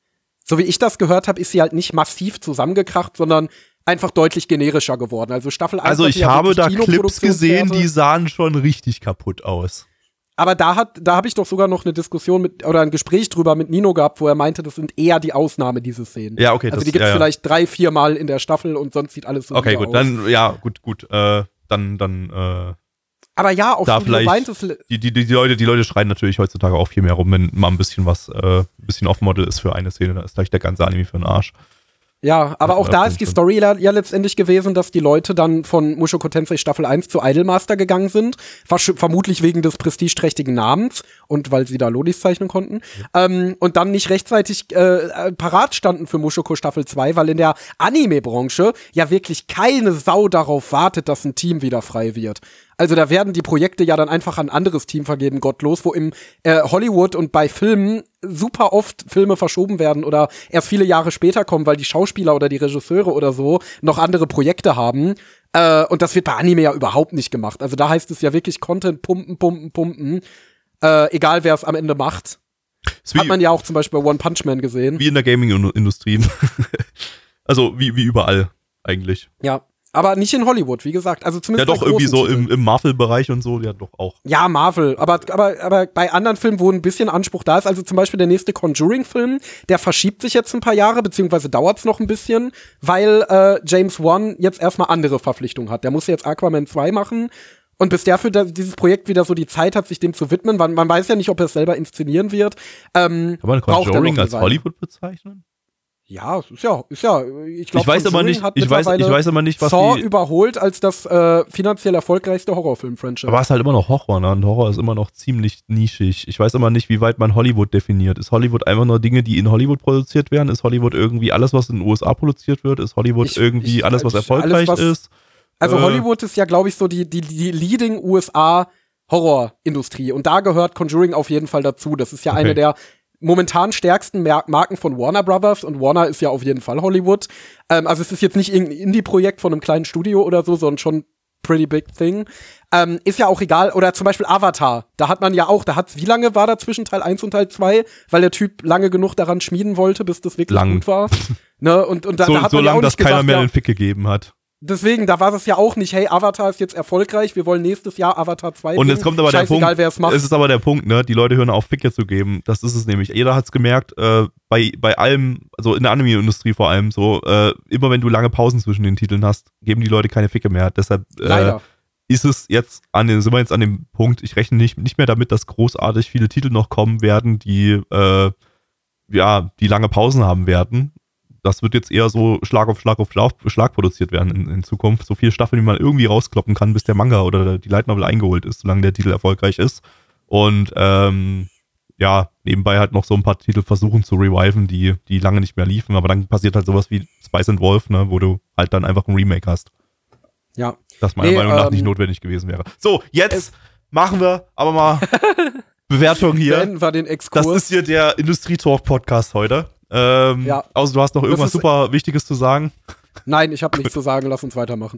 So wie ich das gehört habe, ist sie halt nicht massiv zusammengekracht, sondern einfach deutlich generischer geworden. Also Staffel eins Also hatte ich ja habe wirklich da Clips gesehen, Kinoproduktionswerte. die sahen schon richtig kaputt aus. Aber da hat, da habe ich doch sogar noch eine Diskussion mit oder ein Gespräch drüber mit Nino gehabt, wo er meinte, das sind eher die Ausnahme, diese Szenen. Ja, okay. Also das, die gibt's ja, ja. vielleicht drei, vier Mal in der Staffel und sonst sieht alles so Okay, wieder gut, aus. dann, ja, gut, gut. Äh, dann, dann, äh, Aber ja, auch da Studio vielleicht, Bind ist, die, die, die, Leute, die Leute schreien natürlich heutzutage auch viel mehr rum, wenn mal ein bisschen was, äh, ein bisschen Off-Model ist für eine Szene, da ist gleich der ganze Anime für den Arsch. ja, aber Ja, auch da ja, ist die stimmt. Story ja ja letztendlich gewesen, dass die Leute dann von Mushoku Tensei Staffel eins zu Idolmaster gegangen sind, versch- vermutlich wegen des prestigeträchtigen Namens und weil sie da Lodis zeichnen konnten, ähm, und dann nicht rechtzeitig äh, parat standen für Mushoku Staffel zwei, weil in der Anime-Branche ja wirklich keine Sau darauf wartet, dass ein Team wieder frei wird. Also da werden die Projekte ja dann einfach an ein anderes Team vergeben, gottlos, wo im äh, Hollywood und bei Filmen super oft Filme verschoben werden oder erst viele Jahre später kommen, weil die Schauspieler oder die Regisseure oder so noch andere Projekte haben. Äh, und das wird bei Anime ja überhaupt nicht gemacht. Also da heißt es ja wirklich Content pumpen, pumpen, pumpen. Äh, egal wer es am Ende macht. Ist wie, Hat man ja auch zum Beispiel bei One Punch Man gesehen. wie in der Gaming-Industrie. Also wie, wie überall eigentlich. Ja. Aber nicht in Hollywood, wie gesagt. Also Ja zumindest doch, bei irgendwie großen so Titeln. im, im Marvel-Bereich und so, ja doch auch. Ja, Marvel, aber, aber, aber bei anderen Filmen, wo ein bisschen Anspruch da ist, also zum Beispiel der nächste Conjuring-Film, der verschiebt sich jetzt ein paar Jahre, beziehungsweise dauert es noch ein bisschen, weil äh, James Wan jetzt erstmal andere Verpflichtungen hat. Der muss jetzt Aquaman zwei machen. Und bis der für da, dieses Projekt wieder so die Zeit hat, sich dem zu widmen, man, man weiß ja nicht, ob er es selber inszenieren wird. Ähm, Kann man braucht er noch Conjuring eine als Weile. Hollywood bezeichnen? Ja, es ist ja, ist ja, ich glaube, Ich weiß aber nicht, ich weiß, ich weiß aber nicht, was Saw die. überholt als das äh, finanziell erfolgreichste Horrorfilm-Franchise. Aber es ist halt immer noch Horror, ne? Und Horror ist immer noch ziemlich nischig. Ich weiß immer nicht, wie weit man Hollywood definiert. Ist Hollywood einfach nur Dinge, die in Hollywood produziert werden? Ist Hollywood irgendwie alles, was in den U S A produziert wird? Ist Hollywood Ich- irgendwie ich- alles, was alles, erfolgreich was- ist? Also Äh, Hollywood ist ja, glaube ich, so die, die, die leading U S A Horrorindustrie. Und da gehört Conjuring auf jeden Fall dazu. Das ist ja Okay. eine der momentan stärksten Mer- Marken von Warner Brothers. Und Warner ist ja auf jeden Fall Hollywood. Ähm, also es ist jetzt nicht irgendein Indie-Projekt von einem kleinen Studio oder so, sondern schon pretty big thing. Ähm, ist ja auch egal. Oder zum Beispiel Avatar. Da hat man ja auch, da hat's, wie lange war da zwischen Teil eins und Teil zwei? Weil der Typ lange genug daran schmieden wollte, bis das wirklich Lang. gut war. Ne? Und, und da, so da hat so man ja lange, auch dass nicht keiner gesagt, mehr ja, den Fick gegeben hat. deswegen, da war es ja auch nicht, hey, Avatar ist jetzt erfolgreich, wir wollen nächstes Jahr Avatar zwei Und bringen. jetzt kommt aber der Scheißegal, Punkt, wer es macht. es ist aber der Punkt, ne? Die Leute hören auf, Ficke zu geben. Das ist es nämlich. Jeder hat's gemerkt, äh, bei, bei allem, also in der Anime-Industrie vor allem so, äh, immer wenn du lange Pausen zwischen den Titeln hast, geben die Leute keine Ficke mehr. Deshalb äh, Leider. ist es jetzt an den, sind wir jetzt an dem Punkt, ich rechne nicht, nicht mehr damit, dass großartig viele Titel noch kommen werden, die, äh, ja, die lange Pausen haben werden. Das wird jetzt eher so Schlag auf Schlag auf Schlag, Schlag produziert werden in, in Zukunft. So viele Staffeln, wie man irgendwie rauskloppen kann, bis der Manga oder die Light Novel eingeholt ist, solange der Titel erfolgreich ist. Und ähm, ja, nebenbei halt noch so ein paar Titel versuchen zu reviven, die, die lange nicht mehr liefen. Aber dann passiert halt sowas wie Spice and Wolf, ne, wo du halt dann einfach ein Remake hast. Ja. Das meiner Nee, Meinung nach ähm, nicht notwendig gewesen wäre. So, jetzt machen wir aber mal Bewertung hier. Beenden wir den Das Exkurs. ist hier der Industrie-Talk-Podcast heute. Ähm, Ja. Außer du hast noch irgendwas ist- super Wichtiges zu sagen. Nein, ich habe nichts zu sagen, lass uns weitermachen.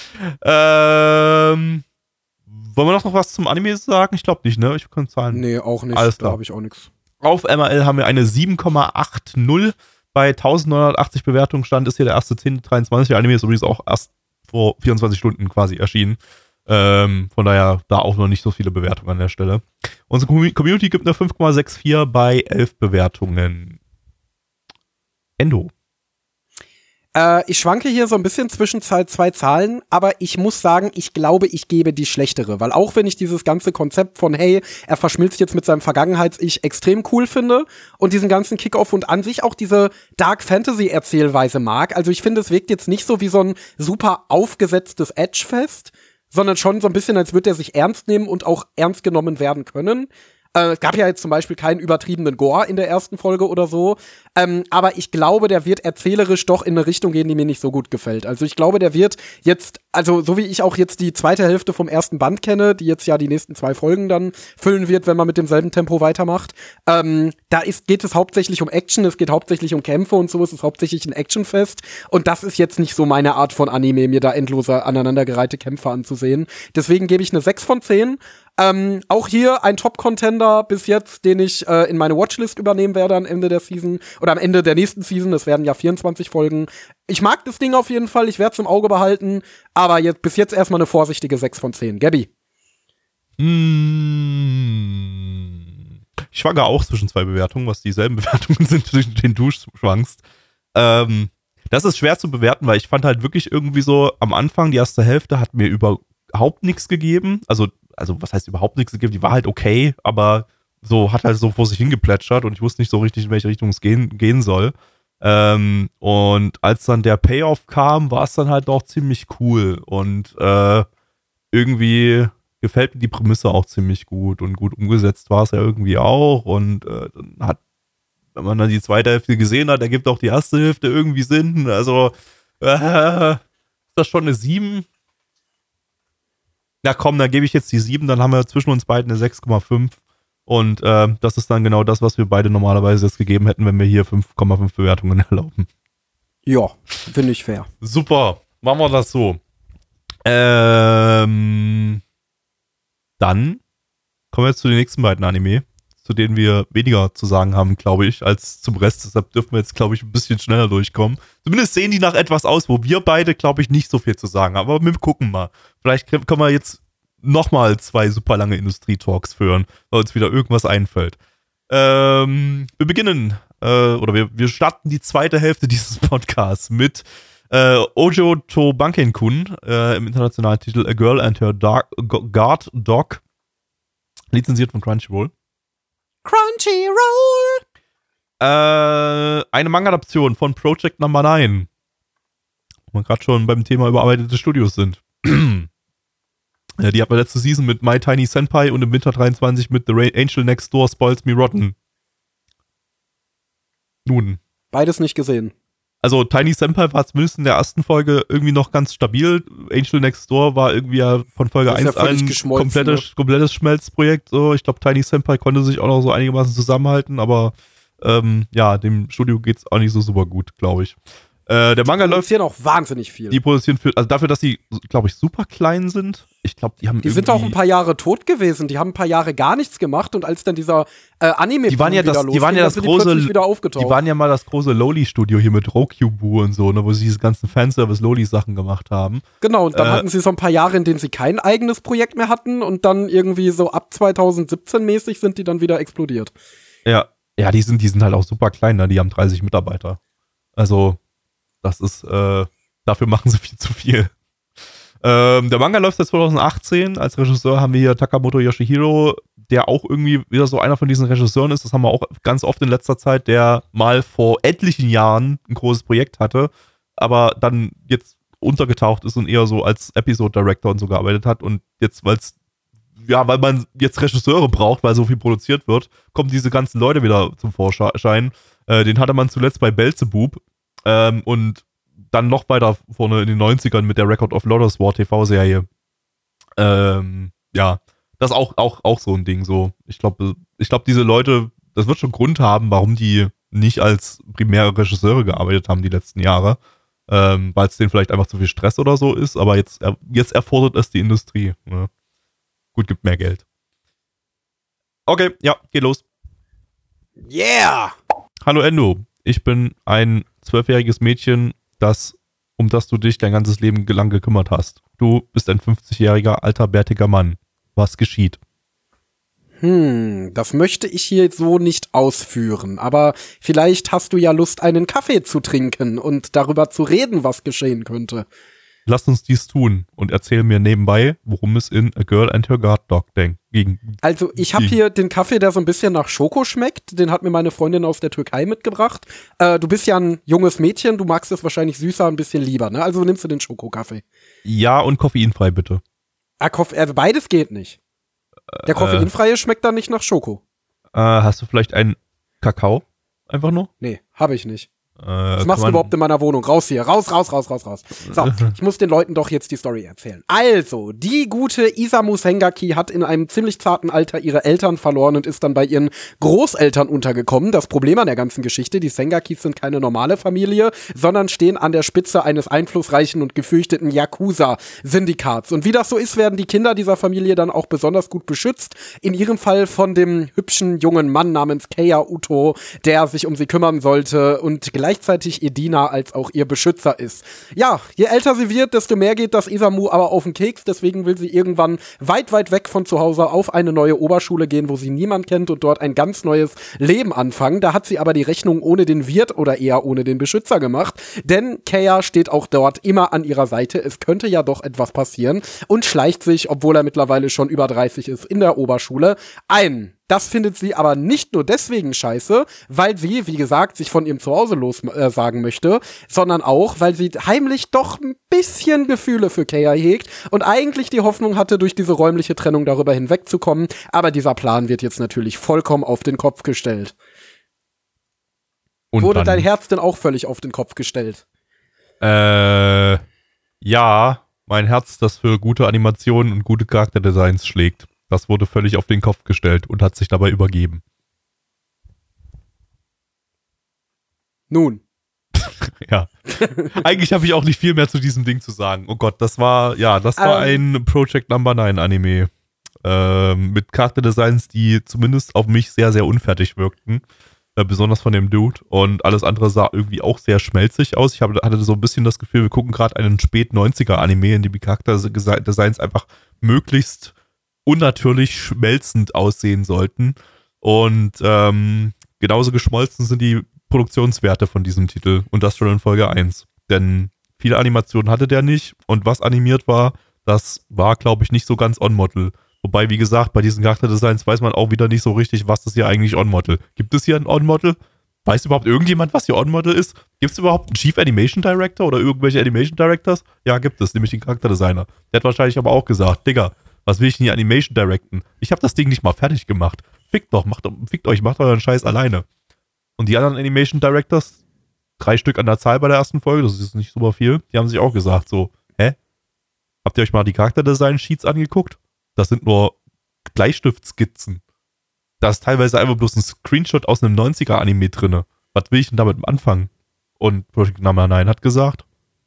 Ähm, wollen wir noch was zum Anime sagen? Ich glaube nicht, ne? Ich kann Zahlen. Nee, auch nicht. Alles Da klar. habe ich auch nichts. Auf M R L haben wir eine sieben Komma achtzig bei neunzehnhundertachtzig Bewertungen stand, ist hier der erste zehnte dreiundzwanzig. Der Anime ist übrigens auch erst vor vierundzwanzig Stunden quasi erschienen. Ähm, von daher da auch noch nicht so viele Bewertungen an der Stelle. Unsere Community gibt eine fünf Komma vierundsechzig bei elf Bewertungen. Endo. Äh, ich schwanke hier so ein bisschen zwischen zwei Zahlen, aber ich muss sagen, ich glaube, ich gebe die schlechtere, weil auch wenn ich dieses ganze Konzept von, hey, er verschmilzt jetzt mit seinem Vergangenheits-Ich extrem cool finde und diesen ganzen Kickoff und an sich auch diese Dark-Fantasy-Erzählweise mag, also ich finde, es wirkt jetzt nicht so wie so ein super aufgesetztes Edge-Fest, sondern schon so ein bisschen, als würde er sich ernst nehmen und auch ernst genommen werden können. Äh, es gab ja jetzt zum Beispiel keinen übertriebenen Gore in der ersten Folge oder so. Ähm, aber ich glaube, der wird erzählerisch doch in eine Richtung gehen, die mir nicht so gut gefällt. Also ich glaube, der wird jetzt, also so wie ich auch jetzt die zweite Hälfte vom ersten Band kenne, die jetzt ja die nächsten zwei Folgen dann füllen wird, wenn man mit demselben Tempo weitermacht, ähm, da ist, geht es hauptsächlich um Action, es geht hauptsächlich um Kämpfe und so, es ist hauptsächlich ein Actionfest. Und das ist jetzt nicht so meine Art von Anime, mir da endlose aneinandergereihte Kämpfe anzusehen. Deswegen gebe ich eine sechs von zehn. Ähm, auch hier ein Top-Contender bis jetzt, den ich äh, in meine Watchlist übernehmen werde am Ende der Season oder am Ende der nächsten Season. Es werden ja vierundzwanzig Folgen. Ich mag das Ding auf jeden Fall, ich werde es im Auge behalten, aber jetzt, bis jetzt erstmal eine vorsichtige sechs von zehn. Gabby? Mm, ich schwanke auch zwischen zwei Bewertungen, was dieselben Bewertungen sind, zwischen denen du schwankst. Ähm, das ist schwer zu bewerten, weil ich fand halt wirklich irgendwie so, am Anfang, die erste Hälfte hat mir überhaupt nichts gegeben. Also Also, was heißt überhaupt nichts gegeben? Die war halt okay, aber so hat halt so vor sich hingeplätschert und ich wusste nicht so richtig, in welche Richtung es gehen, gehen soll. Ähm, und als dann der Payoff kam, war es dann halt doch ziemlich cool und äh, irgendwie gefällt mir die Prämisse auch ziemlich gut und gut umgesetzt war es ja irgendwie auch und äh, dann hat, wenn man dann die zweite Hälfte gesehen hat, ergibt auch die erste Hälfte irgendwie Sinn. Also, äh, ist das schon eine sieben? Na komm, dann gebe ich jetzt die sieben, dann haben wir zwischen uns beiden eine sechs Komma fünf und äh, das ist dann genau das, was wir beide normalerweise jetzt gegeben hätten, wenn wir hier fünf Komma fünf Bewertungen erlauben. Ja, finde ich fair. Super, machen wir das so. Ähm, dann kommen wir jetzt zu den nächsten beiden Anime, zu denen wir weniger zu sagen haben, glaube ich, als zum Rest. Deshalb dürfen wir jetzt, glaube ich, ein bisschen schneller durchkommen. Zumindest sehen die nach etwas aus, wo wir beide, glaube ich, nicht so viel zu sagen haben. Aber wir gucken mal. Vielleicht können wir jetzt nochmal zwei super lange Industrie-Talks führen, weil uns wieder irgendwas einfällt. Ähm, wir beginnen, äh, oder wir, wir starten die zweite Hälfte dieses Podcasts mit äh, Ojo to Banken-kun, äh, im internationalen Titel A Girl and Her Dark, Guard Dog, lizenziert von Crunchyroll. Crunchyroll! Äh, eine Manga-Adaption von Project Number neun. Wo wir gerade schon beim Thema überarbeitete Studios sind. Ja, die hatten wir letzte Season mit My Tiny Senpai und im Winter dreiundzwanzig mit The Angel Next Door Spoils Me Rotten. Nun. Beides nicht gesehen. Also Tiny Senpai war zumindest in der ersten Folge irgendwie noch ganz stabil. Angel Next Door war irgendwie ja von Folge eins ja ein komplettes, komplettes Schmelzprojekt. So. Ich glaube, Tiny Senpai konnte sich auch noch so einigermaßen zusammenhalten, aber ähm, ja, dem Studio geht's auch nicht so super gut, glaube ich. Äh, der Manga die läuft. Die produzieren auch wahnsinnig viel. Die produzieren für, also dafür, dass die, glaube ich, super klein sind. Ich glaube, die haben Die sind auch ein paar Jahre tot gewesen. Die haben ein paar Jahre gar nichts gemacht und als dann dieser äh, Anime die waren ja das, wieder die waren ja das sind große, die, wieder aufgetaucht. die waren ja mal das große Loli-Studio hier mit Rokyubu und so, ne, wo sie diese ganzen Fanservice-Loli-Sachen gemacht haben. Genau, und dann äh, hatten sie so ein paar Jahre, in denen sie kein eigenes Projekt mehr hatten und dann irgendwie so ab zwanzig siebzehn mäßig sind die dann wieder explodiert. Ja, ja, die sind, die sind halt auch super klein, ne? Die haben dreißig Mitarbeiter. Also das ist, äh, dafür machen sie viel zu viel. Ähm, der Manga läuft seit zwanzig achtzehn. Als Regisseur haben wir hier Takamoto Yoshihiro, der auch irgendwie wieder so einer von diesen Regisseuren ist. Das haben wir auch ganz oft in letzter Zeit, der mal vor etlichen Jahren ein großes Projekt hatte, aber dann jetzt untergetaucht ist und eher so als Episode Director und so gearbeitet hat. Und jetzt, weil es, ja, weil man jetzt Regisseure braucht, weil so viel produziert wird, kommen diese ganzen Leute wieder zum Vorschein. Äh, den hatte man zuletzt bei Belzebub. Ähm, und dann noch weiter vorne in den neunzigern mit der Record of Lodoss War T V-Serie. Ähm, ja, das ist auch, auch, auch so ein Ding. So. Ich glaube, ich glaub, diese Leute, das wird schon Grund haben, warum die nicht als primäre Regisseure gearbeitet haben die letzten Jahre. Ähm, weil es denen vielleicht einfach zu viel Stress oder so ist, aber jetzt, jetzt erfordert es die Industrie. Ne? Gut, gibt mehr Geld. Okay, ja, geht los. Yeah! Hallo Endo. ich bin ein zwölfjähriges Mädchen, das, um das du dich dein ganzes Leben lang gekümmert hast. Du bist ein fünfzigjähriger alter, bärtiger Mann. Was geschieht? Hm, das möchte ich hier so nicht ausführen, aber vielleicht hast du ja Lust, einen Kaffee zu trinken und darüber zu reden, was geschehen könnte. Lass uns dies tun und erzähl mir nebenbei, worum es in A Girl and Her Guard Dog ging. Also ich habe hier den Kaffee, der so ein bisschen nach Schoko schmeckt. Den hat mir meine Freundin aus der Türkei mitgebracht. Äh, du bist ja ein junges Mädchen, du magst es wahrscheinlich süßer, ein bisschen lieber, ne? Also nimmst du den Schokokaffee. Ja, und koffeinfrei bitte. Ah, Koff- also beides geht nicht. Der koffeinfreie äh, schmeckt dann nicht nach Schoko. Äh, hast du vielleicht einen Kakao? Einfach nur? Nee, habe ich nicht. Äh, Was machst du überhaupt in meiner Wohnung? Raus hier, raus, raus, raus, raus, raus. So, ich muss den Leuten doch jetzt die Story erzählen. Also, die gute Isamu Sengaki hat in einem ziemlich zarten Alter ihre Eltern verloren und ist dann bei ihren Großeltern untergekommen. Das Problem an der ganzen Geschichte, die Sengakis sind keine normale Familie, sondern stehen an der Spitze eines einflussreichen und gefürchteten Yakuza-Syndikats. Und wie das so ist, werden die Kinder dieser Familie dann auch besonders gut beschützt. In ihrem Fall von dem hübschen jungen Mann namens Keiya Uto, der sich um sie kümmern sollte und gleichzeitig ihr Diener als auch ihr Beschützer ist. Ja, je älter sie wird, desto mehr geht das Isamu aber auf den Keks, deswegen will sie irgendwann weit, weit weg von zu Hause auf eine neue Oberschule gehen, wo sie niemand kennt und dort ein ganz neues Leben anfangen. Da hat sie aber die Rechnung ohne den Wirt oder eher ohne den Beschützer gemacht, denn Keiya steht auch dort immer an ihrer Seite. Es könnte ja doch etwas passieren und schleicht sich, obwohl er mittlerweile schon über dreißig ist, in der Oberschule ein. Das findet sie aber nicht nur deswegen scheiße, weil sie, wie gesagt, sich von ihrem Zuhause los äh, sagen möchte, sondern auch, weil sie heimlich doch ein bisschen Gefühle für Keiya hegt und eigentlich die Hoffnung hatte, durch diese räumliche Trennung darüber hinwegzukommen. Aber dieser Plan wird jetzt natürlich vollkommen auf den Kopf gestellt. Und Wurde dein Herz denn auch völlig auf den Kopf gestellt? Äh, ja, mein Herz, das für gute Animationen und gute Charakterdesigns schlägt. Das wurde völlig auf den Kopf gestellt und hat sich dabei übergeben. Nun. Ja. Eigentlich habe ich auch nicht viel mehr zu diesem Ding zu sagen. Oh Gott, das war, ja, das war um, ein Project Number nine Anime. Ähm, mit Charakterdesigns, die zumindest auf mich sehr, sehr unfertig wirkten. Äh, besonders von dem Dude. Und alles andere sah irgendwie auch sehr schmelzig aus. Ich hab, hatte so ein bisschen das Gefühl, wir gucken gerade einen Spät-neunziger Anime, in dem die Charakterdesigns einfach möglichst unnatürlich schmelzend aussehen sollten. Und ähm, genauso geschmolzen sind die Produktionswerte von diesem Titel. Und das schon in Folge eins. Denn viele Animationen hatte der nicht. Und was animiert war, das war, glaube ich, nicht so ganz on-model. Wobei, wie gesagt, bei diesen Charakterdesigns weiß man auch wieder nicht so richtig, was ist hier eigentlich on-model. Gibt es hier ein on-model? Weiß überhaupt irgendjemand, was hier on-model ist? Gibt es überhaupt einen Chief Animation Director oder irgendwelche Animation Directors? Ja, gibt es, nämlich den Charakterdesigner. Der hat wahrscheinlich aber auch gesagt, Digga, was will ich denn hier Animation directen? Ich habe das Ding nicht mal fertig gemacht. Fickt doch, macht, fickt euch, macht euren Scheiß alleine. Und die anderen Animation Directors, drei Stück an der Zahl bei der ersten Folge, das ist nicht super viel, die haben sich auch gesagt so, hä? Habt ihr euch mal die Charakterdesign-Sheets angeguckt? Das sind nur Bleistiftskizzen. Da ist teilweise einfach bloß ein Screenshot aus einem neunziger Anime drinne. Was will ich denn damit anfangen? Und Project Number nine hat gesagt,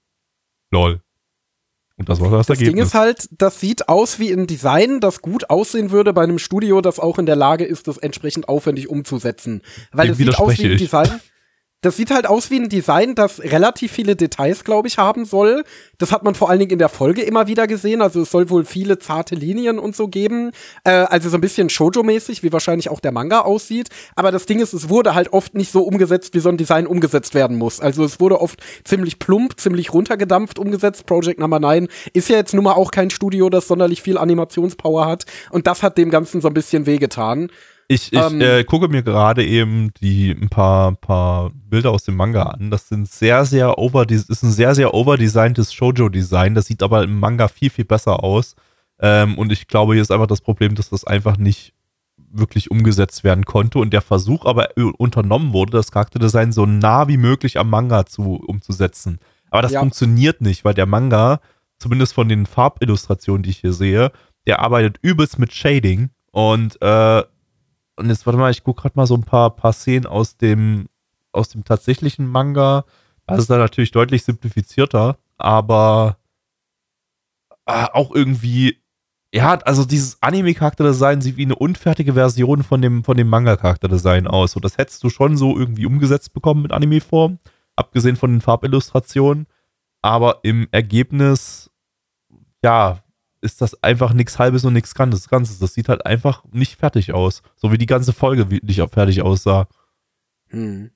lol. Und das war das, das Ergebnis. Ding ist halt, das sieht aus wie ein Design, das gut aussehen würde bei einem Studio, das auch in der Lage ist, das entsprechend aufwendig umzusetzen. Weil es sieht aus wie ein Design. Das sieht halt aus wie ein Design, das relativ viele Details, glaube ich, haben soll. Das hat man vor allen Dingen in der Folge immer wieder gesehen. Also es soll wohl viele zarte Linien und so geben. Äh, also so ein bisschen Shoujo-mäßig, wie wahrscheinlich auch der Manga aussieht. Aber das Ding ist, es wurde halt oft nicht so umgesetzt, wie so ein Design umgesetzt werden muss. Also es wurde oft ziemlich plump, ziemlich runtergedampft umgesetzt. Project Number nine ist ja jetzt nun mal auch kein Studio, das sonderlich viel Animationspower hat. Und das hat dem Ganzen so ein bisschen wehgetan. Ich, ich ähm, äh, gucke mir gerade eben die ein paar, paar Bilder aus dem Manga an. Das sind sehr, sehr over, das ist ein sehr, sehr overdesigntes Shoujo-Design. Das sieht aber im Manga viel, viel besser aus. Ähm, und ich glaube, hier ist einfach das Problem, dass das einfach nicht wirklich umgesetzt werden konnte und der Versuch aber unternommen wurde, das Charakterdesign so nah wie möglich am Manga zu umzusetzen. Aber das ja. funktioniert nicht, weil der Manga, zumindest von den Farbillustrationen, die ich hier sehe, der arbeitet übelst mit Shading und äh, Und jetzt, warte mal, ich gucke gerade mal so ein paar, paar Szenen aus dem, aus dem tatsächlichen Manga. Das ist dann natürlich deutlich simplifizierter, aber äh, auch irgendwie Ja, also dieses Anime-Charakterdesign sieht wie eine unfertige Version von dem, von dem Manga-Charakterdesign aus. So, das hättest du schon so irgendwie umgesetzt bekommen mit Anime-Form, abgesehen von den Farbillustrationen. Aber im Ergebnis, ja, ist das einfach nichts Halbes und nichts Ganzes. Das sieht halt einfach nicht fertig aus. So wie die ganze Folge nicht fertig aussah. Hm.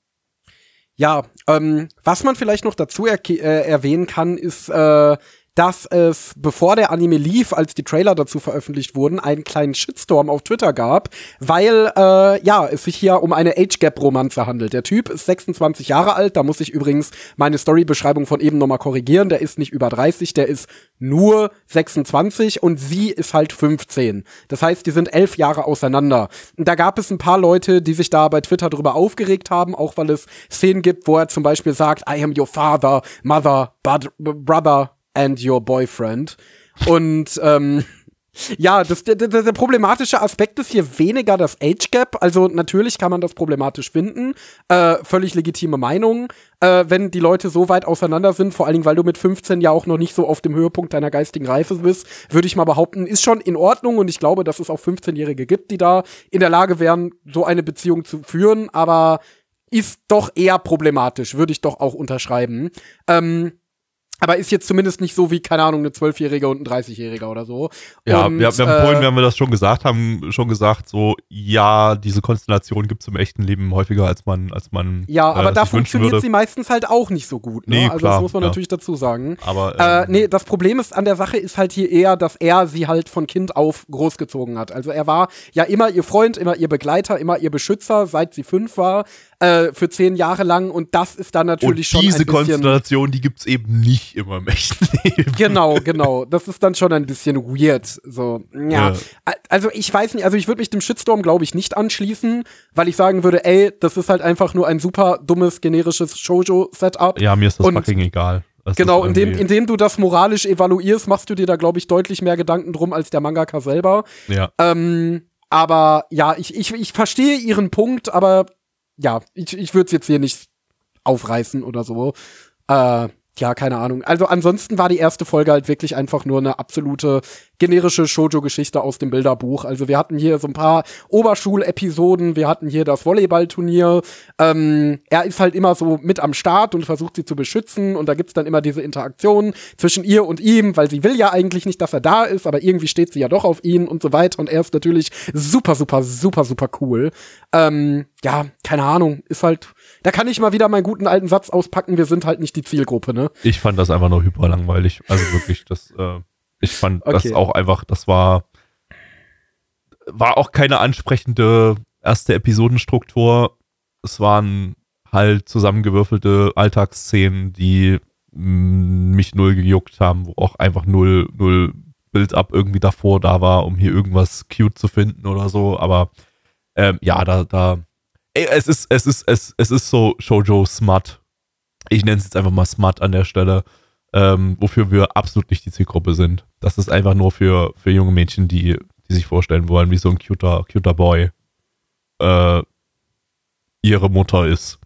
Ja, ähm, was man vielleicht noch dazu er- äh, erwähnen kann, ist, äh, dass es, bevor der Anime lief, als die Trailer dazu veröffentlicht wurden, einen kleinen Shitstorm auf Twitter gab, weil, äh, ja, es sich hier um eine Age-Gap-Romanze handelt. Der Typ ist sechsundzwanzig Jahre alt, da muss ich übrigens meine Story-Beschreibung von eben nochmal korrigieren, der ist nicht über dreißig, der ist nur sechsundzwanzig und sie ist halt fünfzehn. Das heißt, die sind elf Jahre auseinander. Und da gab es ein paar Leute, die sich da bei Twitter drüber aufgeregt haben, auch weil es Szenen gibt, wo er zum Beispiel sagt, I am your father, mother, bud- brother, and your boyfriend. Und ähm, ja, das, der, der, der problematische Aspekt ist hier weniger das Age Gap. Also natürlich kann man das problematisch finden. Äh, völlig legitime Meinung. Äh, wenn die Leute so weit auseinander sind, vor allen Dingen, weil du mit fünfzehn ja auch noch nicht so auf dem Höhepunkt deiner geistigen Reife bist, würde ich mal behaupten, ist schon in Ordnung. Und ich glaube, dass es auch fünfzehnjährige gibt, die da in der Lage wären, so eine Beziehung zu führen. Aber ist doch eher problematisch, würde ich doch auch unterschreiben. Ähm, Aber ist jetzt zumindest nicht so wie, keine Ahnung, eine zwölfjährige und ein dreißigjähriger oder so. Ja, und, wir, wir haben äh, vorhin, wenn wir das schon gesagt haben, schon gesagt, so, ja, diese Konstellation gibt es im echten Leben häufiger, als man, als man Ja, aber äh, da sich wünschen funktioniert würde. sie meistens halt auch nicht so gut. Ne? Nee, also klar, das muss man klar. natürlich dazu sagen. Aber, Äh, ähm, nee, das Problem ist an der Sache ist halt hier eher, dass er sie halt von Kind auf großgezogen hat. Also er war ja immer ihr Freund, immer ihr Begleiter, immer ihr Beschützer, seit sie fünf war, äh, für zehn Jahre lang. Und das ist dann natürlich und schon diese ein bisschen Konstellation, die gibt's eben nicht immer im echten Leben. Genau, genau. Das ist dann schon ein bisschen weird. So, ja. Ja. Also ich weiß nicht, also ich würde mich dem Shitstorm, glaube ich, nicht anschließen, weil ich sagen würde, ey, das ist halt einfach nur ein super dummes, generisches Shoujo-Setup. Ja, mir ist das Und fucking egal. Das genau, ist indem, irgendwie- indem du das moralisch evaluierst, machst du dir da, glaube ich, deutlich mehr Gedanken drum als der Mangaka selber. Ja. Ähm, aber ja, ich, ich, ich verstehe ihren Punkt, aber ja, ich, ich würde es jetzt hier nicht aufreißen oder so. Äh, ja, keine Ahnung. Also ansonsten war die erste Folge halt wirklich einfach nur eine absolute generische Shoujo-Geschichte aus dem Bilderbuch. Also wir hatten hier so ein paar Oberschulepisoden, wir hatten hier das Volleyballturnier. Ähm, er ist halt immer so mit am Start und versucht sie zu beschützen und da gibt's dann immer diese Interaktion zwischen ihr und ihm, weil sie will ja eigentlich nicht, dass er da ist, aber irgendwie steht sie ja doch auf ihn und so weiter und er ist natürlich super, super, super, super cool. Ähm, ja, keine Ahnung, ist halt, da kann ich mal wieder meinen guten alten Satz auspacken, wir sind halt nicht die Zielgruppe, ne? Ich fand das einfach nur hyper langweilig. Also wirklich, das, äh, ich fand Okay. das auch einfach, das war, war auch keine ansprechende erste Episodenstruktur. Es waren halt zusammengewürfelte Alltagsszenen, die mh, mich null gejuckt haben, wo auch einfach null, null Build-up irgendwie davor da war, um hier irgendwas cute zu finden oder so. Aber ähm, ja, da, da, ey, es ist, es ist, es, es ist so Shoujo Smut. Ich nenne es jetzt einfach mal Smut an der Stelle, ähm, wofür wir absolut nicht die Zielgruppe sind. Das ist einfach nur für, für junge Mädchen, die, die sich vorstellen wollen, wie so ein cuter, cuter Boy äh, ihre Mutter ist.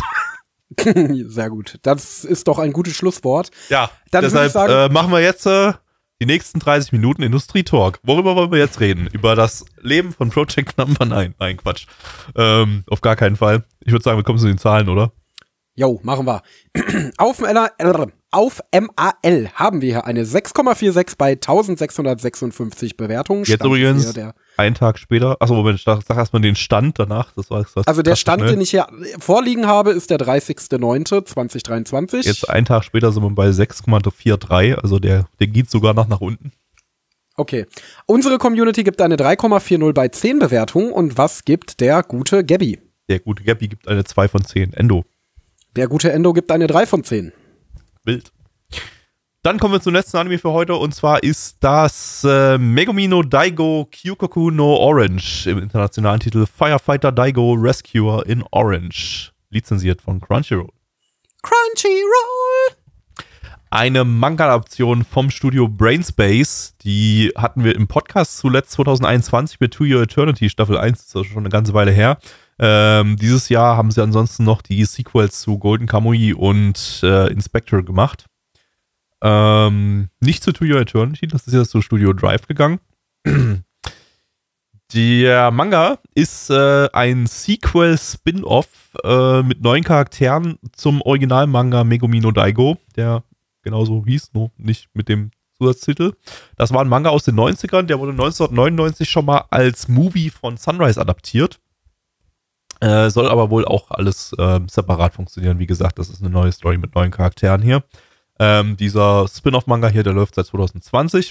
Sehr gut. Das ist doch ein gutes Schlusswort. Ja, Dann würde deshalb ich sagen- äh, machen wir jetzt äh, die nächsten dreißig Minuten Industrie-Talk. Worüber wollen wir jetzt reden? Über das Leben von Project Number neun. Nein, Quatsch. Ähm, auf gar keinen Fall. Ich würde sagen, wir kommen zu den Zahlen, oder? Jo, machen wir. Auf, M A L, auf M A L haben wir hier eine sechs Komma sechsundvierzig bei eintausendsechshundertsechsundfünfzig Bewertungen. Jetzt Stand übrigens hier der, einen Tag später. Achso, Moment, sag, sag erstmal den Stand danach. Das war, das war also der krass Stand, schnell. den ich hier vorliegen habe, ist der dreißigster neunter zweitausenddreiundzwanzig. Jetzt einen Tag später sind wir bei sechs Komma dreiundvierzig. Also der, der geht sogar noch nach unten. Okay. Unsere Community gibt eine drei Komma vierzig bei zehn Bewertungen. Und was gibt der gute Gabby? Der gute Gabby gibt eine zwei von zehn. Endo. Der gute Endo gibt eine drei von zehn. Wild. Dann kommen wir zum letzten Anime für heute und zwar ist das äh, Megumi no Daigo Kyukoku no Orange im internationalen Titel Firefighter Daigo Rescuer in Orange. Lizenziert von Crunchyroll. Crunchyroll! Eine Manga-Adaption vom Studio Brainspace, die hatten wir im Podcast zuletzt zwanzig einundzwanzig mit To Your Eternity Staffel eins, das ist schon eine ganze Weile her. Ähm, dieses Jahr haben sie ansonsten noch die Sequels zu Golden Kamuy und äh, Inspector gemacht. Ähm, nicht zu To Your Eternity, das ist jetzt zu Studio Drive gegangen. Der Manga ist äh, ein Sequel-Spin-Off äh, mit neuen Charakteren zum Original-Manga Megumi no Daigo, der genauso hieß, nur nicht mit dem Zusatztitel. Das war ein Manga aus den neunzigern, der wurde neunzehnhundertneunundneunzig schon mal als Movie von Sunrise adaptiert. Äh, soll aber wohl auch alles äh, separat funktionieren. Wie gesagt, das ist eine neue Story mit neuen Charakteren hier. Ähm, dieser Spin-Off-Manga hier, der läuft seit zwanzig zwanzig.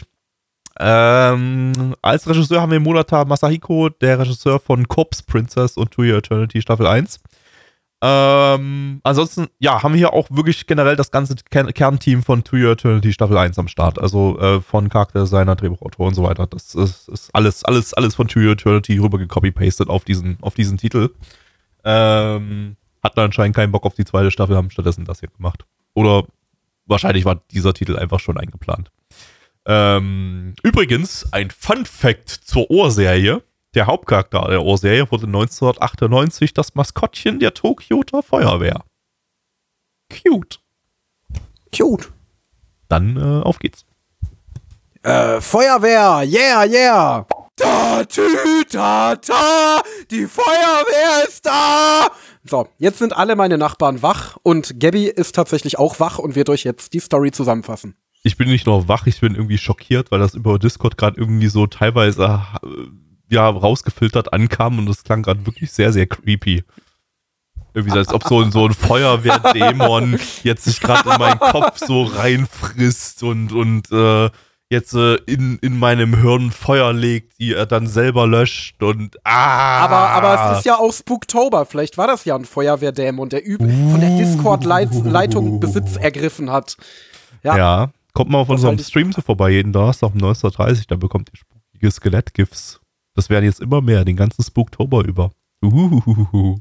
Ähm, als Regisseur haben wir Murata Masahiko, der Regisseur von Corpse Princess und To Your Eternity Staffel eins. Ähm, ansonsten, ja, haben wir hier auch wirklich generell das ganze Ker- Kernteam von To Your Eternity Staffel eins am Start. Also äh, von Charakterdesigner, Drehbuchautor und so weiter. Das ist, ist alles, alles, alles von To Your Eternity rüber gecopy-pastet auf diesen, auf diesen Titel. Ähm, hatten anscheinend keinen Bock auf die zweite Staffel, haben stattdessen das hier gemacht. Oder wahrscheinlich war dieser Titel einfach schon eingeplant. Ähm, übrigens, ein Fun-Fact zur Ohrserie. Der Hauptcharakter der Ohrserie wurde neunzehnhundertachtundneunzig das Maskottchen der Tokioter Feuerwehr. Cute. Cute. Dann äh, auf geht's. Äh, Feuerwehr, yeah, yeah. Da, tü, ta, ta, die Feuerwehr ist da. So, jetzt sind alle meine Nachbarn wach und Gabby ist tatsächlich auch wach und wird euch jetzt die Story zusammenfassen. Ich bin nicht nur wach, ich bin irgendwie schockiert, weil das über Discord gerade irgendwie so teilweise äh, ja rausgefiltert ankam und das klang gerade wirklich sehr, sehr creepy. Irgendwie so, als ob so ein, so ein Feuerwehrdämon jetzt sich gerade in meinen Kopf so reinfrisst und, und äh, jetzt äh, in, in meinem Hirn Feuer legt, die er dann selber löscht und ah! Aber, aber es ist ja auch Spooktober, vielleicht war das ja ein Feuerwehrdämon, der üb- uh. von der Discord-Leitung Besitz ergriffen hat. Ja. ja. Kommt mal auf Was unserem soll ich- Stream so vorbei, jeden Donnerstag um neunzehn Uhr dreißig, da bekommt ihr spukige Skelett-GIFs. Das werden jetzt immer mehr, den ganzen Spooktober über. Uhuhuhu.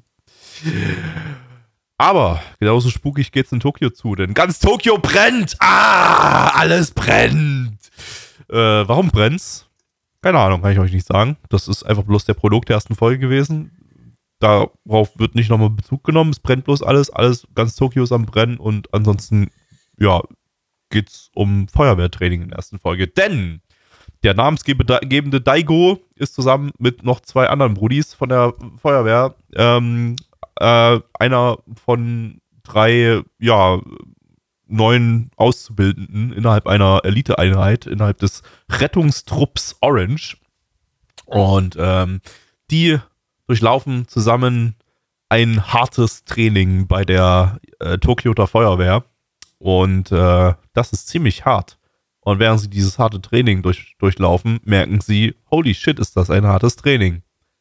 Aber genauso spukig geht's in Tokio zu, denn ganz Tokio brennt! Ah, alles brennt! Äh, warum brennt's? Keine Ahnung, kann ich euch nicht sagen. Das ist einfach bloß der Produkt der ersten Folge gewesen. Darauf wird nicht nochmal Bezug genommen. Es brennt bloß alles, alles, ganz Tokio ist am Brennen und ansonsten, ja, geht's um Feuerwehrtraining in der ersten Folge. Denn der namensgebende Daigo ist zusammen mit noch zwei anderen Brudis von der Feuerwehr ähm, äh, einer von drei, ja, neuen Auszubildenden innerhalb einer Eliteeinheit, innerhalb des Rettungstrupps Orange. Und ähm, die durchlaufen zusammen ein hartes Training bei der äh, Tokioter Feuerwehr. Und äh, das ist ziemlich hart. Und während sie dieses harte Training durch, durchlaufen, merken sie, holy shit, ist das ein hartes Training.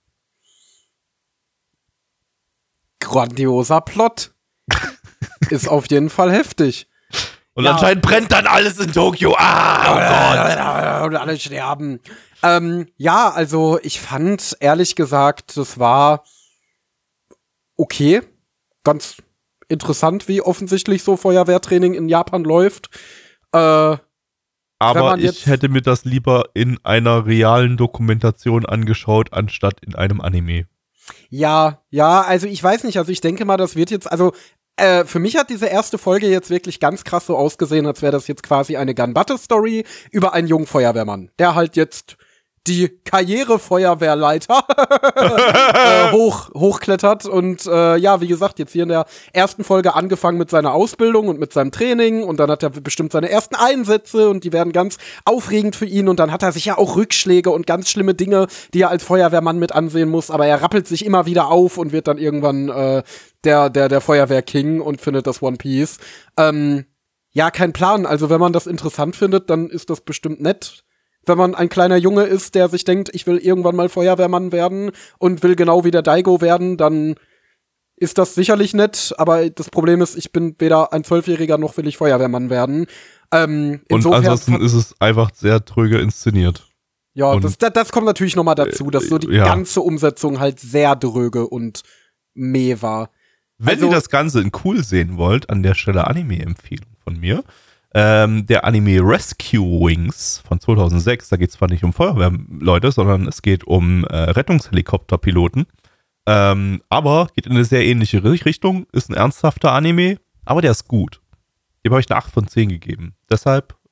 Grandioser Plot. Ist auf jeden Fall heftig. Und Ja. anscheinend brennt dann alles in Tokio. Ah, oh Gott. Und alle sterben. Ähm, ja, also ich fand, ehrlich gesagt, das war okay. Ganz interessant, wie offensichtlich so Feuerwehrtraining in Japan läuft. Äh, Wenn Aber man ich jetzt- hätte mir das lieber in einer realen Dokumentation angeschaut, anstatt in einem Anime. ja, ja, also ich weiß nicht, also ich denke mal, das wird jetzt, also äh, für mich hat diese erste Folge jetzt wirklich ganz krass so ausgesehen, als wäre das jetzt quasi eine Gun-Battle-Story über einen jungen Feuerwehrmann, der halt jetzt die Karrierefeuerwehrleiter äh, hoch, hochklettert und äh, ja, wie gesagt, jetzt hier in der ersten Folge angefangen mit seiner Ausbildung und mit seinem Training und dann hat er bestimmt seine ersten Einsätze und die werden ganz aufregend für ihn und dann hat er sich ja auch Rückschläge und ganz schlimme Dinge, die er als Feuerwehrmann mit ansehen muss, aber er rappelt sich immer wieder auf und wird dann irgendwann äh, der, der, der Feuerwehr-King und findet das One Piece. Ähm, ja, kein Plan, also wenn man das interessant findet, dann ist das bestimmt nett. Wenn man ein kleiner Junge ist, der sich denkt, ich will irgendwann mal Feuerwehrmann werden und will genau wie der Daigo werden, dann ist das sicherlich nett. Aber das Problem ist, ich bin weder ein Zwölfjähriger noch will ich Feuerwehrmann werden. Ähm, Und insofern, ansonsten ist es einfach sehr tröge inszeniert. ja, und- das, das, das kommt natürlich noch mal dazu, dass so die ja. ganze Umsetzung halt sehr dröge und meh war. Wenn Also- ihr das Ganze in cool sehen wollt, an der Stelle Anime-Empfehlung von mir. Ähm, der Anime Rescue Wings von zweitausendsechs, da geht es zwar nicht um Feuerwehrleute, sondern es geht um äh, Rettungshelikopterpiloten. Ähm, aber geht in eine sehr ähnliche Richtung, ist ein ernsthafter Anime, aber der ist gut. Dem habe ich eine acht von zehn gegeben. Deshalb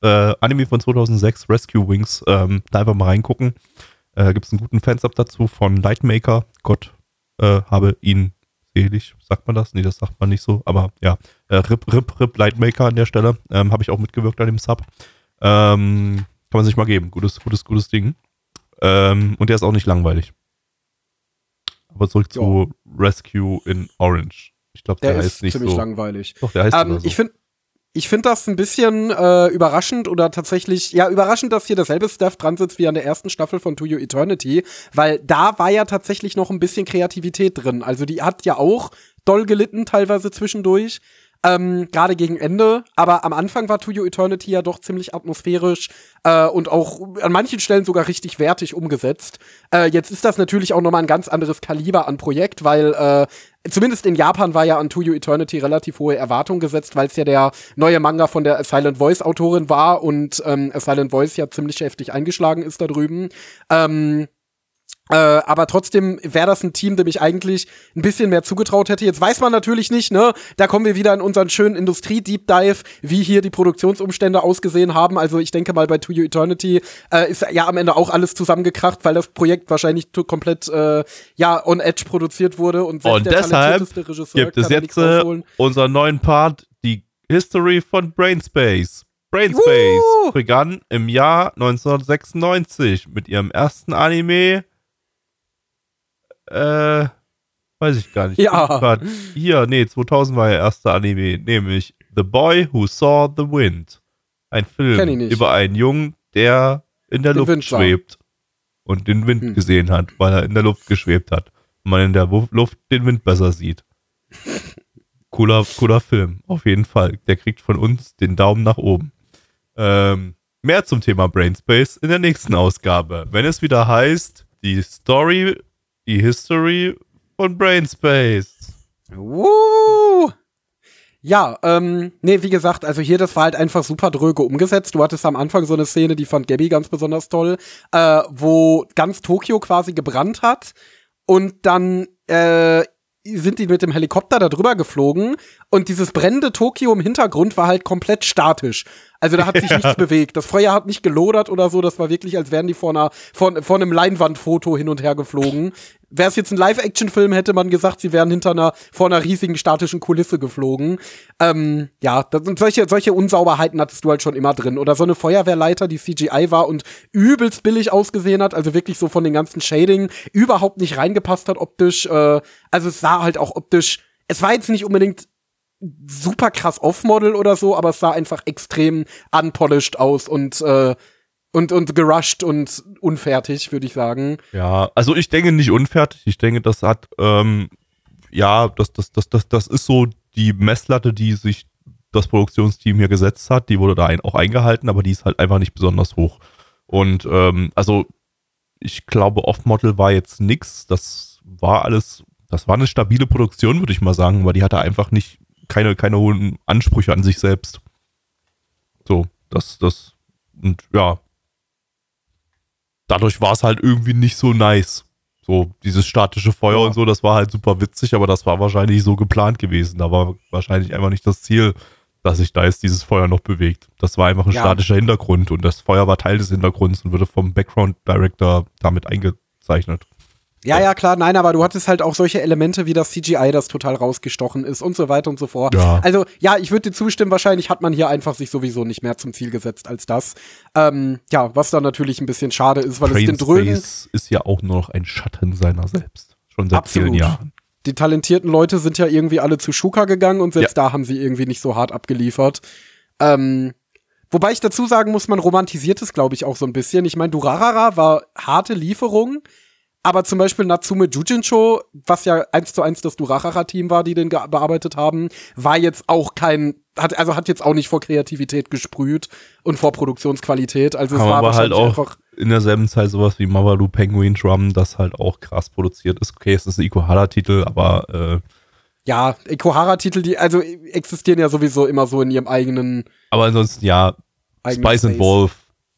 Äh, Anime von zweitausendsechs, Rescue Wings. Ähm, da einfach mal reingucken. Äh, Gibt es einen guten Fansub dazu von Lightmaker. Gott äh, habe ihn selig. Sagt man das? Nee, das sagt man nicht so. Aber ja, äh, Rip, Rip, Rip Lightmaker an der Stelle. Ähm, habe ich auch mitgewirkt an dem Sub. Ähm, kann man sich mal geben. Gutes, gutes, gutes Ding. Ähm, und der ist auch nicht langweilig. Aber zurück ja. zu Rescue in Orange. Ich glaube, der, der heißt nicht so. Der ist ziemlich langweilig. Doch, der heißt ähm, so. Ich finde ich find das ein bisschen äh, überraschend oder tatsächlich, ja, überraschend, dass hier dasselbe Staff dran sitzt wie an der ersten Staffel von To Your Eternity, weil da war ja tatsächlich noch ein bisschen Kreativität drin. Also die hat ja auch doll gelitten, teilweise zwischendurch. Ähm, gerade gegen Ende, aber am Anfang war To Your Eternity ja doch ziemlich atmosphärisch äh, und auch an manchen Stellen sogar richtig wertig umgesetzt. Äh, jetzt ist das natürlich auch nochmal ein ganz anderes Kaliber an Projekt, weil äh, zumindest in Japan war ja an To Your Eternity relativ hohe Erwartungen gesetzt, weil es ja der neue Manga von der A Silent Voice Autorin war und ähm, A Silent Voice ja ziemlich heftig eingeschlagen ist da drüben. Ähm, Äh, aber trotzdem wäre das ein Team, dem ich eigentlich ein bisschen mehr zugetraut hätte. Jetzt weiß man natürlich nicht, ne? Da kommen wir wieder in unseren schönen Industrie-Deep Dive, wie hier die Produktionsumstände ausgesehen haben. Also ich denke mal, bei To Your Eternity äh, ist ja am Ende auch alles zusammengekracht, weil das Projekt wahrscheinlich t- komplett äh, ja on edge produziert wurde. Und, und der deshalb Regisseur gibt es jetzt äh, unseren neuen Part, die History von Brainspace. Brainspace uh! begann im Jahr neunzehnhundertsechsundneunzig mit ihrem ersten Anime. Äh, weiß ich gar nicht. Ja. Hier, nee, zweitausend war ihr erster Anime, nämlich The Boy Who Saw the Wind. Ein Film über einen Jungen, der in der den Luft Wind schwebt sah. Und den Wind hm. gesehen hat, weil er in der Luft geschwebt hat. Und man in der Luft den Wind besser sieht. Cooler, cooler Film, auf jeden Fall. Der kriegt von uns den Daumen nach oben. Ähm, mehr zum Thema Brainspace in der nächsten Ausgabe, wenn es wieder heißt, die Story Die History von Brainspace. Uh. Ja, ähm, nee, wie gesagt, also hier, das war halt einfach super dröge umgesetzt. Du hattest am Anfang so eine Szene, die fand Gabby ganz besonders toll, äh, wo ganz Tokio quasi gebrannt hat und dann äh, sind die mit dem Helikopter da drüber geflogen und dieses brennende Tokio im Hintergrund war halt komplett statisch. Also da hat sich ja. nichts bewegt. Das Feuer hat nicht gelodert oder so. Das war wirklich, als wären die vor, einer, vor, vor einem Leinwandfoto hin und her geflogen. Wäre es jetzt ein Live-Action-Film, hätte man gesagt, sie wären hinter einer, vor einer riesigen statischen Kulisse geflogen. Ähm, ja, das, solche, solche Unsauberheiten hattest du halt schon immer drin. Oder so eine Feuerwehrleiter, die C G I war und übelst billig ausgesehen hat. Also wirklich so von den ganzen Shading überhaupt nicht reingepasst hat optisch. Äh, also es sah halt auch optisch, es war jetzt nicht unbedingt super krass Off-Model oder so, aber es sah einfach extrem unpolished aus und äh, und und gerusht und unfertig, würde ich sagen. Ja, also ich denke nicht unfertig. Ich denke, das hat ähm, ja, das das das das das ist so die Messlatte, die sich das Produktionsteam hier gesetzt hat. Die wurde da ein, auch eingehalten, aber die ist halt einfach nicht besonders hoch. Und ähm, also ich glaube, Off-Model war jetzt nix. Das war alles, das war eine stabile Produktion, würde ich mal sagen, weil die hatte einfach nicht keine, keine hohen Ansprüche an sich selbst. So, das, das, und ja. Dadurch war es halt irgendwie nicht so nice. So, dieses statische Feuer ja. und so, das war halt super witzig, aber das war wahrscheinlich so geplant gewesen. Da war wahrscheinlich einfach nicht das Ziel, dass sich da jetzt dieses Feuer noch bewegt. Das war einfach ein ja. statischer Hintergrund und das Feuer war Teil des Hintergrunds und wurde vom Background Director damit eingezeichnet. Ja, ja, klar, nein, aber du hattest halt auch solche Elemente wie das C G I, das total rausgestochen ist und so weiter und so fort. Ja. Also, ja, ich würde dir zustimmen, wahrscheinlich hat man hier einfach sich sowieso nicht mehr zum Ziel gesetzt als das. Ähm, ja, was dann natürlich ein bisschen schade ist, weil es den drögen ist ja auch nur noch ein Schatten seiner selbst. Schon seit Absolut. vielen Jahren. Die talentierten Leute sind ja irgendwie alle zu Shuka gegangen und selbst ja. da haben sie irgendwie nicht so hart abgeliefert. Ähm, wobei ich dazu sagen muss, man romantisiert es, glaube ich, auch so ein bisschen. Ich meine, Durarara war harte Lieferung. Aber zum Beispiel Natsume Jujincho, was ja eins zu eins das Durarara-Team war, die den ge- bearbeitet haben, war jetzt auch kein, hat, also hat jetzt auch nicht vor Kreativität gesprüht und vor Produktionsqualität. Also es aber war aber halt auch einfach in derselben Zeit sowas wie Mawaru Penguin Drum, das halt auch krass produziert ist. Okay, es ist ein Ikuhara-Titel, aber äh ja, Ikuhara-Titel, die also existieren ja sowieso immer so in ihrem eigenen. Aber ansonsten ja, Spice and Wolf,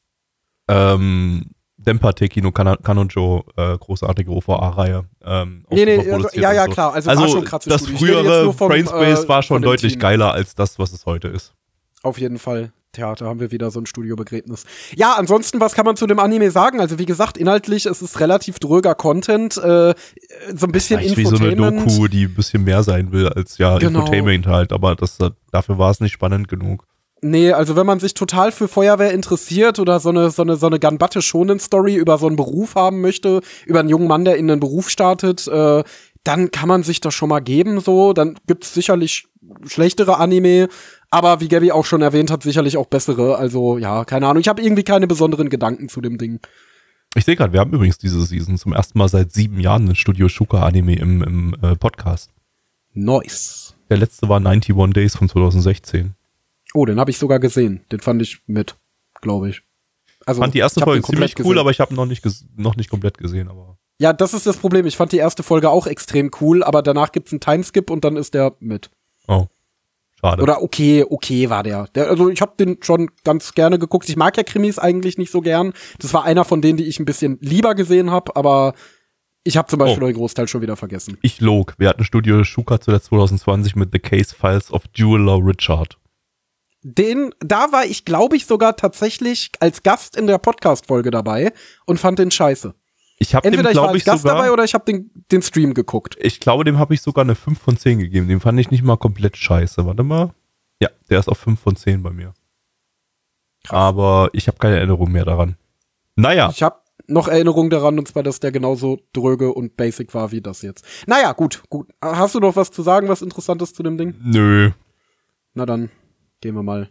ähm, Denpa-Teki no Kanojo, äh, großartige O V A-Reihe. Ähm, nee, nee, also, ja, ja, so. klar. Also, also war schon krass. das Studio. frühere vom, Brainspace äh, war schon deutlich Team. geiler als das, was es heute ist. Auf jeden Fall. tja, da haben wir wieder so ein Studiobegräbnis. Ja, ansonsten, was kann man zu dem Anime sagen? Also wie gesagt, inhaltlich ist es relativ dröger Content, äh, so ein bisschen Vielleicht Infotainment. wie so eine Doku, die ein bisschen mehr sein will als ja Genau. Infotainment halt, aber das, dafür war es nicht spannend genug. Nee, also wenn man sich total für Feuerwehr interessiert oder so eine so eine so eine Ganbatte-Shonen-Story über so einen Beruf haben möchte, über einen jungen Mann, der in einen Beruf startet, äh, dann kann man sich das schon mal geben so. Dann gibt's sicherlich schlechtere Anime, aber wie Gabby auch schon erwähnt hat, sicherlich auch bessere. Also ja, keine Ahnung. Ich habe irgendwie keine besonderen Gedanken zu dem Ding. Ich sehe gerade, wir haben übrigens diese Season zum ersten Mal seit sieben Jahren ein Studio Shuka Anime im, im äh, Podcast. Nice. Der letzte war einundneunzig Days von zwanzig sechzehn. Oh, den habe ich sogar gesehen. Den fand ich mit, glaube ich. Also, Ich fand die erste ich hab Folge den komplett ziemlich cool, gesehen. aber ich habe noch nicht ges- noch nicht komplett gesehen. Aber Ja, das ist das Problem. Ich fand die erste Folge auch extrem cool, aber danach gibt's einen Timeskip und dann ist der mit. oh, schade. Oder okay, okay war der. der also ich habe den schon ganz gerne geguckt. Ich mag ja Krimis eigentlich nicht so gern. Das war einer von denen, die ich ein bisschen lieber gesehen habe, aber ich habe zum Beispiel Oh. den Großteil schon wieder vergessen. Ich log. Wir hatten Studio Shuka zuletzt zwanzig zwanzig mit The Case Files of Jeweler Richard. Den, da war ich, glaube ich, sogar tatsächlich als Gast in der Podcast-Folge dabei und fand den scheiße. Ich habe dem, Entweder ich war glaube als ich, Gast sogar, dabei oder ich habe den, den Stream geguckt. ich glaube, dem habe ich sogar eine fünf von zehn gegeben. Den fand ich nicht mal komplett scheiße. Warte mal. Ja, der ist auf fünf von zehn bei mir. Krass. Aber ich habe keine Erinnerung mehr daran. Naja, Ich habe noch Erinnerung daran, und zwar, dass der genauso dröge und basic war wie das jetzt. Naja, gut, gut. Hast du noch was zu sagen, was Interessantes zu dem Ding? nö. Na dann, gehen wir mal.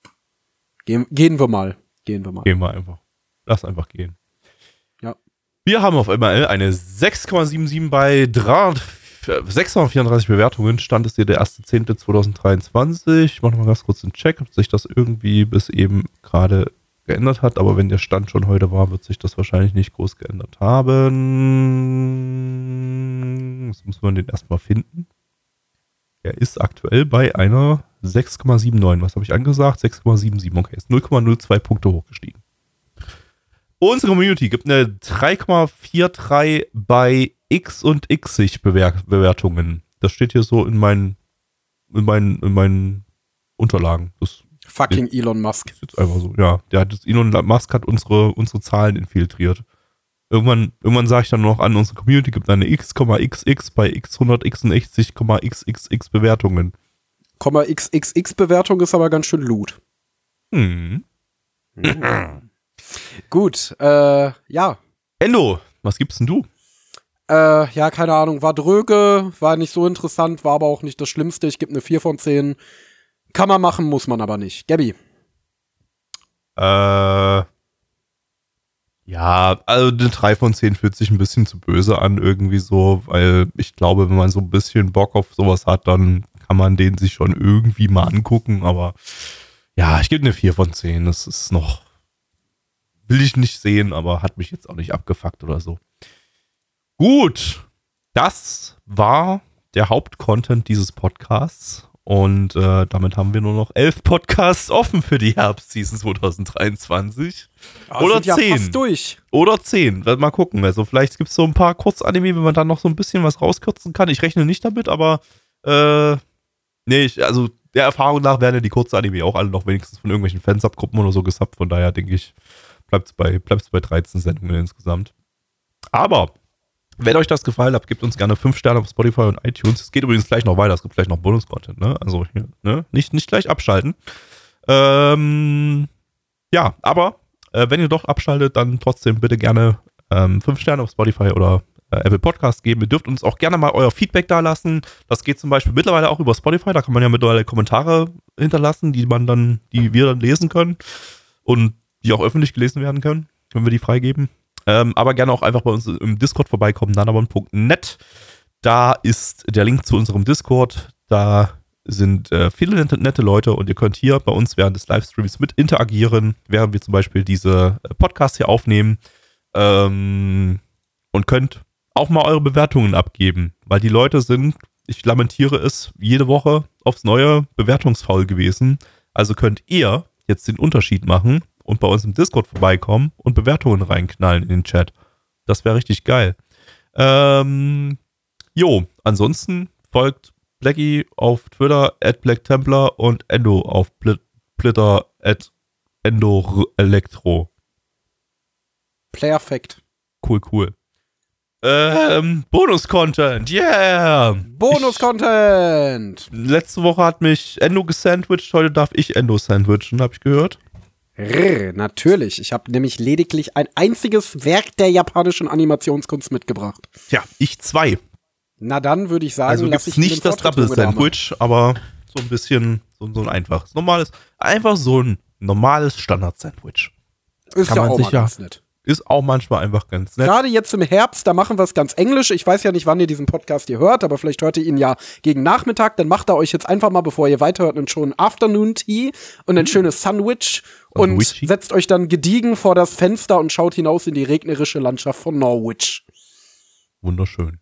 Gehen, gehen wir mal. Gehen wir mal. Gehen wir einfach. Lass einfach gehen. Ja. Wir haben auf M R L eine sechs Komma siebenundsiebzig bei sechshundertvierunddreißig Bewertungen. Stand ist hier der erste zehnte zweitausenddreiundzwanzig. Ich mache mal ganz kurz einen Check, ob sich das irgendwie bis eben gerade geändert hat. Aber wenn der Stand schon heute war, wird sich das wahrscheinlich nicht groß geändert haben. Jetzt muss man den erstmal finden. Er ist aktuell bei einer sechs Komma neunundsiebzig. Was habe ich angesagt? sechs Komma siebenundsiebzig. Okay, ist null Komma null zwei Punkte hochgestiegen. Unsere Community gibt eine drei Komma dreiundvierzig bei X und Xig Bewer- Bewertungen. Das steht hier so in meinen, in meinen, in meinen Unterlagen. Das Fucking Elon Musk. ist jetzt einfach so. Ja, der hat das, Elon Musk hat unsere, unsere Zahlen infiltriert. Irgendwann, irgendwann sage ich dann noch an, unsere Community gibt eine X,xx bei x hundertsechsundachtzig Komma xxx Bewertungen. Komma XXX-Bewertung ist aber ganz schön Loot. Hm. Gut, äh, ja. Endo, was gibst denn du? Äh, ja, keine Ahnung, war dröge, war nicht so interessant, war aber auch nicht das Schlimmste. Ich gebe eine vier von zehn. Kann man machen, muss man aber nicht. Gabby. Äh, ja, also eine drei von zehn fühlt sich ein bisschen zu böse an irgendwie so, weil ich glaube, wenn man so ein bisschen Bock auf sowas hat, dann kann man den sich schon irgendwie mal angucken, aber ja, ich gebe eine vier von zehn. Das ist noch, will ich nicht sehen, aber hat mich jetzt auch nicht abgefuckt oder so. Gut, das war der Hauptcontent dieses Podcasts. Und äh, damit haben wir nur noch elf Podcasts offen für die Herbstseason zwanzig dreiundzwanzig. Oder sind ja zehn. fast durch. Oder zehn. Mal gucken. Also vielleicht gibt es so ein paar Kurzanime, wenn man dann noch so ein bisschen was rauskürzen kann. Ich rechne nicht damit, aber äh, nee, ich, also der Erfahrung nach werden ja die Kurzanime auch alle noch wenigstens von irgendwelchen Fansubgruppen oder so gesubbt. Von daher denke ich, bleibt es bei, bleibt's bei dreizehn Sendungen insgesamt. Aber wenn euch das gefallen hat, gebt uns gerne fünf Sterne auf Spotify und iTunes. Es geht übrigens gleich noch weiter. Es gibt gleich noch Bonus-Content, ne? Also hier, ne? Nicht, nicht gleich abschalten. Ähm, ja, aber äh, wenn ihr doch abschaltet, dann trotzdem bitte gerne ähm, fünf Sterne auf Spotify oder äh, Apple Podcast geben. Ihr dürft uns auch gerne mal euer Feedback da lassen. Das geht zum Beispiel mittlerweile auch über Spotify. Da kann man ja mittlerweile Kommentare hinterlassen, die man dann, die wir dann lesen können und die auch öffentlich gelesen werden können, wenn wir die freigeben. Ähm, aber gerne auch einfach bei uns im Discord vorbeikommen, nanabon punkt net. Da ist der Link zu unserem Discord. Da sind äh, viele nette, nette Leute und ihr könnt hier bei uns während des Livestreams mit interagieren, während wir zum Beispiel diese Podcasts hier aufnehmen, ähm, und könnt auch mal eure Bewertungen abgeben, weil die Leute sind, ich lamentiere es, jede Woche aufs neue bewertungsfaul gewesen. Also könnt ihr jetzt den Unterschied machen und bei uns im Discord vorbeikommen und Bewertungen reinknallen in den Chat. Das wäre richtig geil. Ähm, jo, ansonsten folgt Blackie auf Twitter, at BlackTemplar und Endo auf Bl- Splitter at Endo Elektro. Perfekt. Cool, cool. Ähm, Bonus-Content, yeah! Bonus-Content! Ich, letzte Woche hat mich Endo gesandwiched, heute darf ich Endo sandwichen, hab ich gehört. Rrr, natürlich. Ich habe nämlich lediglich ein einziges Werk der japanischen Animationskunst mitgebracht. Ja, ich zwei. Na dann würde ich sagen, also lass ich nicht das Double-Sandwich, aber so ein bisschen, so, so ein einfaches, normales, einfach so ein normales Standard-Sandwich. Ist Kann ja man auch sich mal ja, ganz nett. Ist auch manchmal einfach ganz nett. Gerade jetzt im Herbst, da machen wir es ganz englisch. Ich weiß ja nicht, wann ihr diesen Podcast hier hört, aber vielleicht hört ihr ihn ja gegen Nachmittag. Dann macht ihr euch jetzt einfach mal, bevor ihr weiterhört, einen schönen Afternoon Tea und ein schönes Sandwich und Sandwichy. setzt euch dann gediegen vor das Fenster und schaut hinaus in die regnerische Landschaft von Norwich. Wunderschön.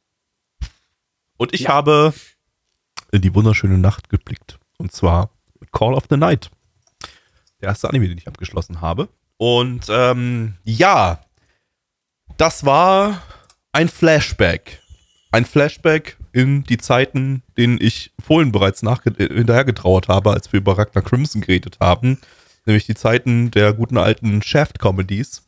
Und ich Ja. habe in die wunderschöne Nacht geblickt. Und zwar mit Call of the Night. Der erste Anime, den ich abgeschlossen habe. Und ähm, ja, das war ein Flashback. Ein Flashback in die Zeiten, denen ich vorhin bereits nachge- hinterhergetrauert habe, als wir über Ragnar Crimson geredet haben. Nämlich die Zeiten der guten alten Shaft-Comedies.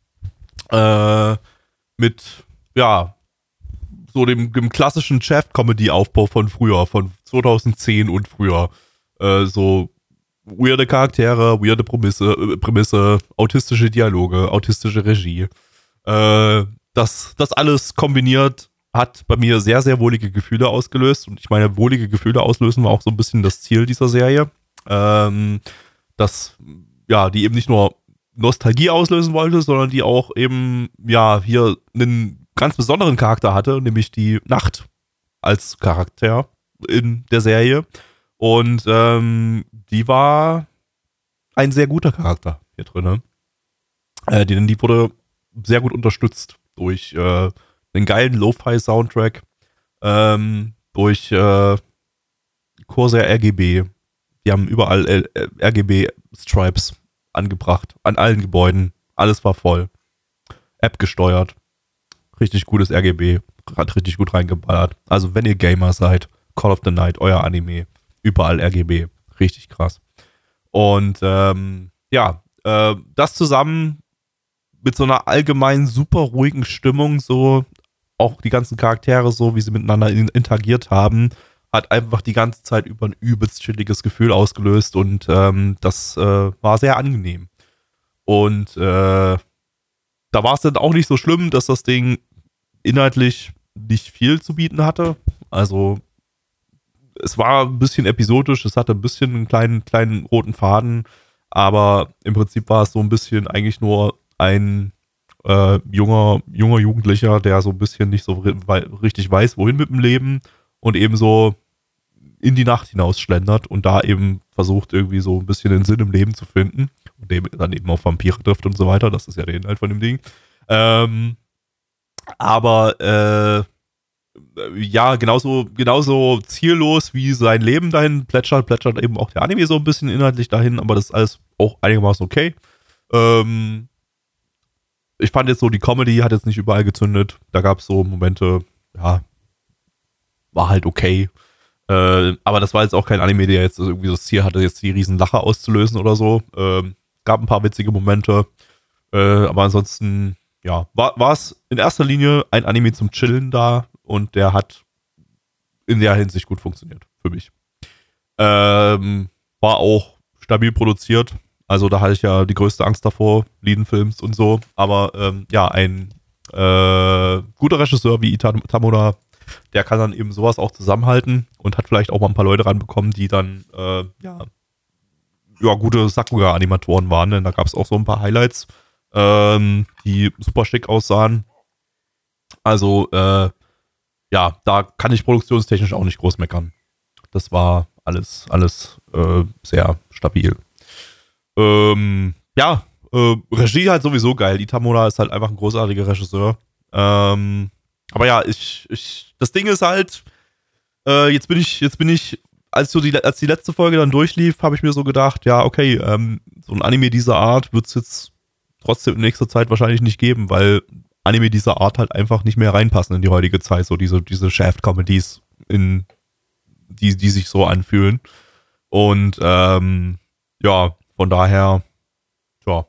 Äh, mit, ja, so dem, dem klassischen Shaft-Comedy-Aufbau von früher, von zweitausendzehn und früher. Äh, so weirde Charaktere, weirde Prämisse, äh, Prämisse, autistische Dialoge, autistische Regie. Äh, das, das alles kombiniert hat bei mir sehr, sehr wohlige Gefühle ausgelöst. Und ich meine, wohlige Gefühle auslösen war auch so ein bisschen das Ziel dieser Serie. Ähm, dass, ja, die eben nicht nur Nostalgie auslösen wollte, sondern die auch eben, ja, hier einen ganz besonderen Charakter hatte, nämlich die Nacht als Charakter in der Serie. Und ähm, die war ein sehr guter Charakter hier drin. Äh, die, die wurde sehr gut unterstützt durch äh, einen geilen Lo-Fi-Soundtrack, ähm, durch äh, Corsair R G B. Die haben überall L- R G B-Stripes angebracht, an allen Gebäuden. Alles war voll. App gesteuert. Richtig gutes R G B. Hat richtig gut reingeballert. Also wenn ihr Gamer seid, Call of the Night, euer Anime. Überall R G B. Richtig krass. Und ähm, ja, äh, das zusammen mit so einer allgemein super ruhigen Stimmung, so auch die ganzen Charaktere, so wie sie miteinander in- interagiert haben, hat einfach die ganze Zeit über ein übelst chilliges Gefühl ausgelöst und ähm, das äh, war sehr angenehm. Und äh, da war es dann auch nicht so schlimm, dass das Ding inhaltlich nicht viel zu bieten hatte. Also es war ein bisschen episodisch, es hatte ein bisschen einen kleinen, kleinen roten Faden, aber im Prinzip war es so ein bisschen eigentlich nur ein äh, junger, junger Jugendlicher, der so ein bisschen nicht so ri- richtig weiß, wohin mit dem Leben und eben so in die Nacht hinaus schlendert und da eben versucht, irgendwie so ein bisschen den Sinn im Leben zu finden und eben dann eben auf Vampire trifft und so weiter. Das ist ja der Inhalt von dem Ding. Ähm, aber äh, ja, genauso, genauso ziellos wie sein Leben dahin plätschert, plätschert eben auch der Anime so ein bisschen inhaltlich dahin, aber das ist alles auch einigermaßen okay. Ähm, ich fand jetzt so, die Comedy hat jetzt nicht überall gezündet. Da gab es so Momente, ja, war halt okay. Äh, aber das war jetzt auch kein Anime, der jetzt irgendwie das Ziel hatte, jetzt die riesen Lacher auszulösen oder so. Ähm, gab ein paar witzige Momente. Äh, aber ansonsten, ja, war es in erster Linie ein Anime zum Chillen da und der hat in der Hinsicht gut funktioniert für mich. Ähm, war auch stabil produziert. Also da hatte ich ja die größte Angst davor, Leiden-Films und so. Aber ähm, ja, ein äh, guter Regisseur wie Ita Tamura, der kann dann eben sowas auch zusammenhalten und hat vielleicht auch mal ein paar Leute ranbekommen, die dann äh, ja, ja gute Sakuga-Animatoren waren. Denn da gab es auch so ein paar Highlights, ähm, die super schick aussahen. Also äh, ja, da kann ich produktionstechnisch auch nicht groß meckern. Das war alles, alles äh, sehr stabil. Ähm, ja, äh, Regie halt sowieso geil. Itamura ist halt einfach ein großartiger Regisseur. Ähm, aber ja, ich, ich, das Ding ist halt, äh, jetzt bin ich, jetzt bin ich, als so die, als die letzte Folge dann durchlief, habe ich mir so gedacht, ja, okay, ähm, so ein Anime dieser Art wird es jetzt trotzdem in nächster Zeit wahrscheinlich nicht geben, weil Anime dieser Art halt einfach nicht mehr reinpassen in die heutige Zeit, so diese, diese Shaft-Comedies, in die, die sich so anfühlen. Und ähm, ja, von daher, ja,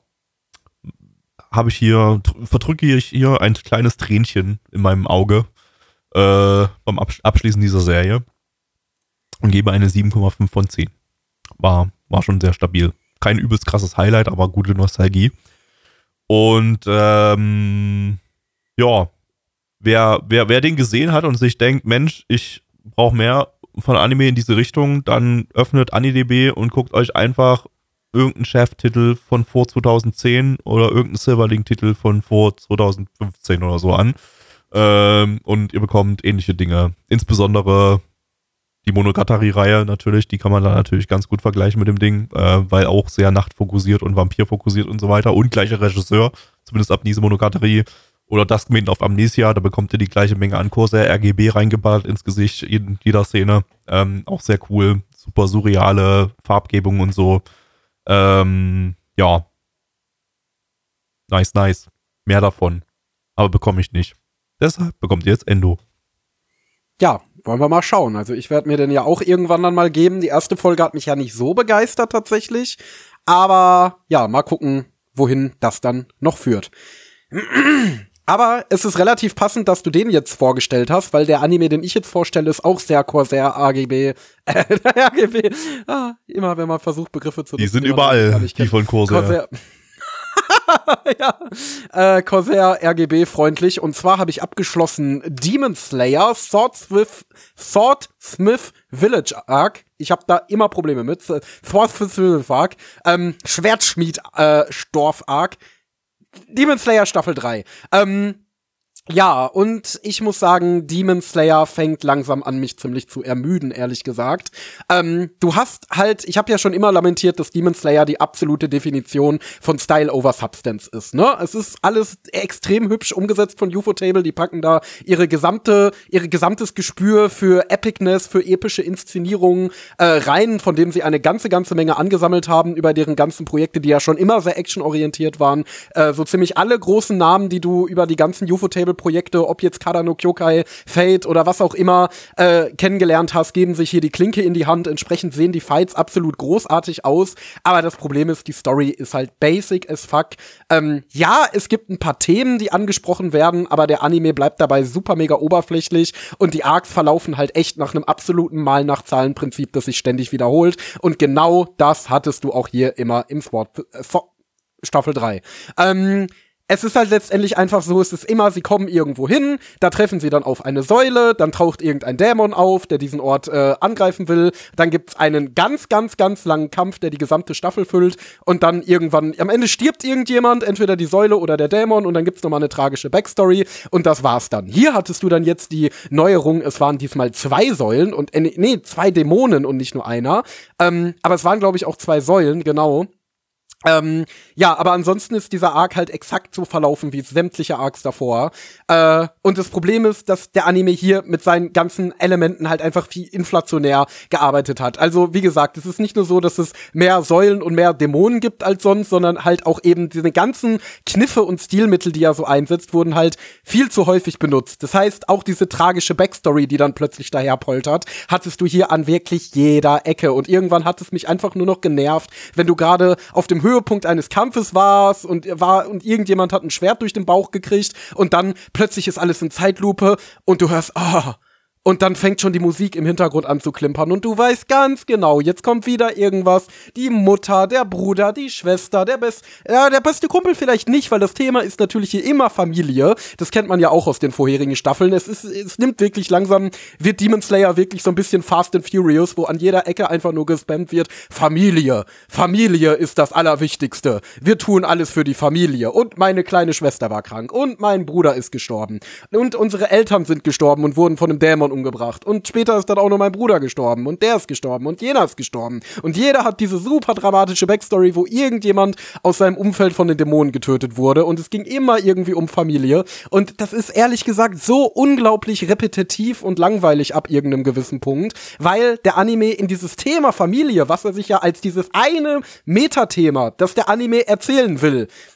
habe ich hier, verdrücke ich hier ein kleines Tränchen in meinem Auge äh, beim Abschließen dieser Serie und gebe eine sieben Komma fünf von zehn. War, war schon sehr stabil. Kein übelst krasses Highlight, aber gute Nostalgie. Und ähm, ja, wer, wer, wer den gesehen hat und sich denkt, Mensch, ich brauche mehr von Anime in diese Richtung, dann öffnet AniDB und guckt euch einfach irgendeinen Cheftitel von vor zweitausendzehn oder irgendeinen Silverlink-Titel von vor zweitausendfünfzehn oder so an. Ähm, und ihr bekommt ähnliche Dinge. Insbesondere die Monogatari-Reihe natürlich, die kann man da natürlich ganz gut vergleichen mit dem Ding, äh, weil auch sehr nachtfokussiert und vampirfokussiert und so weiter und gleicher Regisseur, zumindest ab diese Monogatari oder Dusk Maiden of Amnesia, da bekommt ihr die gleiche Menge an Corsair R G B reingeballert ins Gesicht in jeder Szene. Ähm, auch sehr cool, super surreale Farbgebung und so. Ähm, ja. Nice, nice. Mehr davon. Aber bekomme ich nicht. Deshalb bekommt ihr jetzt Endo. Ja, wollen wir mal schauen. Also ich werde mir den ja auch irgendwann dann mal geben. Die erste Folge hat mich ja nicht so begeistert tatsächlich. Aber ja, mal gucken, wohin das dann noch führt. Aber es ist relativ passend, dass du den jetzt vorgestellt hast, weil der Anime, den ich jetzt vorstelle, ist auch sehr Corsair R G B. Äh, R G B. Ah, immer wenn man versucht, Begriffe zu Die sind überall, die von Corsair. Corsair. ja, äh, Corsair R G B freundlich. Und zwar habe ich abgeschlossen Demon Slayer, Swordsmith, Swordsmith Village Arc. Ich habe da immer Probleme mit. Swordsmith Village Arc. Ähm, Schwertschmied äh, Storf Arc. Demon Slayer Staffel drei. Ähm, ja, und ich muss sagen, Demon Slayer fängt langsam an, mich ziemlich zu ermüden, ehrlich gesagt. Ähm, du hast halt, ich habe ja schon immer lamentiert, dass Demon Slayer die absolute Definition von Style over Substance ist, ne? Es ist alles extrem hübsch umgesetzt von Ufotable, die packen da ihre gesamte, ihre gesamtes Gespür für Epicness, für epische Inszenierungen äh, rein, von dem sie eine ganze, ganze Menge angesammelt haben über deren ganzen Projekte, die ja schon immer sehr actionorientiert waren. Äh, so ziemlich alle großen Namen, die du über die ganzen Ufotable Projekte, ob jetzt Kara no Kyokai, Fate oder was auch immer äh, kennengelernt hast, geben sich hier die Klinke in die Hand. Entsprechend sehen die Fights absolut großartig aus. Aber das Problem ist, die Story ist halt basic as fuck. Ähm, ja, es gibt ein paar Themen, die angesprochen werden, aber der Anime bleibt dabei super mega oberflächlich und die Arcs verlaufen halt echt nach einem absoluten Mal-nach-Zahlen-Prinzip, das sich ständig wiederholt. Und genau das hattest du auch hier immer im Sword äh, Staffel drei. Ähm, Es ist halt letztendlich einfach so, es ist immer, sie kommen irgendwo hin, da treffen sie dann auf eine Säule, dann taucht irgendein Dämon auf, der diesen Ort äh, angreifen will, dann gibt's einen ganz, ganz, ganz langen Kampf, der die gesamte Staffel füllt und dann irgendwann, am Ende stirbt irgendjemand, entweder die Säule oder der Dämon und dann gibt's nochmal eine tragische Backstory und das war's dann. Hier hattest du dann jetzt die Neuerung, es waren diesmal zwei Säulen und, äh, nee, zwei Dämonen und nicht nur einer, ähm, aber es waren, glaube ich, auch zwei Säulen, genau. Ähm, ja, aber ansonsten ist dieser Arc halt exakt so verlaufen wie sämtliche Arcs davor. Äh, und das Problem ist, dass der Anime hier mit seinen ganzen Elementen halt einfach viel inflationär gearbeitet hat. Also, wie gesagt, es ist nicht nur so, dass es mehr Säulen und mehr Dämonen gibt als sonst, sondern halt auch eben diese ganzen Kniffe und Stilmittel, die er so einsetzt, wurden halt viel zu häufig benutzt. Das heißt, auch diese tragische Backstory, die dann plötzlich daherpoltert, hattest du hier an wirklich jeder Ecke. Und irgendwann hat es mich einfach nur noch genervt, wenn du gerade auf dem Höhepunkt eines Kampfes warst und war und irgendjemand hat ein Schwert durch den Bauch gekriegt und dann plötzlich ist alles in Zeitlupe und du hörst, ah, und dann fängt schon die Musik im Hintergrund an zu klimpern und du weißt ganz genau, jetzt kommt wieder irgendwas, die Mutter, der Bruder, die Schwester, der best, ja, der beste Kumpel vielleicht nicht, weil das Thema ist natürlich hier immer Familie, das kennt man ja auch aus den vorherigen Staffeln, es ist, es nimmt wirklich langsam, wird Demon Slayer wirklich so ein bisschen Fast and Furious, wo an jeder Ecke einfach nur gespammt wird, Familie, Familie ist das Allerwichtigste, wir tun alles für die Familie und meine kleine Schwester war krank und mein Bruder ist gestorben und unsere Eltern sind gestorben und wurden von einem Dämon umgebracht. Und später ist dann auch noch mein Bruder gestorben und der ist gestorben und jener ist gestorben. Und jeder hat diese super dramatische Backstory, wo irgendjemand aus seinem Umfeld von den Dämonen getötet wurde und es ging immer irgendwie um Familie. Und das ist ehrlich gesagt so unglaublich repetitiv und langweilig ab irgendeinem gewissen Punkt, weil der Anime in dieses Thema Familie, was er sich ja als dieses eine Metathema, das der Anime erzählen will,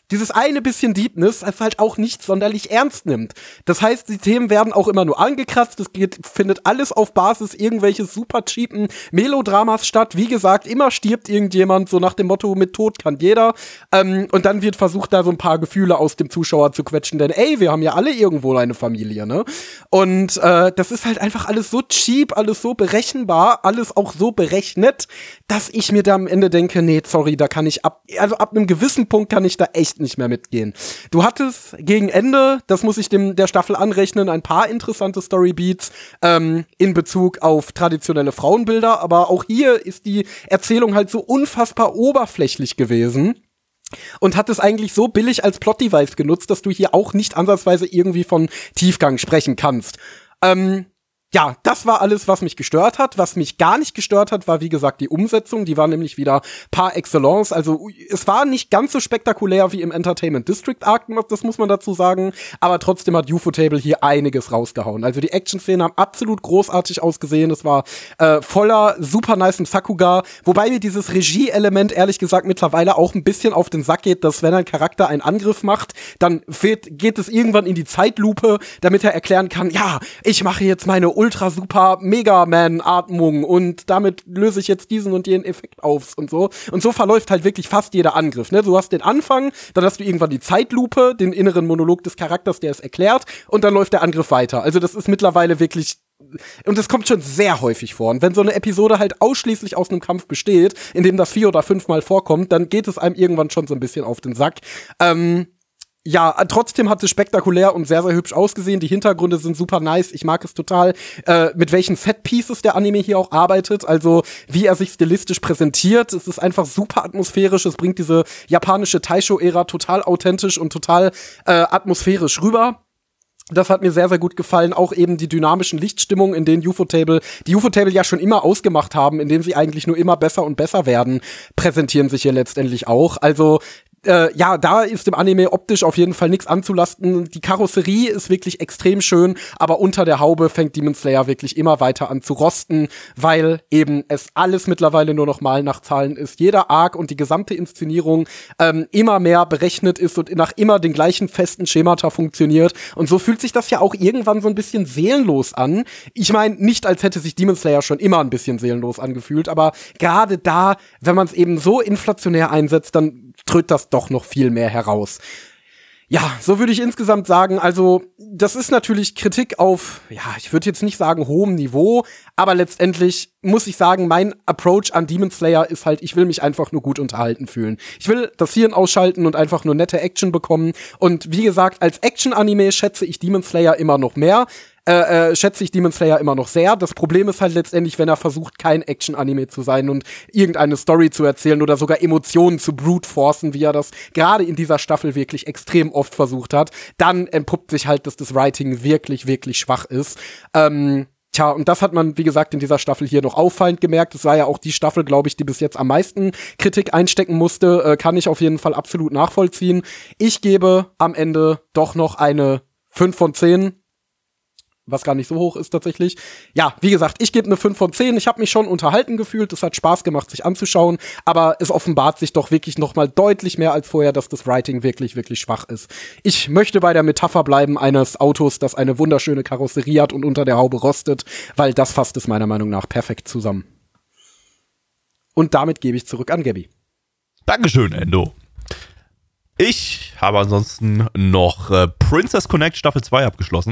dieses eine bisschen Deepness als halt auch nicht sonderlich ernst nimmt. Das heißt, die Themen werden auch immer nur angekratzt, es geht, findet alles auf Basis irgendwelches super cheapen Melodramas statt. Wie gesagt, immer stirbt irgendjemand, so nach dem Motto, mit Tod kann jeder. Ähm, und dann wird versucht, da so ein paar Gefühle aus dem Zuschauer zu quetschen, denn ey, wir haben ja alle irgendwo eine Familie, ne? Und äh, das ist halt einfach alles so cheap, alles so berechenbar, alles auch so berechnet, dass ich mir da am Ende denke, nee, sorry, da kann ich ab, also ab einem gewissen Punkt kann ich da echt nicht mehr mitgehen. Du hattest gegen Ende, das muss ich dem der Staffel anrechnen, ein paar interessante Storybeats ähm, in Bezug auf traditionelle Frauenbilder, aber auch hier ist die Erzählung halt so unfassbar oberflächlich gewesen und hat es eigentlich so billig als Plot-Device genutzt, dass du hier auch nicht ansatzweise irgendwie von Tiefgang sprechen kannst. Ähm, Ja, das war alles, was mich gestört hat. Was mich gar nicht gestört hat, war, wie gesagt, die Umsetzung. Die war nämlich wieder par excellence. Also, es war nicht ganz so spektakulär wie im Entertainment District Arc, das muss man dazu sagen. Aber trotzdem hat Ufotable hier einiges rausgehauen. Also, die Action-Szenen haben absolut großartig ausgesehen. Es war äh, voller super nicen Sakuga. Wobei mir dieses Regie-Element, ehrlich gesagt, mittlerweile auch ein bisschen auf den Sack geht, dass wenn ein Charakter einen Angriff macht, dann wird, geht es irgendwann in die Zeitlupe, damit er erklären kann, ja, ich mache jetzt meine ultra super Mega-Man-Atmung und damit löse ich jetzt diesen und jenen Effekt auf und so. Und so verläuft halt wirklich fast jeder Angriff, ne? Du hast den Anfang, dann hast du irgendwann die Zeitlupe, den inneren Monolog des Charakters, der es erklärt, und dann läuft der Angriff weiter. Also das ist mittlerweile wirklich, und das kommt schon sehr häufig vor. Und wenn so eine Episode halt ausschließlich aus einem Kampf besteht, in dem das vier oder fünfmal vorkommt, dann geht es einem irgendwann schon so ein bisschen auf den Sack. Ähm, Ja, trotzdem hat es spektakulär und sehr, sehr hübsch ausgesehen. Die Hintergründe sind super nice. Ich mag es total, äh, mit welchen Set-Pieces der Anime hier auch arbeitet. Also, wie er sich stilistisch präsentiert. Es ist einfach super atmosphärisch. Es bringt diese japanische Taisho-Ära total authentisch und total äh, atmosphärisch rüber. Das hat mir sehr, sehr gut gefallen. Auch eben die dynamischen Lichtstimmungen, in denen Ufotable, die Ufotable ja schon immer ausgemacht haben, in denen sie eigentlich nur immer besser und besser werden, präsentieren sich hier letztendlich auch. Also, Äh, ja, da ist im Anime optisch auf jeden Fall nichts anzulasten. Die Karosserie ist wirklich extrem schön, aber unter der Haube fängt Demon Slayer wirklich immer weiter an zu rosten, weil eben es alles mittlerweile nur noch mal nach Zahlen ist. Jeder Arc und die gesamte Inszenierung ähm, immer mehr berechnet ist und nach immer den gleichen festen Schemata funktioniert. Und so fühlt sich das ja auch irgendwann so ein bisschen seelenlos an. Ich meine, nicht als hätte sich Demon Slayer schon immer ein bisschen seelenlos angefühlt, aber gerade da, wenn man es eben so inflationär einsetzt, dann tritt das doch noch viel mehr heraus. Ja, so würde ich insgesamt sagen, also das ist natürlich Kritik auf, ja, ich würde jetzt nicht sagen hohem Niveau, aber letztendlich muss ich sagen, mein Approach an Demon Slayer ist halt, ich will mich einfach nur gut unterhalten fühlen. Ich will das Hirn ausschalten und einfach nur nette Action bekommen. Und wie gesagt, als Action-Anime schätze ich Demon Slayer immer noch mehr. Äh, äh, schätze ich Demon Slayer immer noch sehr. Das Problem ist halt letztendlich, wenn er versucht, kein Action-Anime zu sein und irgendeine Story zu erzählen oder sogar Emotionen zu brute-forcen, wie er das gerade in dieser Staffel wirklich extrem oft versucht hat, dann entpuppt sich halt, dass das Writing wirklich, wirklich schwach ist. Ähm, Tja, und das hat man, wie gesagt, in dieser Staffel hier noch auffallend gemerkt. Es war ja auch die Staffel, glaube ich, die bis jetzt am meisten Kritik einstecken musste. Äh, kann ich auf jeden Fall absolut nachvollziehen. Ich gebe am Ende doch noch eine fünf von zehn. Was gar nicht so hoch ist tatsächlich. Ja, wie gesagt, ich gebe eine fünf von zehn. Ich habe mich schon unterhalten gefühlt. Es hat Spaß gemacht, sich anzuschauen. Aber es offenbart sich doch wirklich noch mal deutlich mehr als vorher, dass das Writing wirklich, wirklich schwach ist. Ich möchte bei der Metapher bleiben eines Autos, das eine wunderschöne Karosserie hat und unter der Haube rostet, weil das fasst es meiner Meinung nach perfekt zusammen. Und damit gebe ich zurück an Gabby. Dankeschön, Endo. Ich habe ansonsten noch äh, Princess Connect Staffel zwei abgeschlossen.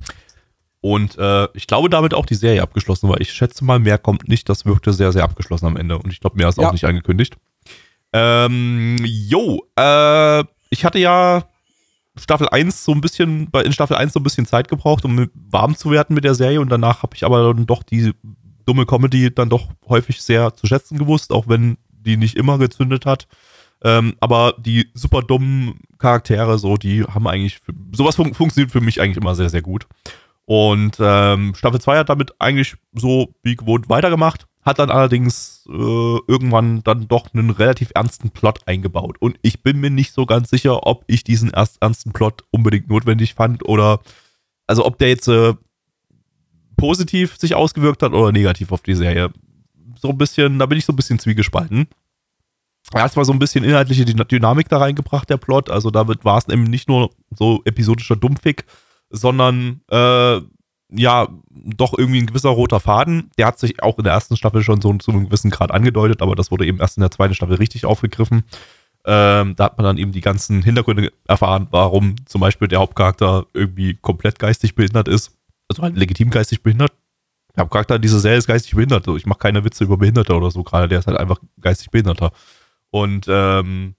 Und äh, ich glaube, damit auch die Serie abgeschlossen, weil ich schätze mal, mehr kommt nicht. Das wirkte sehr, sehr abgeschlossen am Ende. Und ich glaube, mehr ist ja auch nicht angekündigt. Ähm, jo, äh, ich hatte ja Staffel eins so ein bisschen, in Staffel eins so ein bisschen Zeit gebraucht, um warm zu werden mit der Serie. Und danach habe ich aber dann doch die dumme Comedy dann doch häufig sehr zu schätzen gewusst, auch wenn die nicht immer gezündet hat. Ähm, aber die super dummen Charaktere, so, die haben eigentlich, sowas fun- funktioniert für mich eigentlich immer sehr, sehr gut. Und ähm, Staffel zwei hat damit eigentlich so wie gewohnt weitergemacht, hat dann allerdings äh, irgendwann dann doch einen relativ ernsten Plot eingebaut. Und ich bin mir nicht so ganz sicher, ob ich diesen erst ernsten Plot unbedingt notwendig fand oder, also ob der jetzt äh, positiv sich ausgewirkt hat oder negativ auf die Serie. So ein bisschen, da bin ich so ein bisschen zwiegespalten. er hat zwar so ein bisschen inhaltliche Dynamik da reingebracht, der Plot, also damit war es eben nicht nur so episodischer Dummfick, sondern äh, ja, doch irgendwie ein gewisser roter Faden. Der hat sich auch in der ersten Staffel schon so zu einem gewissen Grad angedeutet, aber das wurde eben erst in der zweiten Staffel richtig aufgegriffen. Ähm, da hat man dann eben die ganzen Hintergründe erfahren, warum zum Beispiel der Hauptcharakter irgendwie komplett geistig behindert ist. Also halt legitim geistig behindert. Der Hauptcharakter dieser Serie ist geistig behindert. Ich mache keine Witze über Behinderte oder so gerade. Der ist halt einfach geistig behinderter. Und ähm,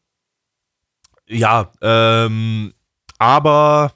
ja, ähm, aber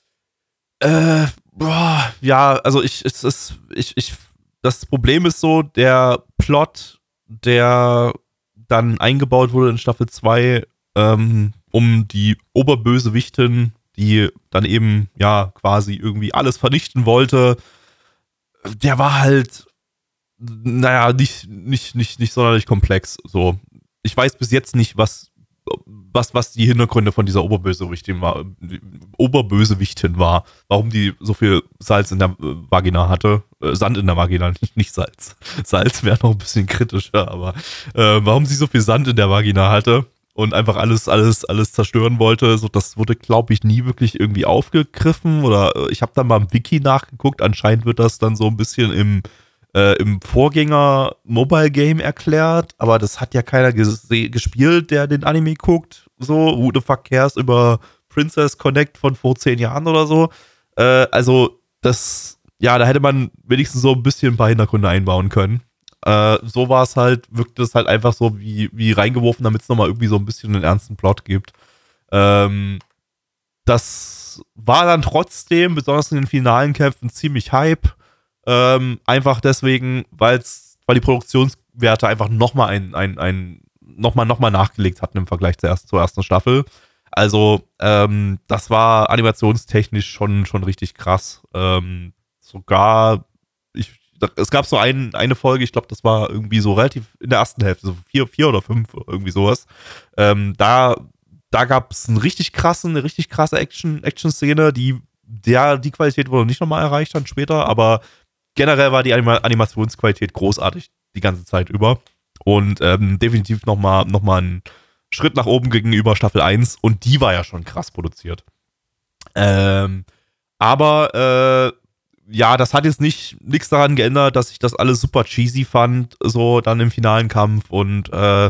äh, boah, ja, also ich, es ist, ich, ich, das Problem ist so, der Plot, der dann eingebaut wurde in Staffel zwei, ähm, um die Oberbösewichtin, die dann eben, ja, quasi irgendwie alles vernichten wollte, der war halt, naja, nicht, nicht, nicht, nicht sonderlich komplex, so. Ich weiß bis jetzt nicht, was Was, was die Hintergründe von dieser Oberbösewichtin war, Oberbösewichtin war, warum die so viel Salz in der Vagina hatte, äh, Sand in der Vagina, nicht, nicht Salz. Salz wäre noch ein bisschen kritischer, aber äh, warum sie so viel Sand in der Vagina hatte und einfach alles, alles, alles zerstören wollte, so das wurde, glaube ich, nie wirklich irgendwie aufgegriffen oder äh, ich habe dann mal im Wiki nachgeguckt, anscheinend wird das dann so ein bisschen im Äh, im Vorgänger-Mobile-Game erklärt, aber das hat ja keiner ges- gespielt, der den Anime guckt. So, who the fuck cares über Princess Connect von vor zehn Jahren oder so. Äh, also, das, ja, da hätte man wenigstens so ein bisschen ein paar Hintergründe einbauen können. Äh, so war es halt, wirkte es halt einfach so wie, wie reingeworfen, damit es nochmal irgendwie so ein bisschen einen ernsten Plot gibt. Ähm, das war dann trotzdem, besonders in den finalen Kämpfen, ziemlich Hype. Ähm, einfach deswegen, weil's, weil die Produktionswerte einfach nochmal ein, ein, ein, nochmal, nochmal nachgelegt hatten im Vergleich zur ersten, zur ersten Staffel. Also, ähm, das war animationstechnisch schon, schon richtig krass. Ähm, sogar, ich, es gab so ein, eine Folge, ich glaube, das war irgendwie so relativ in der ersten Hälfte, so vier, vier oder fünf, irgendwie sowas. Ähm, da, da gab es einen richtig krassen, eine richtig krasse Action, Action-Szene, die, der, die Qualität wurde nicht nochmal erreicht dann später, aber generell war die Anima- Animationsqualität großartig die ganze Zeit über und ähm, definitiv nochmal noch mal einen Schritt nach oben gegenüber Staffel eins und die war ja schon krass produziert. Ähm, aber äh, ja, das hat jetzt nicht nichts daran geändert, dass ich das alles super cheesy fand, so dann im finalen Kampf und äh,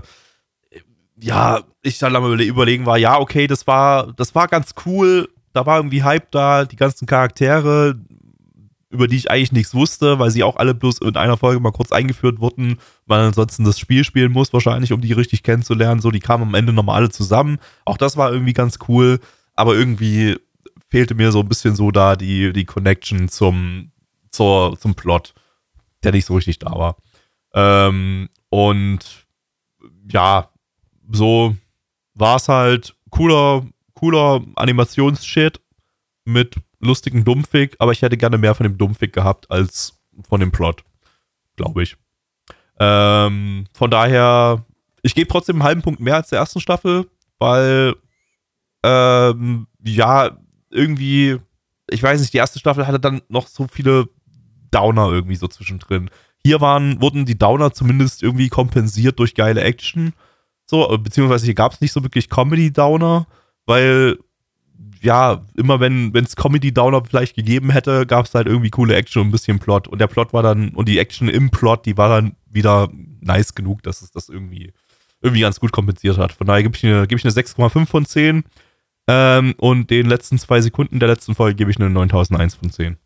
ja, ich dann mal überlegen war, ja, okay, das war, das war ganz cool, da war irgendwie Hype da, die ganzen Charaktere, über die ich eigentlich nichts wusste, weil sie auch alle bloß in einer Folge mal kurz eingeführt wurden, weil man ansonsten das Spiel spielen muss, wahrscheinlich, um die richtig kennenzulernen. So, die kamen am Ende nochmal alle zusammen. Auch das war irgendwie ganz cool, aber irgendwie fehlte mir so ein bisschen so da die, die Connection zum, zur, zum Plot, der nicht so richtig da war. Ähm, und ja, so war es halt cooler, cooler Animationsshit mit lustigen Dummfick, aber ich hätte gerne mehr von dem Dummfick gehabt als von dem Plot, glaube ich. Ähm, von daher, ich gebe trotzdem einen halben Punkt mehr als der ersten Staffel, weil ähm, ja, irgendwie, ich weiß nicht, die erste Staffel hatte dann noch so viele Downer irgendwie so zwischendrin. Hier waren, wurden die Downer zumindest irgendwie kompensiert durch geile Action, so, beziehungsweise hier gab es nicht so wirklich Comedy-Downer, weil ja, immer wenn es Comedy-Downer vielleicht gegeben hätte, gab es halt irgendwie coole Action und ein bisschen Plot. Und der Plot war dann, und die Action im Plot, die war dann wieder nice genug, dass es das irgendwie, irgendwie ganz gut kompensiert hat. Von daher gebe ich eine, geb ich eine sechs Komma fünf von zehn. Ähm, und den letzten zwei Sekunden der letzten Folge gebe ich eine neuntausendeins von zehn.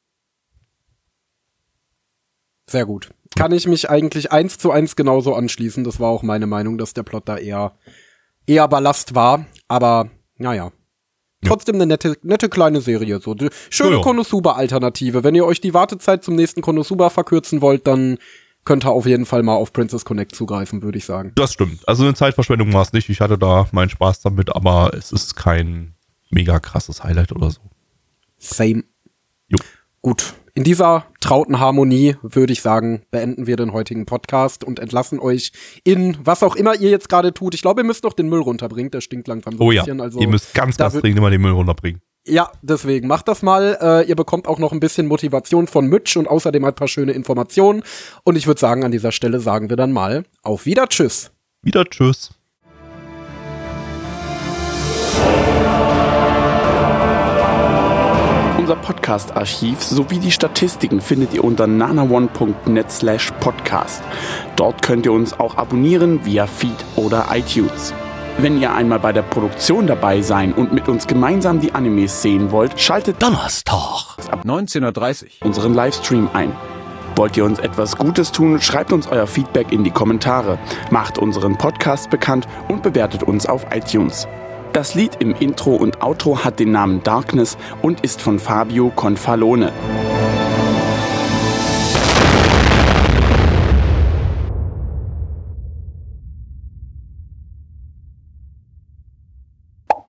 Sehr gut. Kann ich mich eigentlich eins zu eins genauso anschließen. Das war auch meine Meinung, dass der Plot da eher, eher Ballast war. Aber, naja. Ja. Trotzdem eine nette, nette kleine Serie. So. Schöne ja, ja. Konosuba-Alternative. Wenn ihr euch die Wartezeit zum nächsten Konosuba verkürzen wollt, dann könnt ihr auf jeden Fall mal auf Princess Connect zugreifen, würde ich sagen. Das stimmt. Also eine Zeitverschwendung war es nicht. Ich hatte da meinen Spaß damit, aber es ist kein mega krasses Highlight oder so. Same. Jo. Gut. In dieser trauten Harmonie, würde ich sagen, beenden wir den heutigen Podcast und entlassen euch in was auch immer ihr jetzt gerade tut. Ich glaube, ihr müsst noch den Müll runterbringen, der stinkt langsam so ein oh ja. bisschen. Also, ihr müsst ganz, ganz dringend immer den Müll runterbringen. Ja, deswegen macht das mal. Äh, ihr bekommt auch noch ein bisschen Motivation von Mitch und außerdem ein paar schöne Informationen. Und ich würde sagen, an dieser Stelle sagen wir dann mal auf Wieder Tschüss. Wieder Tschüss. Unser Podcast-Archiv sowie die Statistiken findet ihr unter nanaone.net slash podcast. Dort könnt ihr uns auch abonnieren via Feed oder iTunes. Wenn ihr einmal bei der Produktion dabei sein und mit uns gemeinsam die Animes sehen wollt, schaltet Donnerstag ab neunzehn Uhr dreißig unseren Livestream ein. Wollt ihr uns etwas Gutes tun, schreibt uns euer Feedback in die Kommentare, macht unseren Podcast bekannt und bewertet uns auf iTunes. Das Lied im Intro und Outro hat den Namen Darkness und ist von Fabio Confalone.